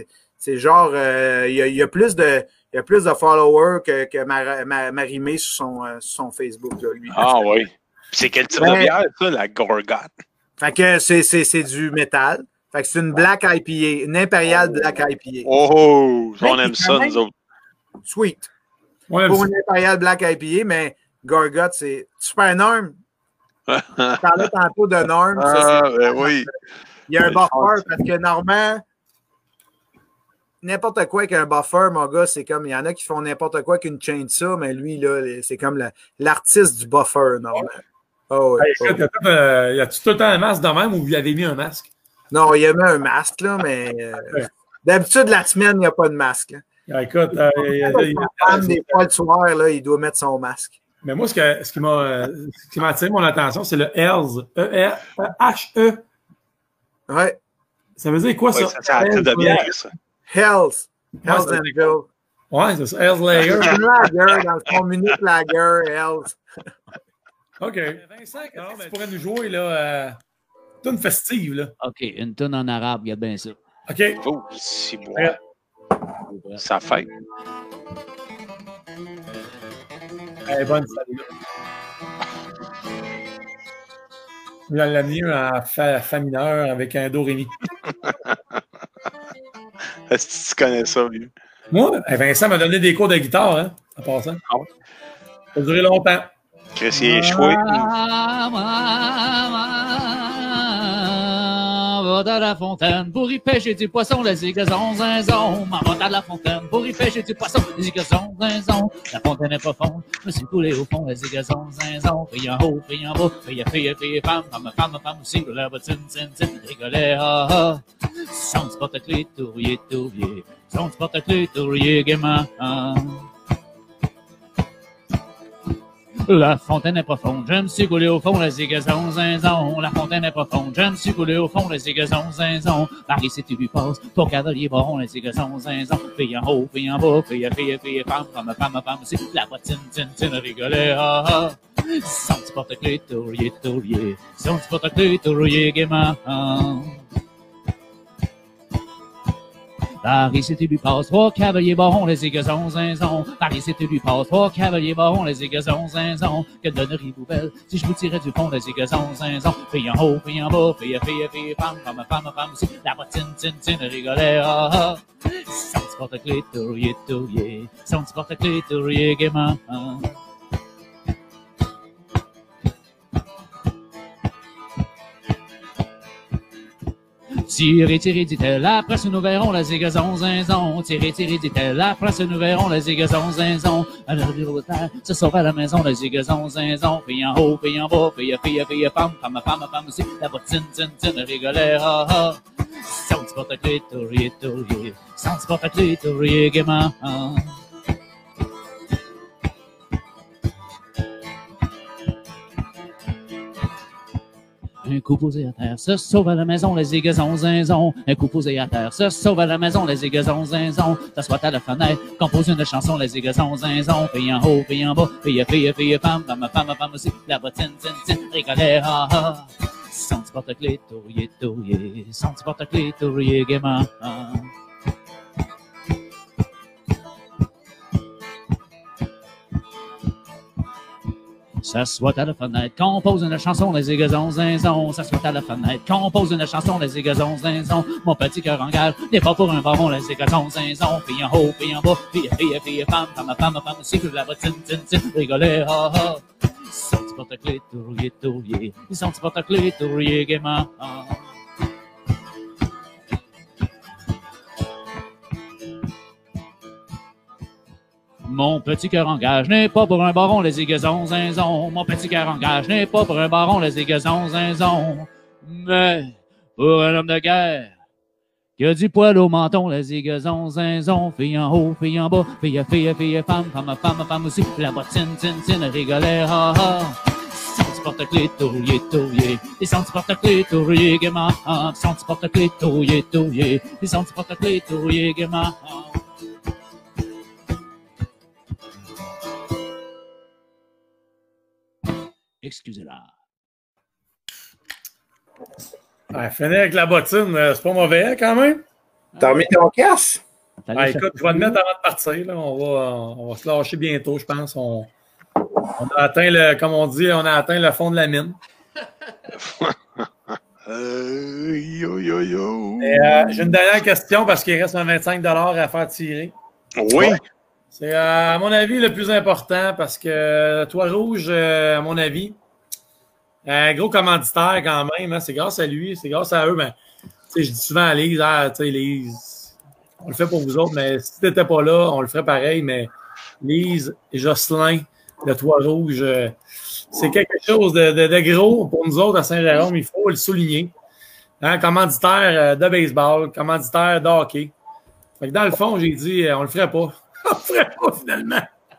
C'est genre, euh, il y, a, il y a plus de, il y a plus de followers que, que Mar Mar Marie-Mé sur son, euh, sur son Facebook, là, lui. Ah oui. C'est quel type Ben, de bière, ça, la Gorgot? Fait que c'est du métal. Fait que c'est une Black I P A, une Impériale Black I P A. Oh, on Mais aime c'est ça, quand même nous autres. Sweet. Ouais, Pour une Impériale Black I P A, mais Gorgot, c'est super Norm. Je parlais tantôt de Norm. Ah, ben oui. Il y a un buffer parce que Normand, n'importe quoi avec un buffer, mon gars, c'est comme, il y en a qui font n'importe quoi avec une chainsaw, mais lui, là, c'est comme l'artiste du buffer, Normand. Oh, Hey, ouais, écoute, oh. euh, y a-tu tout le temps un masque de même ou vous avez mis un masque? Non, il a mis un masque, là, mais euh, d'habitude, la semaine, il n'y a pas de masque. Là. Ah, écoute, euh, y a, y a, y a, des fois, le soir, là, il doit mettre son masque. Mais moi, ce, que, ce qui m'a attiré mon attention, c'est le Hells. E-H-E. E. Ouais. Ça veut dire quoi, ouais, ça? Ça, c'est de bière, ça. Hells. Hells ouais, Angel. Ouais, c'est ça. Hells Lager. C'est une lager, dans le fond, minute lager, Hells. OK. Vincent, non, mais tu pourrais nous jouer, là, euh, tune festive, là. OK, une tonne en arabe, regarde bien ça. OK. Oh, c'est bon. Ouais. Ça fait. Elle est bonne, celle-là. Là, la mieux en fa, fa mineur avec un do ré mi. Est-ce que tu connais ça, lui? Moi, Vincent m'a donné des cours de guitare, hein, en passant. Ah ouais? Ça a duré longtemps. Chris, il est échoué. Va dans la fontaine pour y pêcher du poisson, les zigazons, zinzon. M'en va dans la fontaine pour y pêcher du poisson, les zigazons, zinzon. La fontaine est profonde, je me suis coulé au fond, les zigazons, zinzon. Fille en haut, fille en bas, fille, fille, fille, femme, femme, femme, femme aussi, la bottine, tin, tin, rigolait, ah, ah. Son du porte-clés, tourrier, tourrier. Son du porte-clés, tourrier, gaiement, ah. La fontaine est profonde, je me suis coulé au fond, les zigazons, zinzon. La fontaine est profonde, je me suis coulé au fond, les zigazons, zinzon. Paris, si tu lui passes, pour cavalier baron, les zigazons, zinzon. Fille en haut, fille en bas, fille, fille, fille, femme, femme, femme, femme aussi. La bottine, tin, tin, rigolait, ah, ah. Son petit porte-clés, tourrier, tourrier. Son petit porte-clés, tourrier, gaiement, ah. Paris, si tu lui passes, trois cavaliers barons, les zigazons, zinzon. Paris, si tu lui passes, trois cavaliers barons, les zigazons, zinzon. Quelle donnerie nouvelle, si je vous tirais du fond, les zigazons, zinzon. Fille en haut, fille en bas, fille, fille, fille, femme, femme, femme, femme aussi. La bottine, tin, tin, rigolait, ah, ah. Son petit porte-clés, tourrier, tourrier. Son petit porte-clés, tourrier, gaiement, ah. Tirez, tirez, dit-elle, après ce nous verrons la zigazon, zinzon. Tirez, tirez, dit-elle, après ce nous verrons la zigazon, zinzon. À l'heure du retard, se sauve à la maison, la zigazon, zinzon. Fille en haut, fille en bas, fille, fille, fille, femme, femme, femme, femme aussi. La bottine, tin, tin, rigolait, ah, ah. Son petit porte-clés, tourrier, tourrier. Son petit porte-clés, tourrier, gaiement, ah. Un coup posé à terre, se sauve à la maison, les zigazons, zinzon. Un coup posé à terre, se sauve à la maison, les zigazons, zinzon. S'assoit à la fenêtre, compose une chanson, les zigazons, zinzon. Fille en haut, fille en bas, fille, fille, fille, femme, femme, femme, femme aussi. La bottine, tin, tin, rigolait, ah, ah. Son petit porte-clés, tourrier, tourrier. Son petit porte-clés, tourrier, gaiement, ah. S'assoit à la fenêtre, compose une chanson, les zigazons, zinzon. S'assoit à la fenêtre, compose une chanson, les zigazons, zinzon. Mon petit cœur en gage n'est pas pour un baron, les zigazons, zinzon. Fille en haut, fille en bas, fille, fille, fille, femme, femme, femme, femme aussi, que la bottine, tin, tin, rigolait, ah, ah. Son petit porte-clés, tourrier, tourrier. Son petit porte-clés, tourrier, gaiement, ah. Mon petit cœur en gage n'est pas pour un baron, les zigazons, zinzon. Mon petit cœur en gage n'est pas pour un baron, les zigazons, zinzon. Mais pour un homme de guerre qui a du poil au menton, les zigazons, zinzon. Fille en haut, fille en bas, fille, fille, fille, femme, femme, femme, femme aussi. La bottine, tin, tin, rigolait, ah, ah. Son petit porte-clés, tourrier, tourrier. Et son petit porte-clés, tourrier, gaiement, ah. Son petit porte-clés, tourrier, tourrier. Et son petit porte-clés, tourrier, gaiement, ah. Excusez-la. Ouais, finir avec la bottine, c'est pas mauvais quand même. T'as remis ton casque? Ah, écoute, je vais le mettre avant de partir. Là. On, va, on va se lâcher bientôt, je pense. On, on a atteint, le, comme on dit, on a atteint le fond de la mine. Euh, yo, yo, yo. Et, euh, j'ai une dernière question parce qu'il reste un vingt-cinq dollars à faire tirer. Oui. C'est, euh, à mon avis, le plus important parce que Toit Rouge, euh, à mon avis, un gros commanditaire quand même. Hein, c'est grâce à lui, c'est grâce à eux. Mais, je dis souvent à Lise, ah, tu sais, Lise, on le fait pour vous autres, mais si tu n'étais pas là, on le ferait pareil. Mais Lise et Jocelyn, le Toit Rouge, euh, c'est quelque chose de, de, de gros pour nous autres à Saint-Jérôme. Il faut le souligner. Hein, commanditaire de baseball, commanditaire de hockey. Fait que dans le fond, j'ai dit, on le ferait pas. On le ferait pas finalement.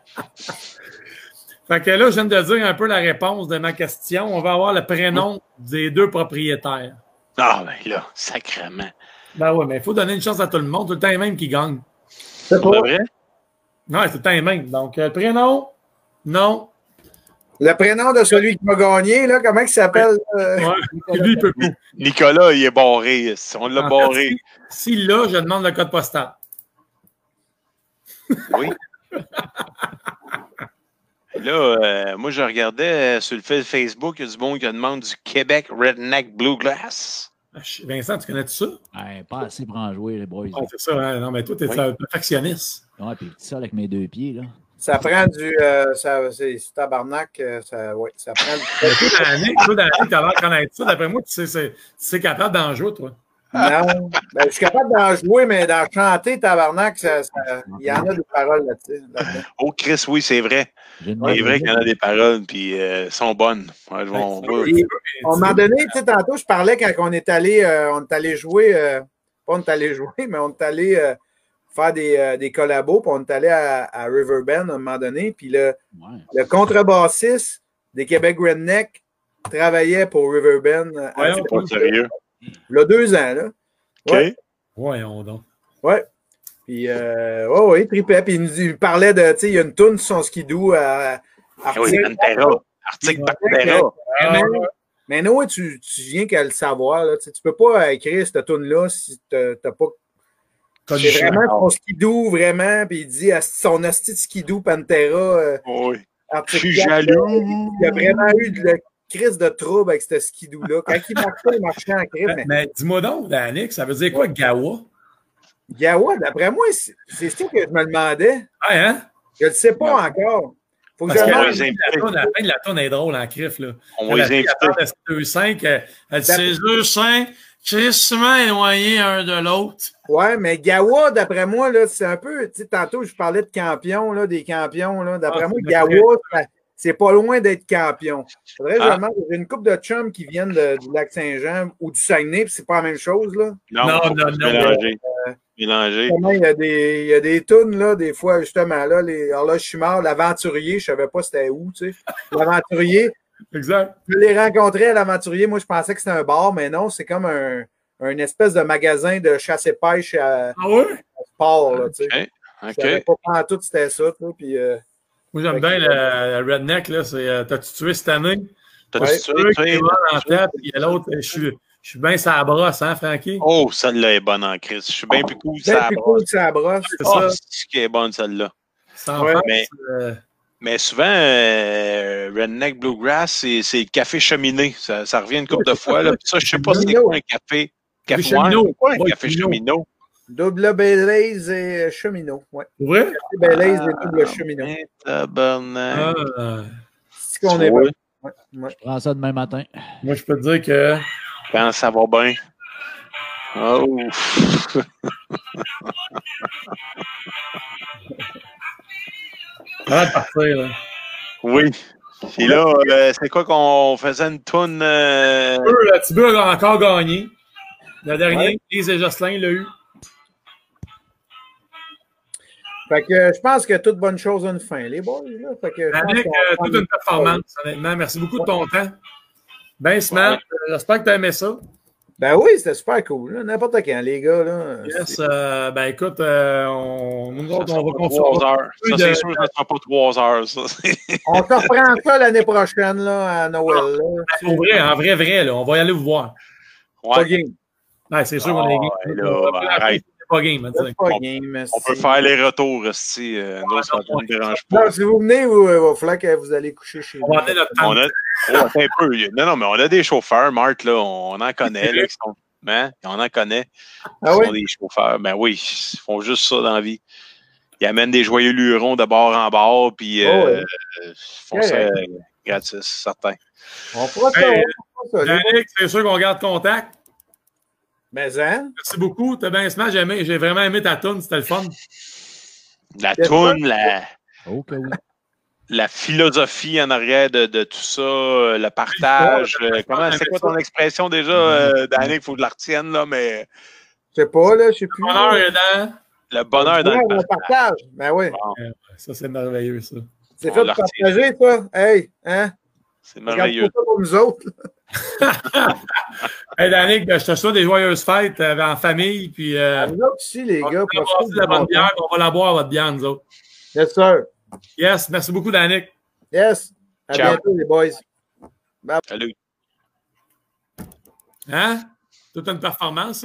Fait que là, je viens de dire un peu la réponse de ma question. On va avoir le prénom des deux propriétaires. Ah, ben là, sacrément. Ben oui, mais il faut donner une chance à tout le monde. Tout le temps les mêmes qui gagnent. C'est pas vrai? Non, c'est tout le temps les mêmes. Donc, le prénom, non. Le prénom de celui qui m'a gagné, là, comment il s'appelle? Euh... Ouais, lui, il peut plus. Nicolas, il est barré. On l'a En barré. fait, si, si là, je demande le code postal. Oui. Là, euh, moi, je regardais euh, sur le fil Facebook, il y a du monde qui demande du Québec Redneck Bluegrass. Vincent, tu connais tout ça? Ouais, pas assez pour en jouer, les boys. Ah, c'est ça, hein? Non, mais toi, t'es Oui. un perfectionniste. Ouais, puis ça avec mes deux pieds, là. Ça prend du. Euh, ça, c'est c'est tabarnak. euh, Ça, ouais, ça prend du. Toi, dans l'année, toi, dans l'année, t'as l'air de connaître ça. D'après moi, tu sais, c'est- tu sais capable d'en jouer, toi. Non. Ben, je suis capable d'en jouer, mais d'en chanter, tabarnak, ça, ça- il y en a des paroles là-dessus. là-dedans. Oh, Chris, oui, c'est vrai. J'ai une C'est vrai qu'il y en a des paroles, puis euh, sont bonnes. Ouais, on va- Et, à un moment donné, tu sais, tantôt, je parlais quand on est allé, euh, on est allé jouer, euh, pas on est allé jouer, mais on est allé euh, faire des, euh, des collabos, puis on est allé à, à Riverbend à un moment donné, puis le, Ouais. le contrebassiste des Québec Redneck travaillait pour Riverbend euh, à- Voyons, Pas sérieux. il y a deux ans, là. OK. Ouais. Voyons donc. Ouais. Puis, euh, ouais, ouais, il tripait. Puis, il nous il parlait de, tu sais, il y a une toune sur son skidoo à, à Ah oui, Pantera. Arctic Pantera. Ah, mais, ouais. mais non, ouais, tu, tu viens qu'à le savoir. Là, tu sais, tu peux pas écrire cette toune-là si tu n'as pas. C'est vraiment son skidoo, vraiment. Puis il dit à son asti de skidoo Pantera. Euh, Oui. Arctic Je suis Cat, jaloux. Il y a vraiment eu de la crise de trouble avec ce skidoo-là. Quand il marchait, il marchait en crise. Mais, Mais mais dis-moi donc, Danick, ça veut dire quoi, Gawa? Gawa, d'après moi, c'est c'est ça que je me demandais. Ah, hein? Je ne le sais pas encore. Faut que Parce je que on la, les fin invite. de la toune- la fin de la toune est drôle en crif, là. On va La les fille, inviter. elle parle de ces deux cinq. Elle elle dit, ces deux cinq, crissement éloignés un de l'autre. Ouais, mais Gawa, d'après moi, là, c'est un peu. Tu sais, tantôt, je parlais de campions, là, des campions. Là. D'après Ah, moi, c'est Gawa, ça- c'est pas loin d'être campion. Faudrait que je Ah. demande. J'ai une couple de chums qui viennent de- du Lac-Saint-Jean ou du Saguenay, puis c'est pas la même chose, là. Non, Non, faut non, pas se non. mélanger. Mélanger. Justement, il y a des, il y a des tunes, là, des fois, justement, là. Les, alors là, je suis mort, l'aventurier, je savais pas c'était où, tu sais. L'aventurier, Exact. je l'ai rencontré à l'aventurier. Moi, je pensais que c'était un bar, mais non, c'est comme un, un espèce de magasin de chasse et pêche à, Ah ouais? à sport, là, tu sais. OK. Je savais OK. pas pendant tout c'était ça, toi, puis euh, Moi, j'aime Fait bien que- le, le redneck, là. C'est, euh, t'as-tu tué cette année? T'as-tu Ouais. tué, Un toi? qui est mort en tête, puis l'autre, je suis, je suis bien sa brosse, hein, Frankie? Oh, celle-là est bonne en crise. Je suis bien plus cool, bien ça plus cool que ça brosse. C'est Oh, ça. c'est qui est bonne, celle-là. Sans Ouais, faire, mais- euh, Mais souvent, euh, Redneck Bluegrass, c'est c'est le café cheminée. Ça, ça revient une couple de fois. Là. Puis ça, je sais pas c'est Cheminot. quoi un café. Café Café cheminot. ouais, c'est quoi un Ouais, café cheminot. cheminot? Double Baileys et cheminot. Ouais. pour vrai? Baileys et double cheminot. ben, tabarnak. Ah, C'est qu'on est Ouais. bon. Ouais, ouais. Je prends ça demain matin. moi, je peux te dire que. Quand ça va bien. Oh. Avant de partir, là. Oui. Et là, euh, c'est quoi qu'on faisait une toune? Euh... Eux, là, Thibaut a encore gagné. La dernière, Ouais. Lise et Jocelyn l'a eu. Fait que euh, je pense que toute bonne chose a une fin, les boys. Là. Fait que je pense Avec qu'on euh, va prendre toute une performance, honnêtement. Merci beaucoup de ton temps. Ben, Smart, Ouais. euh, j'espère que tu as aimé ça. Ben oui, c'était super cool. là. N'importe quand, les gars. Là. Yes, euh, ben écoute, euh, on, nous autres, Ça on va sera pas continuer. trois heures. plus Ça, de- c'est sûr que ça ne sera pas trois heures. Ça. On se reprend ça l'année prochaine là, à Noël. Là. Pour vrai, en vrai, vrai, là, on va y aller vous voir. Ouais. Pas game. Ouais, c'est sûr qu'on est Ah, game. là, On va arrête. pas game. C'est pas game. On peut faire les retours, si euh, nous, ça ne nous dérange pas. Non, si vous venez, vous, il va falloir que vous allez coucher chez vous. On va amener notre temps. On a... oh, attends un peu. Non, non, mais on a des chauffeurs, Marc, là, on en connaît. Là, qui sont... hein? On en connaît. Ah Ils oui? sont des chauffeurs. Ben oui, ils font juste ça dans la vie. Ils amènent des joyeux lurons de bord en bord, puis euh, Oh, ouais. ils font ça euh, gratis, certain. On fera ça. Hey, on fera ça. Danick, c'est sûr qu'on garde contact. Mais hein? Merci beaucoup. T'as bien smash. J'ai aimé- j'ai vraiment aimé ta toune. C'était le fun. La toune, la, Ok, oui. la philosophie en arrière de, de tout ça, euh, le partage. euh, comment, c'est quoi ton expression déjà, euh, Danick? Il faut que je la retienne, là, mais Je sais pas, là, je sais plus. Le bonheur est dans. le bonheur dans le le partage. partage. Ben oui. Ça, c'est merveilleux, ça. C'est On fait de l'a retiré. partager, toi. Hey, hein? C'est Regarde merveilleux. pas ça pour nous autres. Hey, Danick, ben, je te souhaite des joyeuses fêtes euh, en famille. Puis, euh, Nous autres aussi, les on gars. va profitez de la du bonne bon bière. temps. On va la boire, votre bière, nous autres. Yes, sir. Yes, merci beaucoup, Danick. Yes. À Ciao. bientôt, les boys. Salut. Hein? Toute une performance, ça.